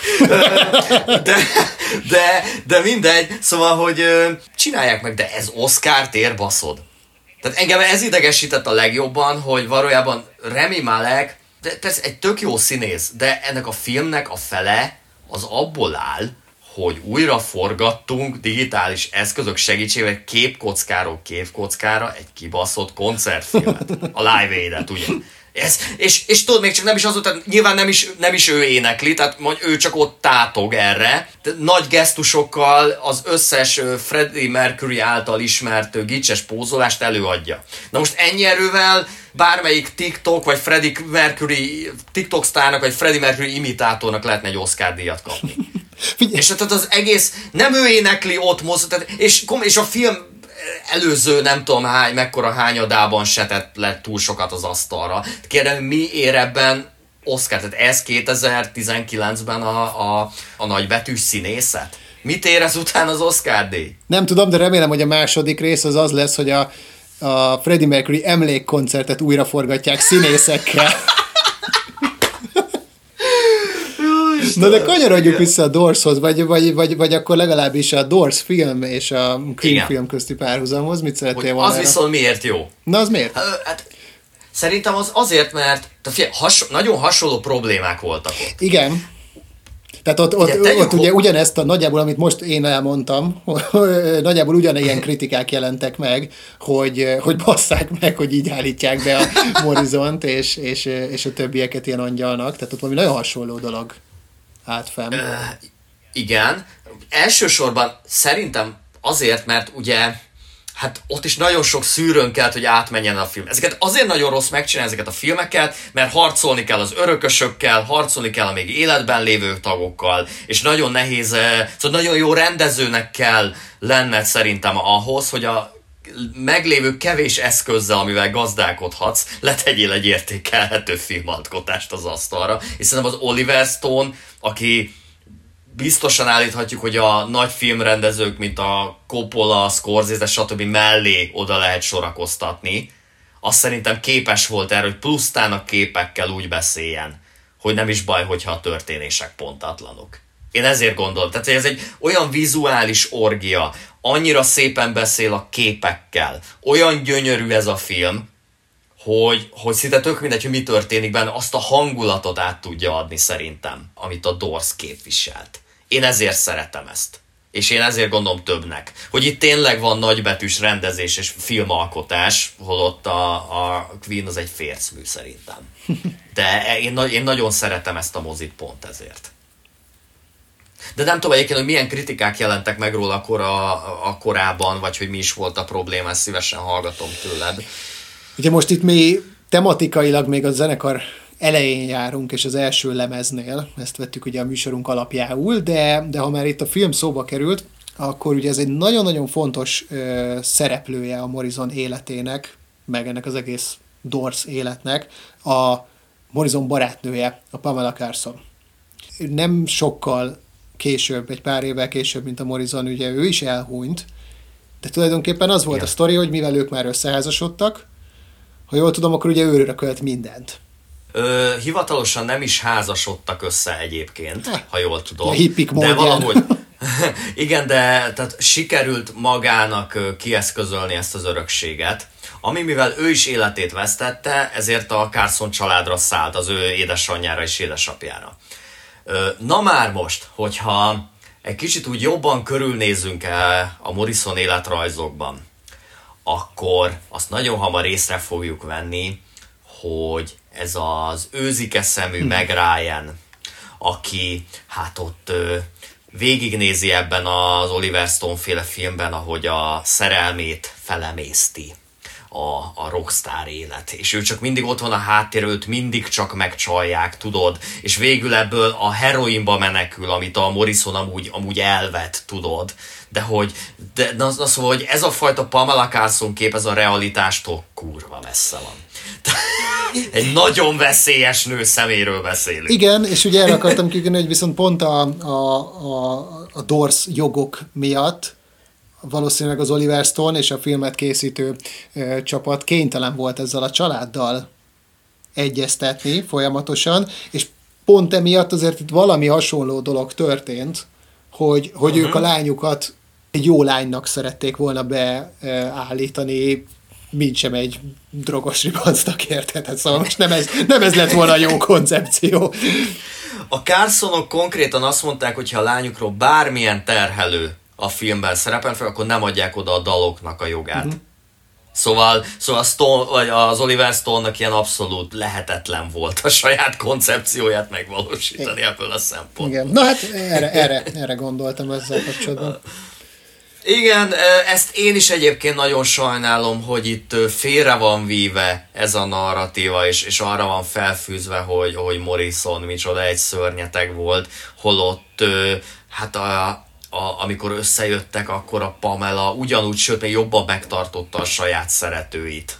de mindegy. Szóval, hogy csinálják meg, de ez Oscart ér, baszod. Tehát engem ez idegesített a legjobban, hogy valójában Rami Malek ez egy tök jó színész, de ennek a filmnek a fele az abból áll, hogy újra forgattunk digitális eszközök segítségével képkockáról képkockára egy kibaszott koncertfilmet. A Live Aid-et, ugye? És tudod, még csak nem is az volt, tehát nyilván nem is ő énekli, tehát ő csak ott tátog erre. De nagy gesztusokkal az összes Freddie Mercury által ismert gicses pózolást előadja. Na most ennyi erővel bármelyik TikTok vagy Freddie Mercury TikTok sztárnak vagy Freddie Mercury imitátornak lehetne egy Oscar díjat kapni. És tehát az egész nem ő énekli ott mozdul, és a film előző nem tudom mekkora hányadában se tett le túl sokat az asztalra. Kérdem, mi ér ebben Oscar? Tehát ez 2019-ben a nagybetűs színészet? Mit ér ezután az Oscar-díj? Nem tudom, de remélem, hogy a második rész az lesz, hogy a Freddie Mercury emlékkoncertet újra forgatják színészekkel. Na de kanyarodjuk vissza a Doorshoz, vagy akkor legalábbis a Doors film és a Queen film közti párhuzamhoz. Mit szerettél volna? Az viszont miért jó? Na az miért? Hát, szerintem az azért, mert nagyon hasonló problémák voltak ott. Igen. Tehát ott ugye ugyanezt nagyjából, amit most én elmondtam, nagyjából ugyanilyen kritikák jelentek meg, hogy basszák meg, hogy így állítják be a Morrisont és a többieket ilyen angyalnak. Tehát ott valami nagyon hasonló dolog állt fenn. Igen. Elsősorban szerintem azért, mert ugye hát ott is nagyon sok szűrőn kellett, hogy átmenjen a film. Ezeket azért nagyon rossz megcsinálni ezeket a filmeket, mert harcolni kell az örökösökkel, harcolni kell a még életben lévő tagokkal, és nagyon nehéz, szóval nagyon jó rendezőnek kell lenned szerintem ahhoz, hogy a meglévő kevés eszközzel, amivel gazdálkodhatsz, letegyél egy értékelhető filmalkotást az asztalra. És szerintem az Oliver Stone, aki biztosan állíthatjuk, hogy a nagy filmrendezők, mint a Coppola, Scorsese, stb. Mellé oda lehet sorakoztatni, azt szerintem képes volt erre, hogy plusztának képekkel úgy beszéljen, hogy nem is baj, hogyha a történések pontatlanok. Én ezért gondolom. Tehát, hogy ez egy olyan vizuális orgia, annyira szépen beszél a képekkel, olyan gyönyörű ez a film, hogy szinte tök mindegy, hogy mi történik benne, azt a hangulatot át tudja adni szerintem, amit a Doors képviselt. Én ezért szeretem ezt. És én ezért gondolom többnek, hogy itt tényleg van nagybetűs rendezés és filmalkotás, holott a Queen az egy fércmű szerintem. De én nagyon szeretem ezt a mozit pont ezért. De nem tudom egyébként, hogy milyen kritikák jelentek meg róla korábban, vagy hogy mi is volt a probléma, ezt szívesen hallgatom tőled. Ugye most itt mi tematikailag még a zenekar elején járunk, és az első lemeznél, ezt vettük ugye a műsorunk alapjául, de ha már itt a film szóba került, akkor ugye ez egy nagyon-nagyon fontos szereplője a Morrison életének, meg ennek az egész Doors életnek, a Morrison barátnője, a Pamela Carson. Nem sokkal később, egy pár évvel később, mint a Morrison, ugye ő is elhunyt, de tulajdonképpen az volt a sztori, hogy mivel ők már összeházasodtak, ha jól tudom, akkor ugye ő örökölt mindent. Hivatalosan nem is házasodtak össze egyébként, ha jól tudom. A hippik módján. De valahogy... Igen, de tehát sikerült magának kieszközölni ezt az örökséget, ami mivel ő is életét vesztette, ezért a Carson családra szállt, az ő édesanyjára és édesapjára. Na már most, hogyha egy kicsit úgy jobban körülnézünk a Morrison életrajzokban, akkor azt nagyon hamar észre fogjuk venni, hogy ez az őzike szemű Meg Ryan, aki hát ott végignézi ebben az Oliver Stone féle filmben, ahogy a szerelmét felemészti a rockstar élet. És ő csak mindig ott van a háttérben, őt mindig csak megcsalják, tudod? És végül ebből a heroinba menekül, amit a Morrison amúgy elvet, tudod? Szóval, hogy ez a fajta Pamela Carson kép, ez a realitástól kurva messze van. Egy nagyon veszélyes nő szeméről beszélünk. Igen, és ugye erre akartam kikötni, hogy viszont pont a Doors jogok miatt valószínűleg az Oliver Stone és a filmet készítő csapat kénytelen volt ezzel a családdal egyeztetni folyamatosan, és pont emiatt azért itt valami hasonló dolog történt, hogy ők a lányukat egy jó lánynak szerették volna beállítani, mint sem egy drogos ribancnak, érted? Szóval most nem ez lett volna a jó koncepció. A Carsonok konkrétan azt mondták, hogy ha a lányukról bármilyen terhelő a filmben szerepel fel, akkor nem adják oda a daloknak a jogát. Szóval Stone, vagy az Oliver Stone-nak ilyen abszolút lehetetlen volt a saját koncepcióját megvalósítani ebből a szempontból. Igen. Na hát erre gondoltam ezzel kapcsolatban. Igen, ezt én is egyébként nagyon sajnálom, hogy itt félre van víve ez a narratíva, és arra van felfűzve, hogy Morrison micsoda egy szörnyeteg volt, holott hát amikor összejöttek, akkor a Pamela ugyanúgy, sőt, még jobban megtartotta a saját szeretőit,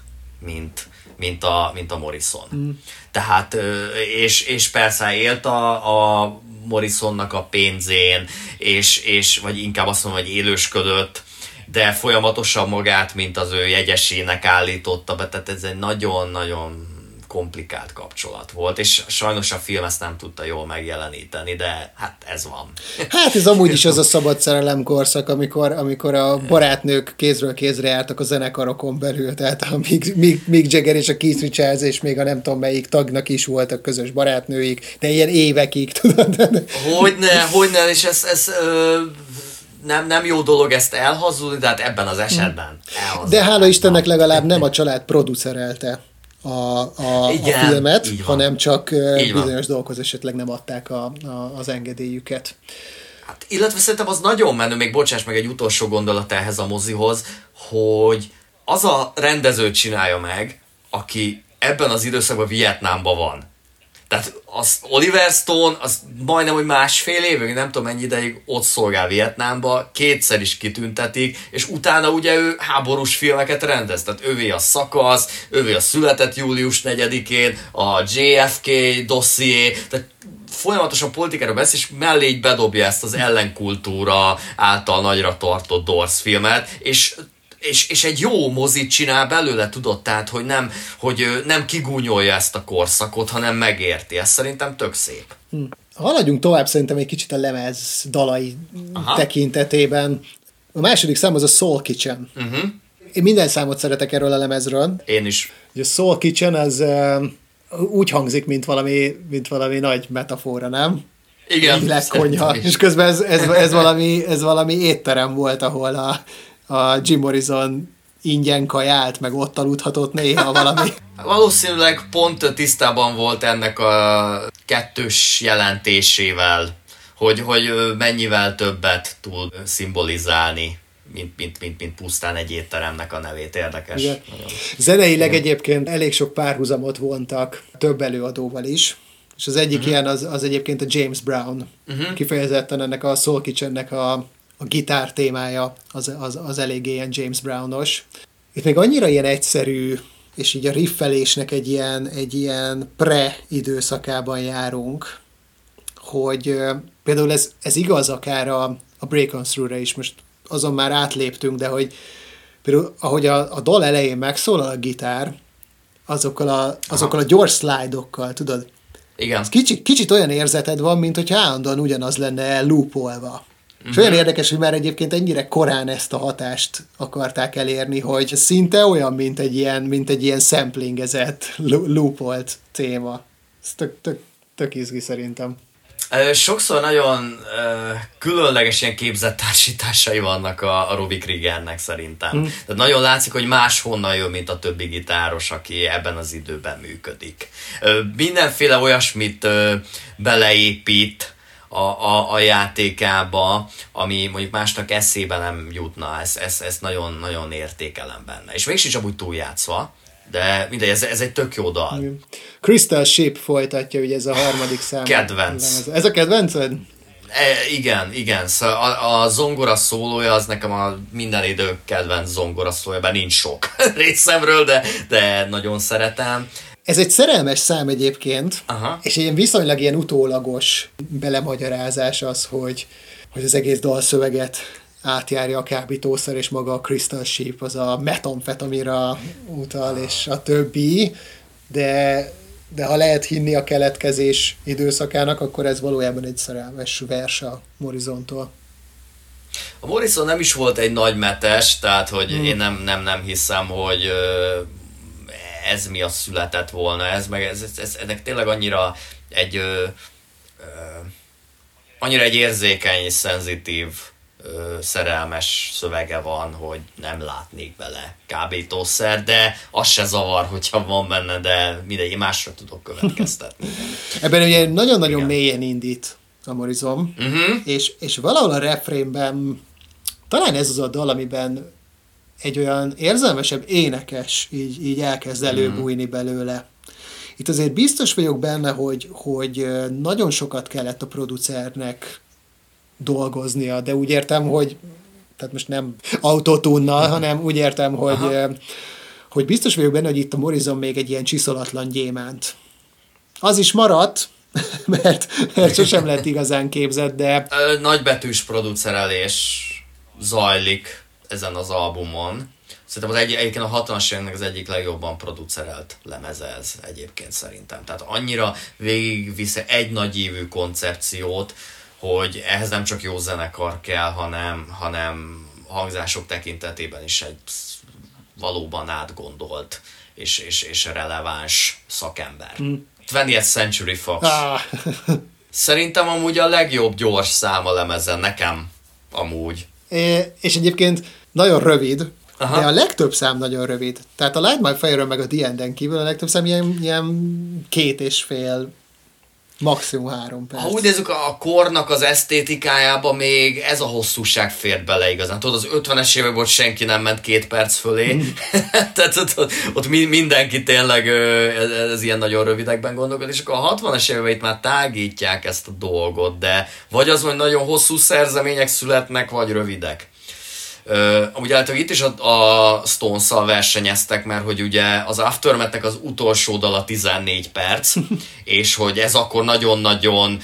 mint a Morrison. Tehát, és persze élt a Morrisonnak a pénzén, és vagy inkább azt mondom, hogy élősködött, de folyamatosan magát, mint az ő jegyesének állította be, tehát ez egy nagyon-nagyon komplikált kapcsolat volt, és sajnos a film ezt nem tudta jól megjeleníteni, de hát ez van. Hát ez amúgy is az a szabad szerelem korszak, amikor a barátnők kézről kézre jártak a zenekarokon belül, tehát a Mick Jagger és a Keith Richards, és még a nem tudom melyik tagnak is voltak közös barátnőik, de ilyen évekig, tudod? Hogyne, és ez nem jó dolog ezt elhazudni, de hát ebben az esetben elhazudni. De hála Istennek legalább nem a család producerelte a filmet, hanem csak bizonyos dolgokhoz esetleg nem adták az engedélyüket. Hát, illetve szerintem az nagyon menő, még bocsáss meg egy utolsó gondolat ehhez a mozihoz, hogy az a rendező csinálja meg, aki ebben az időszakban Vietnámban van. Tehát az Oliver Stone, az majdnem, hogy másfél évig, nem tudom mennyi ideig ott szolgál Vietnámba, kétszer is kitüntetik, és utána ugye ő háborús filmeket rendez, tehát ővé a Szakasz, ővé a Született július 4-én, a JFK dosszié, tehát folyamatosan politikára beszél, és mellé így bedobja ezt az ellenkultúra által nagyra tartott Doors filmet, és egy jó mozit csinál belőle, tudod, tehát, hogy nem kigúnyolja ezt a korszakot, hanem megérti. Ez szerintem tök szép. Haladjunk tovább szerintem egy kicsit a lemez dalai tekintetében. A második szám az a Soul Kitchen. Én minden számot szeretek erről a lemezről. Én is. A Soul Kitchen az úgy hangzik, mint valami nagy metafora, nem? Igen. Konyha. És közben ez valami étterem volt, ahol a Jim Morrison ingyen kajált, meg ott aludhatott néha valami. Valószínűleg pont tisztában volt ennek a kettős jelentésével, hogy mennyivel többet tud szimbolizálni, mint pusztán egy étteremnek a nevét. Érdekes. Zeneileg egyébként elég sok párhuzamot vontak több előadóval is, és az egyik ilyen az egyébként a James Brown. Kifejezetten ennek a Soul Kitchennek a gitár témája az eléggé ilyen James Brownos. Itt még annyira ilyen egyszerű és így a riffelésnek egy ilyen pre-időszakában járunk, hogy például ez igaz akár a Break On Through-ra is, most azon már átléptünk, de hogy például ahogy a dal elején megszólal a gitár, azokkal a gyors szlájdokkal, tudod? Igen. Kicsit olyan érzeted van, mint hogy állandóan ugyanaz lenne loopolva. És olyan érdekes, hogy már egyébként ennyire korán ezt a hatást akarták elérni, hogy szinte olyan, mint egy ilyen samplingezett, loopolt téma. Ez tök izgi szerintem. Sokszor nagyon különleges ilyen képzett társításai vannak a Robbie Kriegernek szerintem. Tehát nagyon látszik, hogy máshonnan jön, mint a többi gitáros, aki ebben az időben működik. Mindenféle olyasmit beleépít a játékába, ami mondjuk másnak eszébe nem jutna. Ezt nagyon értékelem benne. És még sincs amúgy túljátszva, de mindegy, ez egy tök jó dal. Crystal Ship folytatja, ugye ez a harmadik szám. Kedvenc. Ez a kedvenced? Igen. Szóval a zongora szólója az nekem a minden idő kedvenc zongora szólója, bár nincs sok részemről, de nagyon szeretem. Ez egy szerelmes szám egyébként, és egy viszonylag ilyen utólagos belemagyarázás az, hogy az egész dalszöveget átjárja a kábítószer, és maga a Crystal Ship, az a metamfetamira utal, és a többi, de ha lehet hinni a keletkezés időszakának, akkor ez valójában egy szerelmes vers a Morrisontól. A Morrison nem is volt egy nagy metes, tehát hogy én nem hiszem, hogy ez miatt született volna, ennek tényleg annyira egy érzékeny és szenzitív szerelmes szövege van, hogy nem látnék bele kábítószer, de az se zavar, hogyha van benne, de mindegy, én másra tudok következtetni. Ebben ugye nagyon-nagyon mélyen indít a Morrison, és valahol a refrénben talán ez az a dal, amiben egy olyan érzelmesebb énekes így elkezd előbújni belőle. Itt azért biztos vagyok benne, hogy nagyon sokat kellett a producernek dolgoznia, de úgy értem, hogy tehát most nem autotúnnal, hanem úgy értem, hogy biztos vagyok benne, hogy itt a Morrison még egy ilyen csiszolatlan gyémánt. Az is maradt, mert sosem lett igazán képzett, de... Nagybetűs producerelés zajlik ezen az albumon. Szerintem egyébként a 60-as éveknek az egyik legjobban producerelt lemeze ez egyébként szerintem. Tehát annyira végigvisz egy nagyívű koncepciót, hogy ehhez nem csak jó zenekar kell, hanem hangzások tekintetében is egy valóban átgondolt és releváns szakember. 20th Century Fox. Szerintem amúgy a legjobb gyors szám a lemezen, nekem amúgy. És egyébként nagyon rövid, de a legtöbb szám nagyon rövid. Tehát a Light My Fire-ön meg a The End-en kívül a legtöbb szám ilyen 2,5, maximum 3 perc. Ha úgy nézzük, a kornak az esztétikájába még ez a hosszúság fért bele igazán. Tudod, az 50-es években senki nem ment 2 perc fölé. Tehát ott mindenki tényleg ez ilyen nagyon rövidekben gondolkod, és akkor a 60-as években itt már tágítják ezt a dolgot, de vagy az, hogy nagyon hosszú szerzemények születnek, vagy rövidek. Amúgy általában itt is a Stones-szal versenyeztek, mert hogy ugye az Aftermath-nek az utolsó dala 14 perc, és hogy ez akkor nagyon-nagyon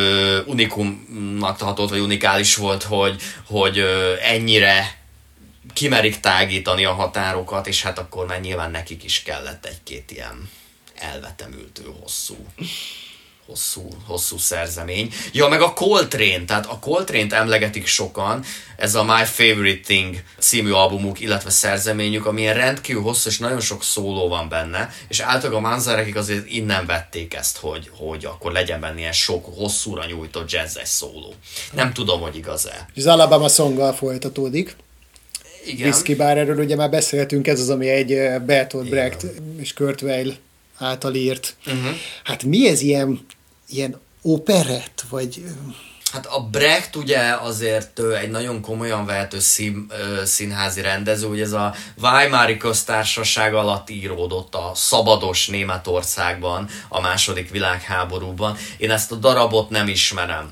unikumnak tartott, vagy unikális volt, hogy ennyire kimerik tágítani a határokat, és hát akkor már nyilván nekik is kellett egy-két ilyen elvetemültő hosszú szerzemény. Ja, meg a Coltrane, tehát a Coltrane-t emlegetik sokan, ez a My Favorite Thing című albumuk, illetve szerzeményük, amilyen rendkívül hosszú, és nagyon sok szóló van benne, és általában a Manzarekik azért innen vették ezt, hogy akkor legyen benne ilyen sok hosszúra nyújtott jazzes szóló. Nem tudom, hogy igaz-e. Az Alabama Songgal folytatódilyen. Igen. Whiskey Bar, erről ugye már beszéltünk, ez az, ami egy Bertolt Brecht és Kurt Weill által írt. Hát mi ez ilyen operett, vagy... Hát a Brecht ugye azért egy nagyon komolyan vehető színházi rendező, ugye ez a Weimári köztársaság alatt íródott a szabados Németországban a II. Világháborúban. Én ezt a darabot nem ismerem.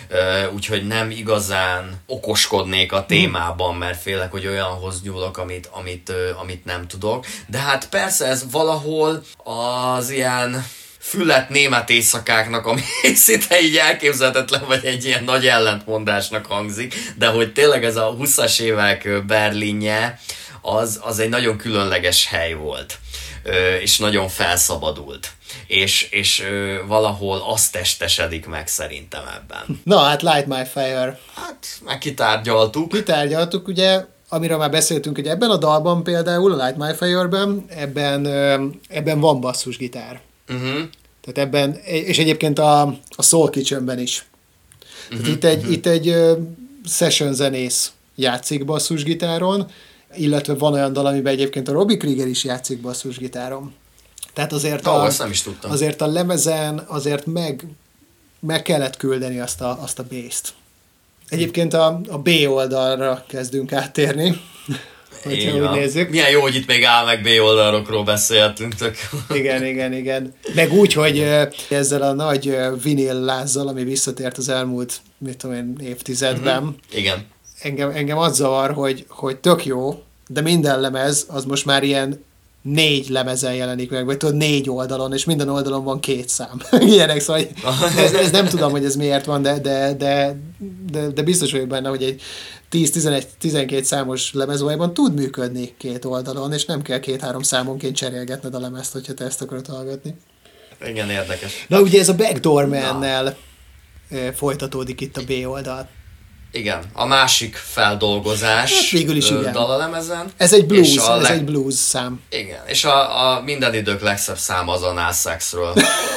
úgyhogy nem igazán okoskodnék a témában, mert félek, hogy olyanhoz nyúlok, amit nem tudok. De hát persze ez valahol az ilyen füllet német éjszakáknak, ami szinte így elképzelhetetlen, vagy egy ilyen nagy ellentmondásnak hangzik, de hogy tényleg ez a 20-as évek Berlinje, az egy nagyon különleges hely volt, és nagyon felszabadult. És valahol azt testesedik meg szerintem ebben. Na, hát Light My Fire. Hát, meg kitárgyaltuk. Ugye, amiről már beszéltünk, hogy ebben a dalban például, a Light My Fire-ben, ebben van basszusgitár. Tehát ebben, és egyébként a Soul Kitchen-ben is. Tehát itt egy session zenész játszik basszusgitáron, illetve van olyan dal, amiben egyébként a Robbie Krieger is játszik basszusgitáron. Tehát azt nem is tudtam. Azért a lemezen azért meg kellett küldeni azt a bass-t. Egyébként a B oldalra kezdünk áttérni, hogyha úgy nézzük. Milyen jó, hogy itt még A meg B oldalokról beszéltünk. Igen. Meg úgy, hogy ezzel a nagy vinil lázzal, ami visszatért az elmúlt, évtizedben. Igen. Engem az zavar, hogy tök jó, de minden lemez az most már ilyen 4 lemezen jelenik meg, vagy tudod, 4 oldalon, és minden oldalon van 2 szám. Ilyenek, szóval ez nem tudom, hogy ez miért van, de biztos vagyok benne, hogy egy 10-11-12 számos lemezójában tud működni 2 oldalon, és nem kell 2-3 számonként cserélgetned a lemezt, hogyha te ezt akarod hallgatni. Igen, érdekes. Na ugye ez a Backdoor Man-nel folytatódik itt a B oldal. Igen, a másik feldolgozás hát végül is igen. dalalemezen. Ez egy blues, egy blues szám. Igen, és a minden idők legszebb száma az Anal Sexről.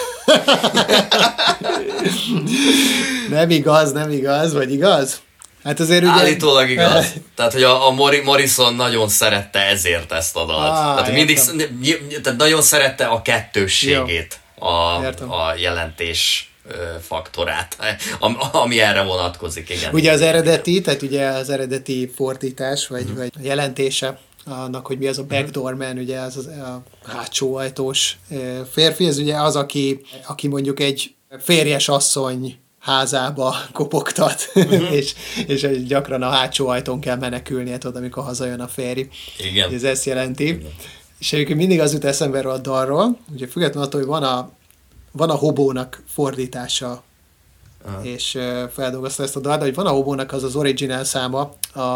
Nem igaz, vagy igaz? Hát azért ugye... Állítólag igaz. Tehát, hogy a Morrison nagyon szerette ezért ezt a dalt. Tehát nagyon szerette a kettősségét, a jelentés faktorát, ami erre vonatkozik, igen. Ugye az eredeti, tehát ugye az eredeti fordítás, vagy jelentése annak, hogy mi az a backdoor man, ugye az a hátsó ajtós férfi, ez ugye az, aki mondjuk egy férjes asszony házába kopogtat, és gyakran a hátsó ajtón kell menekülnie, tudod, amikor hazajön a férj. Igen. Ez ezt jelenti. Igen. És egyébként mindig az jut eszembe erről a dalról, ugye függetlenül attól, hogy van a Hobónak fordítása, és feldolgozta ezt a dalt, de hogy van a Hobónak az original száma,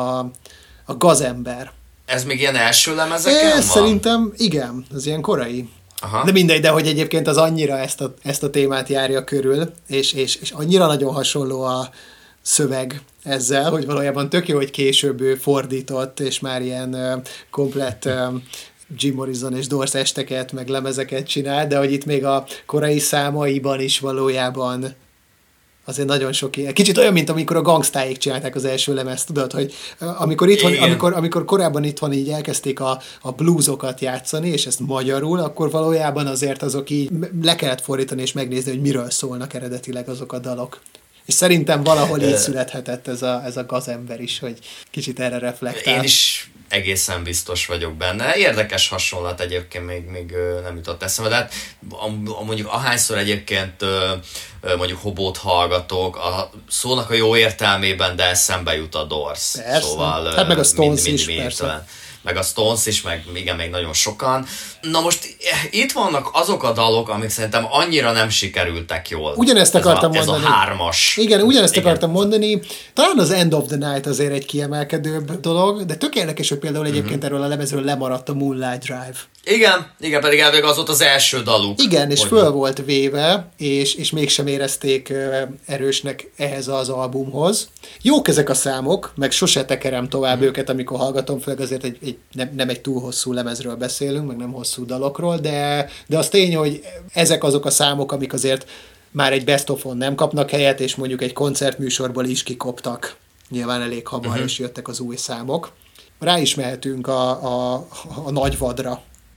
a Gazember. Ez még ilyen első lemezeken van? Szerintem igen, az ilyen korai. Aha. De mindegy, de hogy egyébként az annyira ezt a témát járja körül, és annyira nagyon hasonló a szöveg ezzel, hogy valójában tök jó, hogy később ő fordított, és már ilyen komplett Jim Morrison és Doors esteket, meg lemezeket csinál, de hogy itt még a korai számaiban is valójában azért nagyon sok ilyen. Kicsit olyan, mint amikor a Gangstáék csinálták az első lemezt, tudod, hogy amikor korábban itthon így elkezdték a bluesokat játszani, és ezt magyarul, akkor valójában azért azok így le kellett fordítani és megnézni, hogy miről szólnak eredetileg azok a dalok. És szerintem valahol így születhetett ez a Gazember is, hogy kicsit erre reflektál. Én is egészen biztos vagyok benne. Érdekes hasonlat egyébként még nem jutott eszembe, de hát mondjuk ahányszor egyébként mondjuk Hobót hallgatok, a szónak a jó értelmében, de eszembe jut a Doors. Persze. Szóval hát meg a Stones is, persze. Meg a Stones is, meg igen, még nagyon sokan. Na most itt vannak azok a dalok, amik szerintem annyira nem sikerültek jól. Ugyanezt akartam mondani. Ez a 3-as. Igen, ugyanezt akartam mondani. Talán az End of the Night azért egy kiemelkedőbb dolog, de tök érdekes, hogy például egyébként erről a lemezről lemaradt a Moonlight Drive. Igen, pedig elvég az volt az első daluk. Igen, és föl volt véve, és mégsem érezték erősnek ehhez az albumhoz. Jók ezek a számok, meg sose tekerem tovább őket, amikor hallgatom, főleg azért nem egy túl hosszú lemezről beszélünk, meg nem hosszú dalokról, de az tény, hogy ezek azok a számok, amik azért már egy best of-on nem kapnak helyet, és mondjuk egy koncertműsorból is kikoptak. Nyilván elég hamar, és jöttek az új számok. Rá is mehetünk a nagy vadra.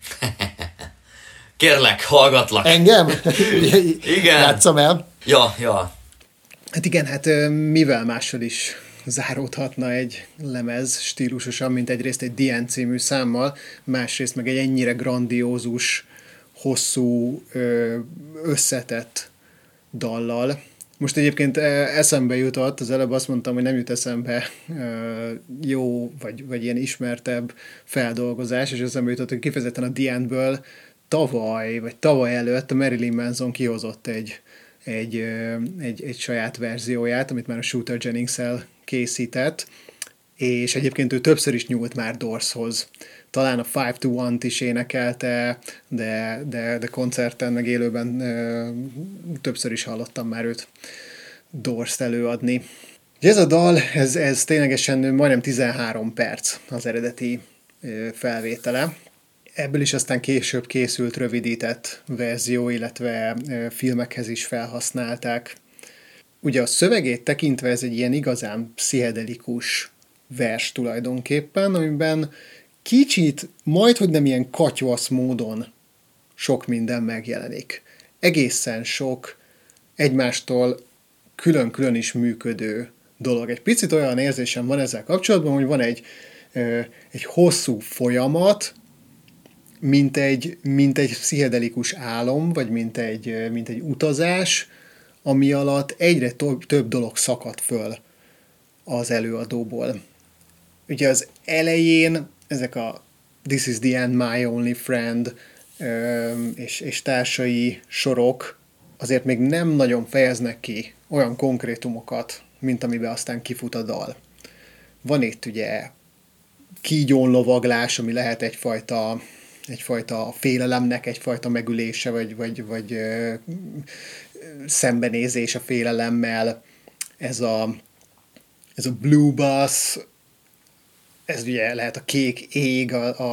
Kérlek, hallgatlak. Engem? Igen. Játszom el? Ja. Hát igen, hát mivel mással is záródhatna egy lemez stílusosan, mint egyrészt egy DN című számmal, másrészt meg egy ennyire grandiózus, hosszú, összetett dallal, Most egyébként eszembe jutott, az előbb azt mondtam, hogy nem jut eszembe jó, vagy ilyen ismertebb feldolgozás, és eszembe jutott, hogy kifejezetten a The Endből tavaly előtt a Marilyn Manson kihozott egy saját verzióját, amit már a Shooter Jennings-el készített, és egyébként ő többször is nyúlt már Doorshoz. Talán a 5 to 1-t is énekelte, de koncerten, meg élőben többször is hallottam már őt Doors-t előadni. Ugye ez a dal, ez ténylegesen majdnem 13 perc az eredeti felvétele. Ebből is aztán később készült rövidített verzió, illetve filmekhez is felhasználták. Ugye a szövegét tekintve ez egy ilyen igazán pszichedelikus vers tulajdonképpen, amiben kicsit, majdhogy nem ilyen katyvasz módon sok minden megjelenik. Egészen sok egymástól külön-külön is működő dolog. Egy picit olyan érzésem van ezzel kapcsolatban, hogy van egy hosszú folyamat, mint egy pszichedelikus álom, vagy mint egy utazás, ami alatt egyre több dolog szakad föl az előadóból. Ugye az elején ezek a This is the end, my only friend és társai sorok azért még nem nagyon fejeznek ki olyan konkrétumokat, mint amiben aztán kifut a dal. Van itt ugye kígyónlovaglás, ami lehet egyfajta félelemnek, egyfajta megülése, vagy szembenézés a félelemmel. Ez a blue bass, ez ugye lehet a kék ég,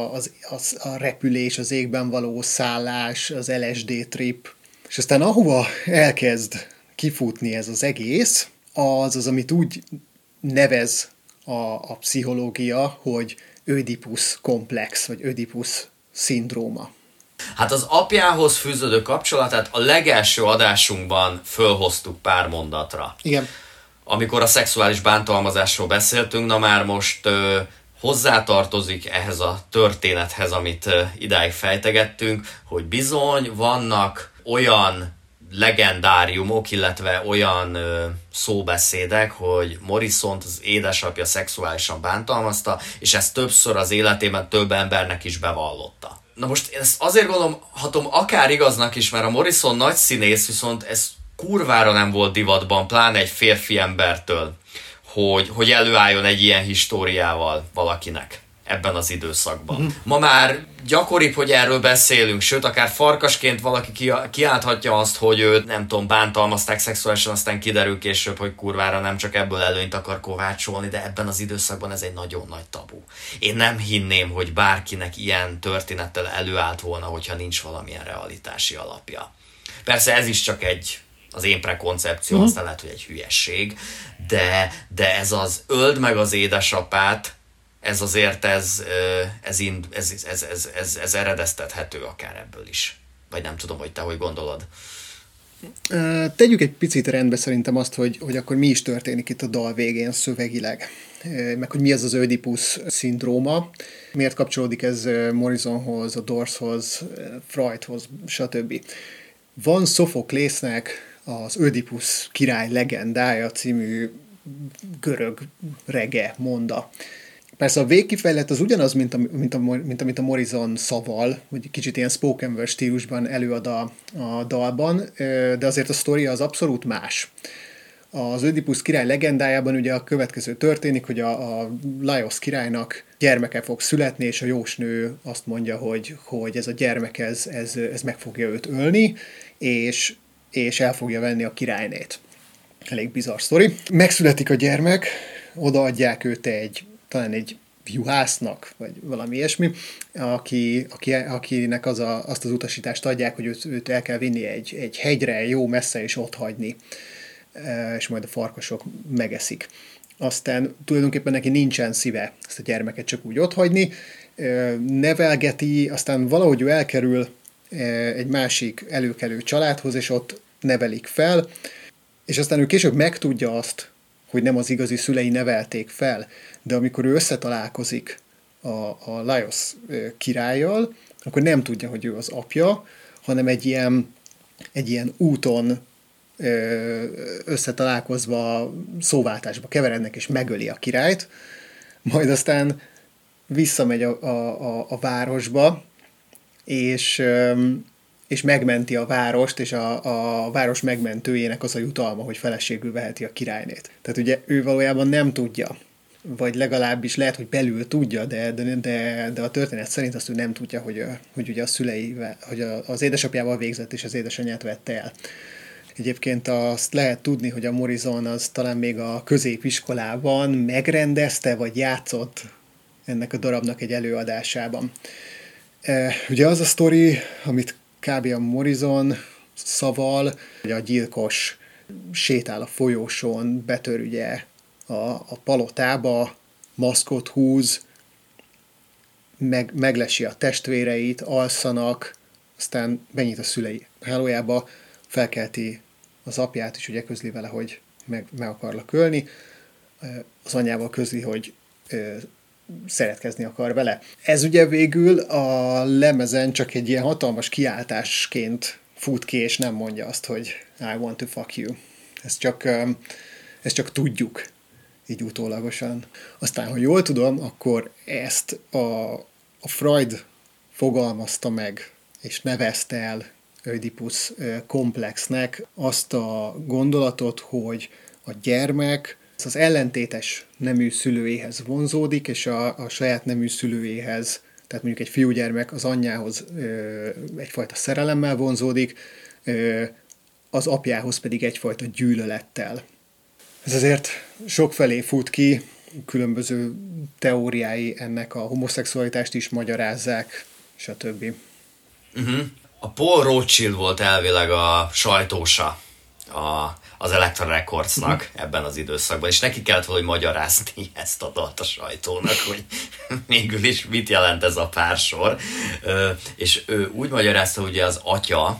a repülés, az égben való szállás, az LSD trip. És aztán ahova elkezd kifutni ez az egész, az, amit úgy nevez a pszichológia, hogy Ödipus komplex, vagy Ödipus szindróma. Hát az apjához fűződő kapcsolatát a legelső adásunkban fölhoztuk pár mondatra. Igen. Amikor a szexuális bántalmazásról beszéltünk, na már most hozzátartozik ehhez a történethez, amit idáig fejtegettünk, hogy bizony vannak olyan legendáriumok, illetve olyan szóbeszédek, hogy Morrisont az édesapja szexuálisan bántalmazta, és ezt többször az életében több embernek is bevallotta. Na most ezt azért gondolhatom akár igaznak is, mert a Morrison nagy színész, viszont ez kurvára nem volt divatban, pláne egy férfi embertől, hogy előálljon egy ilyen históriával valakinek ebben az időszakban. Ma már gyakoribb, hogy erről beszélünk, sőt, akár farkasként valaki kiálthatja azt, hogy őt, nem tudom, bántalmazták szexuálisan, aztán kiderül később, hogy kurvára nem csak ebből előnyt akar kovácsolni, de ebben az időszakban ez egy nagyon nagy tabu. Én nem hinném, hogy bárkinek ilyen történettel előállt volna, hogyha nincs valamilyen realitási alapja. Persze ez is csak az én prekoncepció, aztán lehet, hogy egy hülyesség, de ez az öld meg az édesapát, ez azért ez eredeztethető akár ebből is. Vagy nem tudom, hogy te hogy gondolod. Tegyük egy picit rendbe szerintem azt, hogy akkor mi is történik itt a dal végén szövegileg. Meg hogy mi az az Ödipus szindróma, miért kapcsolódik ez Morrisonhoz, a Doorshoz, Freudhoz, stb. Van Szofoklésznek az Ödipus király legendája című görög rege monda. Persze a végkifejlet az ugyanaz, mint amit a Morrison szaval, hogy kicsit ilyen spoken word stílusban előad a dalban, de azért a sztoria az abszolút más. Az Ödipus király legendájában ugye a következő történik, hogy a Laios királynak gyermeke fog születni, és a jósnő azt mondja, hogy ez a gyermek ez meg fogja őt ölni, és el fogja venni a királynét. Elég bizarr sztori. Megszületik a gyermek, odaadják őt talán egy juhásznak, vagy valami ilyesmi, akinek azt az utasítást adják, hogy őt el kell vinni egy hegyre, jó messze, és ott hagyni, és majd a farkasok megeszik. Aztán tulajdonképpen neki nincsen szíve ezt a gyermeket csak úgy otthagyni, nevelgeti, aztán valahogy ő elkerül egy másik előkelő családhoz, és ott nevelik fel, és aztán ő később megtudja azt, hogy nem az igazi szülei nevelték fel, de amikor ő összetalálkozik a Laios királlyal, akkor nem tudja, hogy ő az apja, hanem egy ilyen úton összetalálkozva szóváltásba keverednek, és megöli a királyt, majd aztán visszamegy a városba, és megmenti a várost, és a város megmentőjének az a jutalma, hogy feleségül veheti a királynét. Tehát ugye ő valójában nem tudja, vagy legalábbis lehet, hogy belül tudja, de a történet szerint azt ő nem tudja, hogy ugye a szüleivel, hogy az édesapjával végzett, és az édesanyját vette el. Egyébként azt lehet tudni, hogy a Morrison az talán még a középiskolában megrendezte, vagy játszott ennek a darabnak egy előadásában. Ugye az a sztori, amit kb. A Morrison szaval, hogy a gyilkos sétál a folyósón, betör ugye a palotába, maszkot húz, meglesi a testvéreit, alszanak, aztán benyit a szülei hálójába, felkelti az apját, és ugye közli vele, hogy meg akarlak ölni. Az anyával közli, hogy szeretkezni akar vele. Ez ugye végül a lemezen csak egy ilyen hatalmas kiáltásként fut ki, és nem mondja azt, hogy I want to fuck you. Ezt csak tudjuk, így utólagosan. Aztán, ha jól tudom, akkor ezt a Freud fogalmazta meg, és nevezte el Ödipus komplexnek azt a gondolatot, hogy a gyermek az ellentétes nemű szülőjéhez vonzódik, és a saját nemű szülőjéhez, tehát mondjuk egy fiúgyermek az anyjához egyfajta szerelemmel vonzódik, az apjához pedig egyfajta gyűlölettel. Ez azért sokfelé fut ki, különböző teóriái ennek a homoszexualitást is magyarázzák, stb. A Paul Rothschild volt elvileg a sajtósa az Elektra Recordsnak ebben az időszakban, és neki kellett valahogy magyarázni ezt a dalt a sajtónak, hogy végül is mit jelent ez a pársor. És ő úgy magyarázta, hogy az atya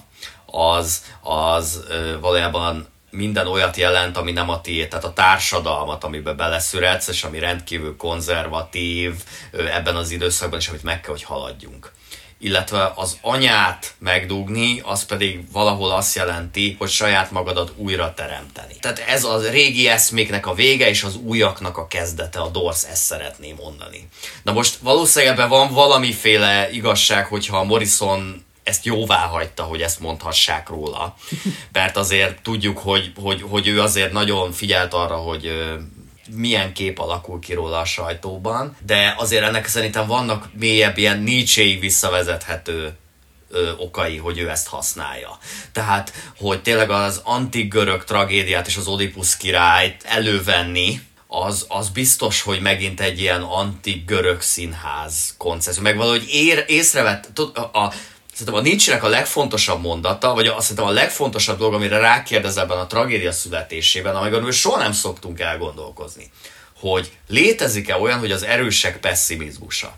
az valójában minden olyat jelent, ami nem a tiéd, tehát a társadalmat, amiben beleszületsz, és ami rendkívül konzervatív ebben az időszakban, és amit meg kell, hogy haladjunk. Illetve az anyát megdugni, az pedig valahol azt jelenti, hogy saját magadat újra teremteni. Tehát ez a régi eszméknek a vége, és az újaknak a kezdete, a Doors, ezt szeretném mondani. Na most valószínűleg ebben van valamiféle igazság, hogyha a Morrison ezt jóvá hagyta, hogy ezt mondhassák róla. Mert azért tudjuk, hogy ő azért nagyon figyelt arra, hogy milyen kép alakul ki róla a sajtóban, de azért ennek szerintem vannak mélyebb ilyen Nietzséig visszavezethető okai, hogy ő ezt használja. Tehát, hogy tényleg az antik görög tragédiát és az Oedipus királyt elővenni, az biztos, hogy megint egy ilyen antik görög színház koncepció. Meg valahogy észrevett, szerintem a Nietzsének a legfontosabb mondata, vagy szerintem a legfontosabb dolog, amire rákérdez ebben a tragédia születésében, amiről soha nem szoktunk elgondolkozni, hogy létezik-e olyan, hogy az erősek pessimizmusa.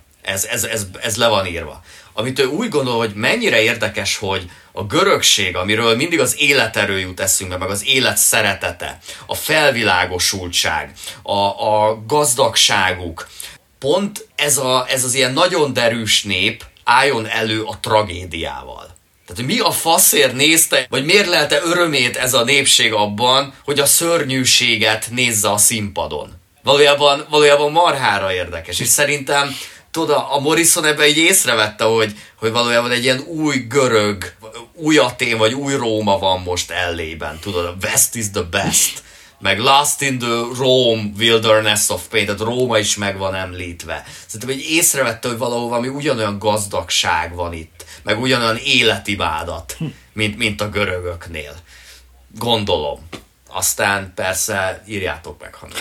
Ez le van írva. Amit ő úgy gondol, hogy mennyire érdekes, hogy a görögség, amiről mindig az életerő jut eszünkbe, meg az élet szeretete, a felvilágosultság, a gazdagságuk, pont ez az ilyen nagyon derűs nép álljon elő a tragédiával. Tehát, hogy mi a faszért nézte, vagy miért lelte örömét ez a népség abban, hogy a szörnyűséget nézze a színpadon. Valójában marhára érdekes, és szerintem a Morrison ebben így észrevette, hogy valójában egy ilyen új görög, új Atén vagy új Róma van most L.A.-ben, tudod, a West is the best, meg Lost in the Rome Wilderness of Pain, tehát Róma is meg van említve. Szerintem egy észrevette, hogy valahol valami ugyanolyan gazdagság van itt, meg ugyanolyan életimádat, mint a görögöknél. Gondolom. Aztán persze írjátok meg, ha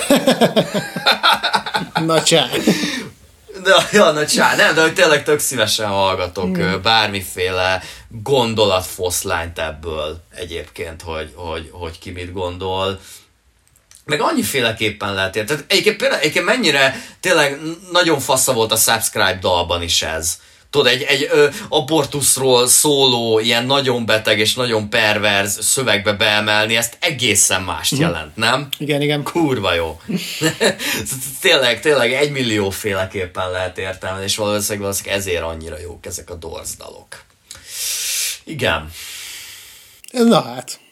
Na csá! Nem, de hogy tényleg tök szívesen hallgatok bármiféle gondolatfoszlányt ebből egyébként, hogy ki mit gondol. Meg annyiféleképpen lehet érteni. Egyébként mennyire tényleg nagyon fassa volt a Subscribe dalban is ez. Tudod, egy abortuszról szóló, ilyen nagyon beteg és nagyon perverz szövegbe beemelni, ezt egészen mást jelent, nem? Igen. Kurva jó. tényleg 1 millió féleképpen lehet értelmezni, és valószínűleg ezért annyira jók ezek a Doors dalok. Igen. Na hát.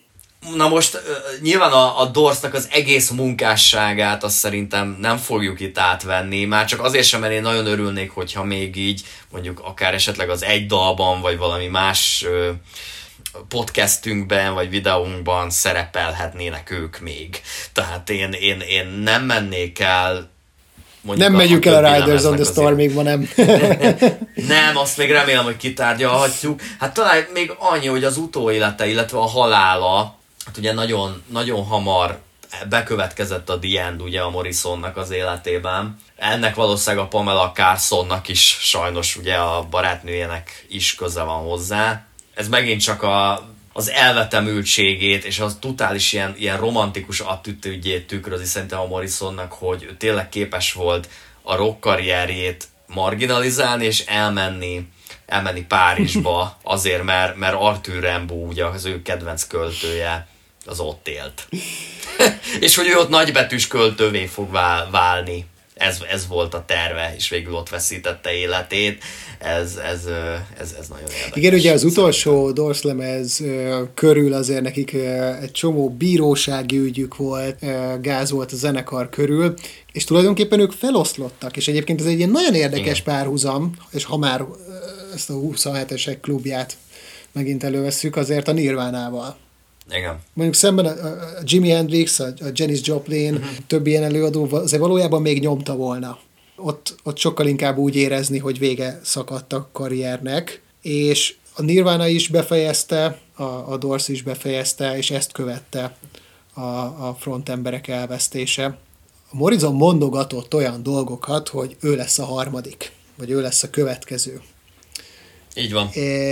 Na most nyilván a Doorsnak az egész munkásságát azt szerintem nem fogjuk itt átvenni, már csak azért sem, mert én nagyon örülnék, hogyha még így mondjuk akár esetleg az egy dalban, vagy valami más podcastünkben, vagy videónkban szerepelhetnének ők még. Tehát én nem mennék el nem megyünk el a Riders on the Stormig, nem. Nem, azt még remélem, hogy kitárgyalhatjuk. Hát talán még annyi, hogy az utóélete, illetve a halála, hát ugye nagyon, nagyon hamar bekövetkezett a The End ugye a Morrisonnak az életében. Ennek valószínűleg a Pamela Carsonnak is sajnos ugye a barátnőjének is köze van hozzá. Ez megint csak az elvetemültségét és az totális ilyen romantikus attitűdjét tükrözi szerintem a Morrisonnak, hogy ő tényleg képes volt a rock karrierjét marginalizálni és elmenni Párizsba azért, mert Arthur Rimbaud, ugye az ő kedvenc költője, az ott élt. És hogy ő ott nagybetűs költővé fog válni. Ez volt a terve, és végül ott veszítette életét. Ez nagyon érdekes. Igen, ugye az utolsó Doors lemez körül azért nekik egy csomó bírósági ügyük volt, gáz volt a zenekar körül, és tulajdonképpen ők feloszlottak, és egyébként ez egy ilyen nagyon érdekes párhuzam, és ha már ezt a 27-esek klubját megint elővesszük, azért a Nirvánával. Igen. Mondjuk szemben a Jimi Hendrix, a Janis Joplin, több ilyen előadó azért valójában még nyomta volna. Ott sokkal inkább úgy érezni, hogy vége szakadt a karriernek, és a Nirvana is befejezte, a Doors is befejezte, és ezt követte a frontemberek elvesztése. A Morrison mondogatott olyan dolgokat, hogy ő lesz a harmadik, vagy ő lesz a következő. Így van.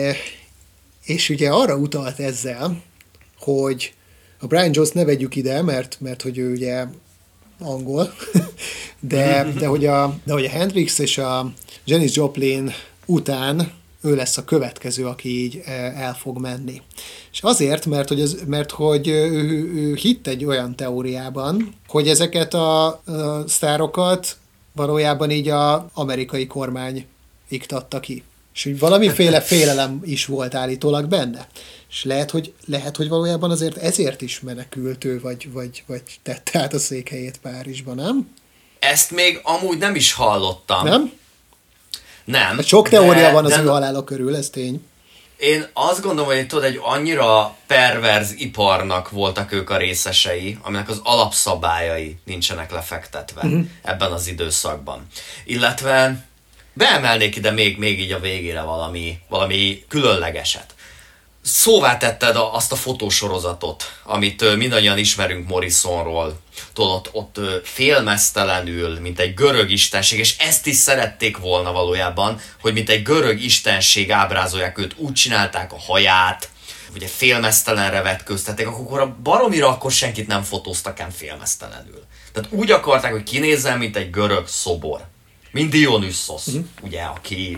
És ugye arra utalt ezzel, hogy a Brian Jones ne vegyük ide, mert hogy ő ugye angol, de hogy a Hendrix és a Janis Joplin után ő lesz a következő, aki így el fog menni. És azért, mert hogy ő hitt egy olyan teóriában, hogy ezeket a sztárokat valójában így az amerikai kormány iktatta ki. És hogy valamiféle félelem is volt állítólag benne. És lehet, hogy valójában azért ezért is menekült ő, vagy tette át a székhelyét Párizsban, nem? Ezt még amúgy nem is hallottam. Nem? Nem. Hát sok teória van az ő halála körül, ez tény. Én azt gondolom, hogy tudod, egy annyira perverz iparnak voltak ők a részesei, aminek az alapszabályai nincsenek lefektetve ebben az időszakban. Illetve beemelnék ide még így a végére valami különlegeset. Szóvá tetted azt a fotósorozatot, amit mindannyian ismerünk Morrisonról. Tudod, ott félmeztelenül, mint egy görög istenség, és ezt is szerették volna valójában, hogy mint egy görög istenség ábrázolják őt, úgy csinálták a haját, ugye félmeztelenre vetköztették, akkor baromira akkor senkit nem fotóztak ám félmeztelenül. Tehát úgy akarták, hogy kinézzen, mint egy görög szobor. Mint Dionysos, ugye, aki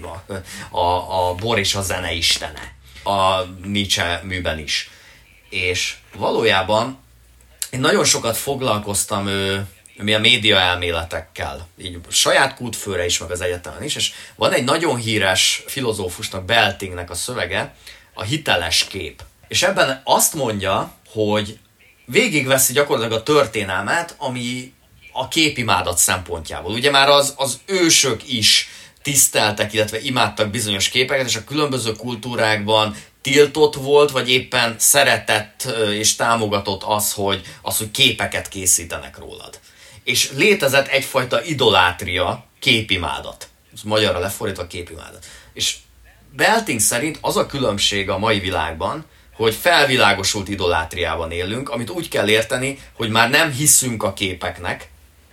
a bor és a zene istene. A Nietzsche műben is. És valójában én nagyon sokat foglalkoztam a média elméletekkel, így saját kútfőre is, meg az egyetemen is, és van egy nagyon híres filozófusnak, Beltingnek a szövege, a hiteles kép. És ebben azt mondja, hogy végigveszi gyakorlatilag a történelmet, ami a képimádat szempontjából. Ugye már az ősök is tiszteltek, illetve imádtak bizonyos képeket, és a különböző kultúrákban tiltott volt, vagy éppen szeretett és támogatott az, hogy képeket készítenek rólad. És létezett egyfajta idolátria, képimádat. Ez magyarra lefordítva képimádat. És Belting szerint az a különbség a mai világban, hogy felvilágosult idolátriában élünk, amit úgy kell érteni, hogy már nem hiszünk a képeknek,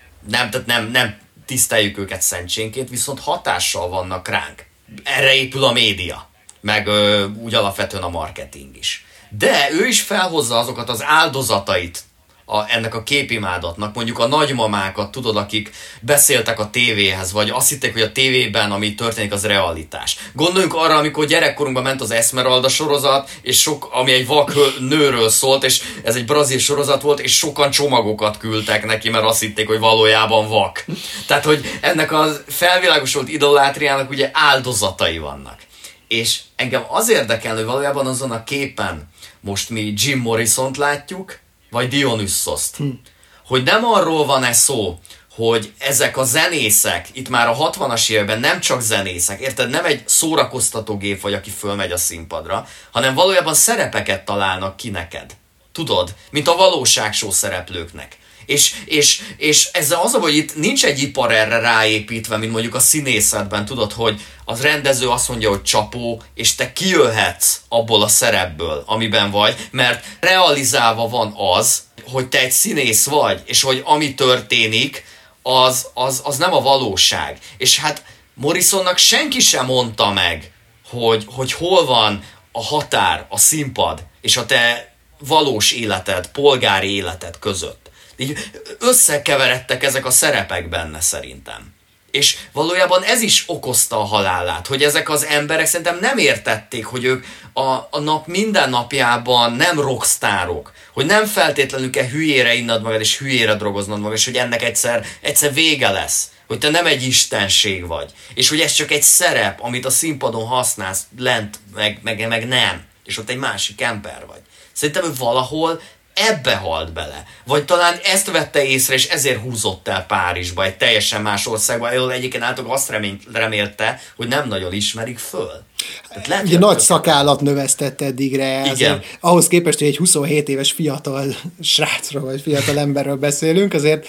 nem tiszteljük őket szentségként, viszont hatással vannak ránk. Erre épül a média, meg úgy alapvetően a marketing is. De ő is felhozza azokat az áldozatait ennek a képimádatnak, mondjuk a nagymamákat, tudod, akik beszéltek a tévéhez, vagy azt hitték, hogy a tévében, ami történik, az realitás. Gondoljunk arra, amikor gyerekkorunkban ment az Esmeralda sorozat, és ami egy vak nőről szólt, és ez egy brazil sorozat volt, és sokan csomagokat küldtek neki, mert azt hitték, hogy valójában vak. Tehát, hogy ennek a felvilágosult idolátriának ugye áldozatai vannak. És engem az érdekel, hogy valójában azon a képen most mi Jim Morrisont látjuk, vagy Dionysoszt. Hogy nem arról van-e szó, hogy ezek a zenészek, itt már a 60-as években nem csak zenészek, érted? Nem egy szórakoztatógép vagy, aki fölmegy a színpadra, hanem valójában szerepeket találnak ki neked. Tudod? Mint a valóságshow szereplőknek. És ezzel az, hogy itt nincs egy ipar erre ráépítve, mint mondjuk a színészetben, tudod, hogy az rendező azt mondja, hogy csapó, és te kijöhetsz abból a szerepből, amiben vagy, mert realizálva van az, hogy te egy színész vagy, és hogy ami történik, az nem a valóság. És hát Morrisonnak senki sem mondta meg, hogy hol van a határ, a színpad, és a te valós életed, polgári életed között. Így összekeveredtek ezek a szerepek benne szerintem. És valójában ez is okozta a halálát, hogy ezek az emberek szerintem nem értették, hogy ők a nap minden napjában nem rockstárok, hogy nem feltétlenül kell hülyére innad magad, és hülyére drogoznod magad, és hogy ennek egyszer vége lesz, hogy te nem egy istenség vagy, és hogy ez csak egy szerep, amit a színpadon használsz lent, meg nem, és ott egy másik ember vagy. Szerintem ő valahol ebbe halt bele. Vagy talán ezt vette észre, és ezért húzott el Párizsba, egy teljesen más országba, ahol egyébként általában azt remélte, hogy nem nagyon ismerik föl. Lehet, ugye nagy szakállat növesztett eddigre. Ahhoz képest, hogy egy 27 éves fiatal srácról, vagy fiatal emberről beszélünk, azért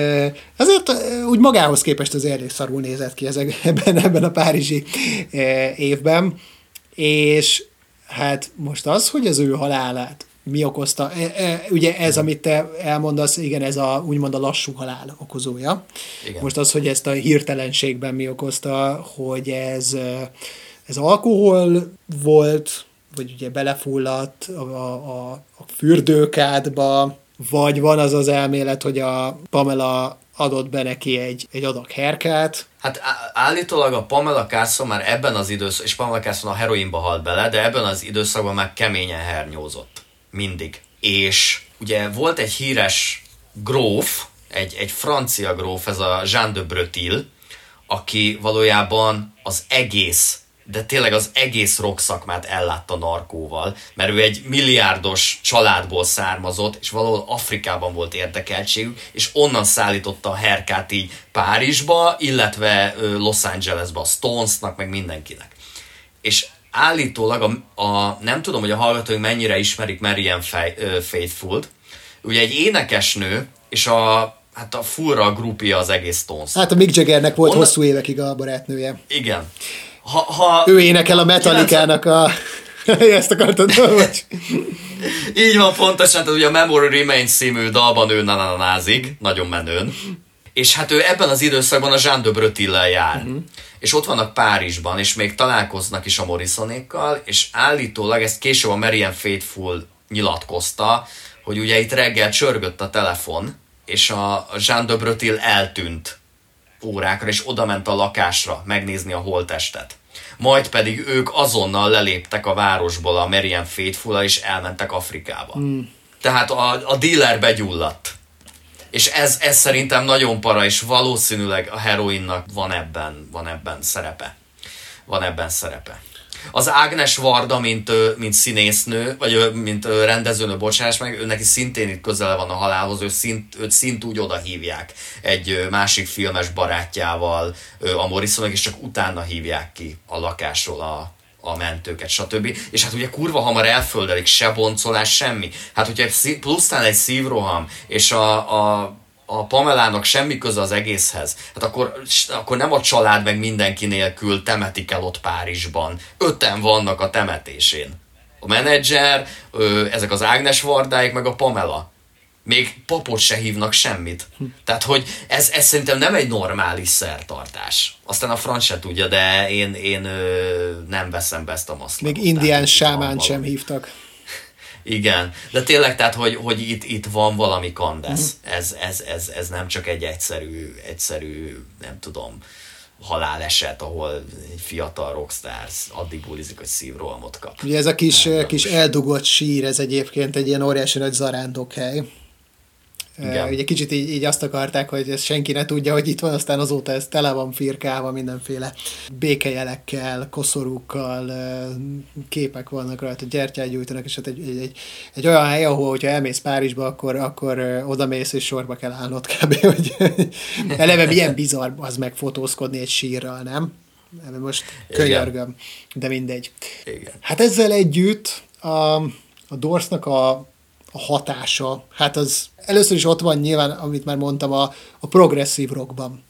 úgy magához képest az elég szarul nézett ki ebben a párizsi évben. És hát most az, hogy az ő halálát mi okozta? Ugye ez, amit te elmondasz, igen, ez úgymond a lassú halál okozója. Igen. Most az, hogy ezt a hirtelenségben mi okozta, hogy ez alkohol volt, vagy ugye belefulladt a fürdőkádba, vagy van az az elmélet, hogy a Pamela adott be neki egy adag herkát. Hát állítólag a Pamela Carson már ebben az időszakban, és Pamela Carson a heroinba halt bele, de ebben az időszakban már keményen hernyózott. Mindig. És ugye volt egy híres gróf, egy francia gróf, ez a Jean de Bretil, aki valójában de tényleg az egész rock szakmát ellátta narkóval, mert ő egy milliárdos családból származott, és valahol Afrikában volt érdekeltségük, és onnan szállította a herkát így Párizsba, illetve Los Angelesba, a Stonesnak, meg mindenkinek. És állítólag, nem tudom, hogy a hallgatóink mennyire ismerik Marianne Faithfult, ugye egy énekesnő, és a furra grupja az egész Stones. Hát a Mick Jaggernek volt hosszú évekig a barátnője. Igen. Ő énekel a Metallica-nak ezt akartad, vagy? Így van, pontosan, tehát ugye a Memory Remains című dalban ő nanázik, nagyon menőn. És hát ő ebben az időszakban a Jean de Bretillel jár. És ott vannak Párizsban, és még találkoznak is a Morrisonékkal, és állítólag ezt később a Marianne Faithfull nyilatkozta, hogy ugye itt reggel csörgött a telefon, és a Jean de Bretil eltűnt órákra, és odament a lakásra megnézni a holttestet. Majd pedig ők azonnal leléptek a városból a Marianne Faithfull-al, és elmentek Afrikába. Tehát a dealer begyulladt. És ez szerintem nagyon para, és valószínűleg a heroinnak van ebben szerepe. Az Ágnes Varda, mint színésznő, vagy mint rendezőnő, bocsáss meg, ő neki szintén itt közel van a halálhoz, őt szint úgy oda hívják egy másik filmes barátjával a Morrisonnak, és csak utána hívják ki a lakásról a mentőket, stb. És hát ugye kurva hamar elföldelik, se boncolás, semmi. Hát hogyha plusztán egy szívroham, és a Pamelának semmi köze az egészhez, hát akkor nem a család meg mindenki nélkül temetik el ott Párizsban. 5-en vannak a temetésén. A menedzser, ezek az Ágnes Vardáik, meg a Pamela. Még papot se hívnak semmit. Tehát, hogy ez szerintem nem egy normális szertartás. Aztán a franc se tudja, de én nem veszem be ezt a maszlagot. Még indián sámánt sem hívtak. Igen, de tényleg, tehát, hogy itt van valami kandesz. Ez nem csak egy egyszerű, nem tudom, haláleset, ahol egy fiatal rockstar addig bulizik, hogy szívrohamot kap. Ugye ez a kis eldugott sír, ez egyébként egy ilyen óriási nagy zarándokhely. Ugye kicsit így azt akarták, hogy ezt senki ne tudja, hogy itt van, aztán azóta ez tele van firkálva mindenféle békejelekkel, koszorúkkal, képek vannak rajta, gyertyát gyújtanak, és hát egy olyan hely, ahol, hogyha elmész Párizsba, akkor odamész, és sorba kell állnod kb. Hogy eleve milyen bizarr az megfotózkodni egy sírral, nem? Most könyörgöm, de mindegy. Igen. Hát ezzel együtt a Doorsnak a hatása, hát az először is ott van nyilván, amit már mondtam, a progresszív rockban.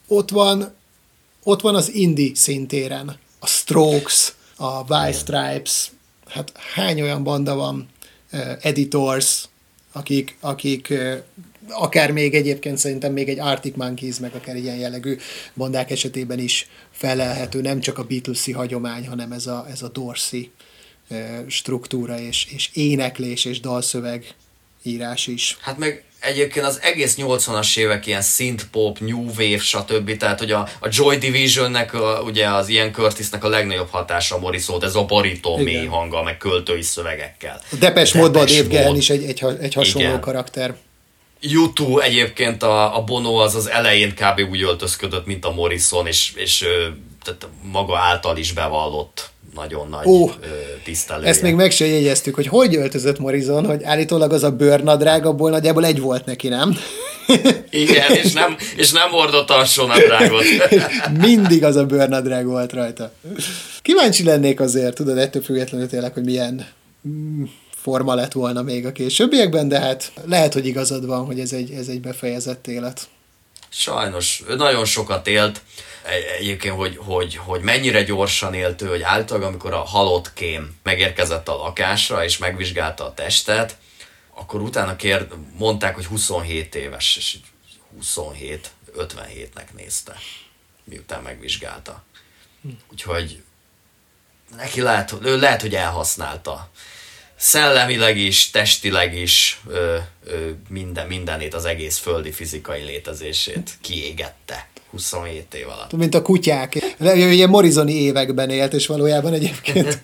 Ott van az indie szintéren, a Strokes, a White Stripes, hát hány olyan banda van, Editors, akik akár még egyébként szerintem még egy Arctic Monkeys, meg akár ilyen jellegű bandák esetében is felelhető, nem csak a Beatles-i hagyomány, hanem ez a Doors-i struktúra és éneklés és dalszöveg írás is. Hát meg egyébként az egész 80-as évek ilyen synth-pop, new wave, stb. Tehát, hogy a Joy Divisionnek, ugye az Ian Curtisnek a legnagyobb hatása a Morrison, ez a baritón mély hanga, meg költői szövegekkel. A Depeche Mode-ban Dave Gahan is egy hasonló karakter. U2 egyébként a Bono az elején kb. Úgy öltözködött, mint a Morrison, és tehát maga által is bevallott nagyon nagy tisztelője. Ezt még meg se jegyeztük, hogy öltözött Morrison, hogy állítólag az a bőrnadrág, abból nagyjából egy volt neki, nem? Igen, és nem hordott alsónadrágot. Mindig az a bőrnadrág volt rajta. Kíváncsi lennék azért, tudod, ettől függetlenül tényleg, hogy milyen forma lett volna még a későbbiekben, de hát lehet, hogy igazad van, hogy ez egy befejezett élet. Sajnos, ő nagyon sokat élt. Egyébként, hogy mennyire gyorsan élt ő, hogy általában, amikor a halott kém megérkezett a lakásra, és megvizsgálta a testet, akkor utána mondták, hogy 27 éves, és 27, 57-nek nézte, miután megvizsgálta. Úgyhogy neki lehet, hogy elhasználta. Szellemileg is, testileg is mindenét, az egész földi fizikai létezését kiégette 27 év alatt. Mint a kutyák. Ilyen Morrisoni években élt, és valójában egyébként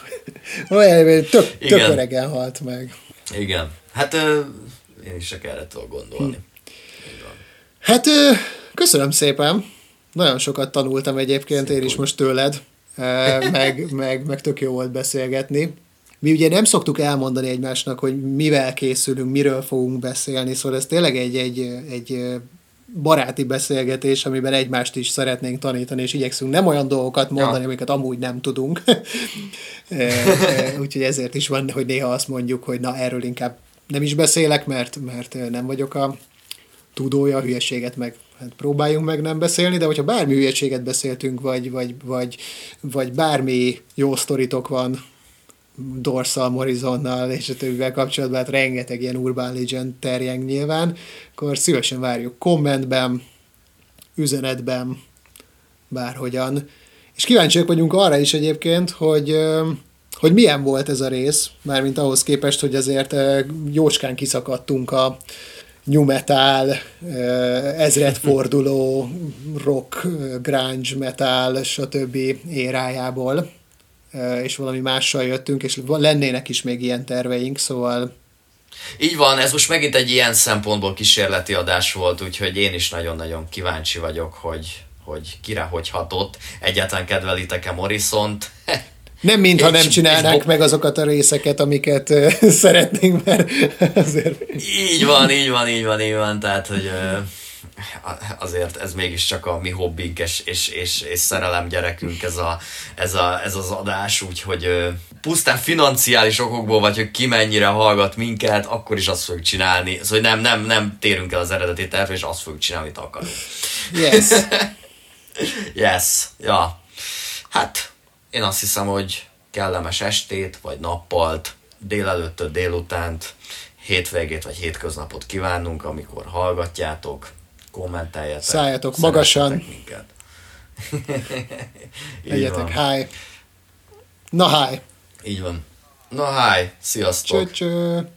tök öregen halt meg. Igen. Hát én is csak erre tudok gondolni. Hát köszönöm szépen. Nagyon sokat tanultam egyébként, én is most tőled. Meg tök jó volt beszélgetni. Mi ugye nem szoktuk elmondani egymásnak, hogy mivel készülünk, miről fogunk beszélni, szóval ez tényleg egy baráti beszélgetés, amiben egymást is szeretnénk tanítani, és igyekszünk nem olyan dolgokat mondani, amiket amúgy nem tudunk. Úgyhogy ezért is van, hogy néha azt mondjuk, hogy na, erről inkább nem is beszélek, mert nem vagyok a tudója, a hülyeséget meg hát próbáljunk meg nem beszélni, de hogyha bármi hülyeséget beszéltünk, vagy bármi jó sztoritok van Doorsszal, Morrisonnal és a többivel kapcsolatban, hát rengeteg ilyen urban legend terjeng nyilván, akkor szívesen várjuk kommentben, üzenetben, bárhogyan. És kíváncsiak vagyunk arra is egyébként, hogy milyen volt ez a rész, mármint ahhoz képest, hogy azért jócskán kiszakadtunk a new metal, ezredforduló rock, grunge metal, stb. Érájából, és valami mással jöttünk, és lennének is még ilyen terveink, szóval... Így van, ez most megint egy ilyen szempontból kísérleti adás volt, úgyhogy én is nagyon-nagyon kíváncsi vagyok, hogy kire hogy hatott. Egyáltalán kedvelitek-e Morrisont? Nem mintha nem csinálnánk meg azokat a részeket, amiket szeretnénk, mert azért... Így van, tehát, hogy azért ez mégiscsak a mi hobbink és szerelem gyerekünk ez az adás, úgyhogy pusztán financiális okokból, vagy hogy ki mennyire hallgat minket, akkor is azt fogjuk csinálni. Szóval nem térünk el az eredeti tervre, és azt fogjuk csinálni, amit akarunk. Yes. Yes. Ja. Hát, én azt hiszem, hogy kellemes estét, vagy nappalt, délelőttöt, délutánt, hétvégét, vagy hétköznapot kívánunk, amikor hallgatjátok, kommenteljetek. Szálljatok magasan. Minket. Legyetek high. Na high. Így van. Na high. Sziasztok. Cső.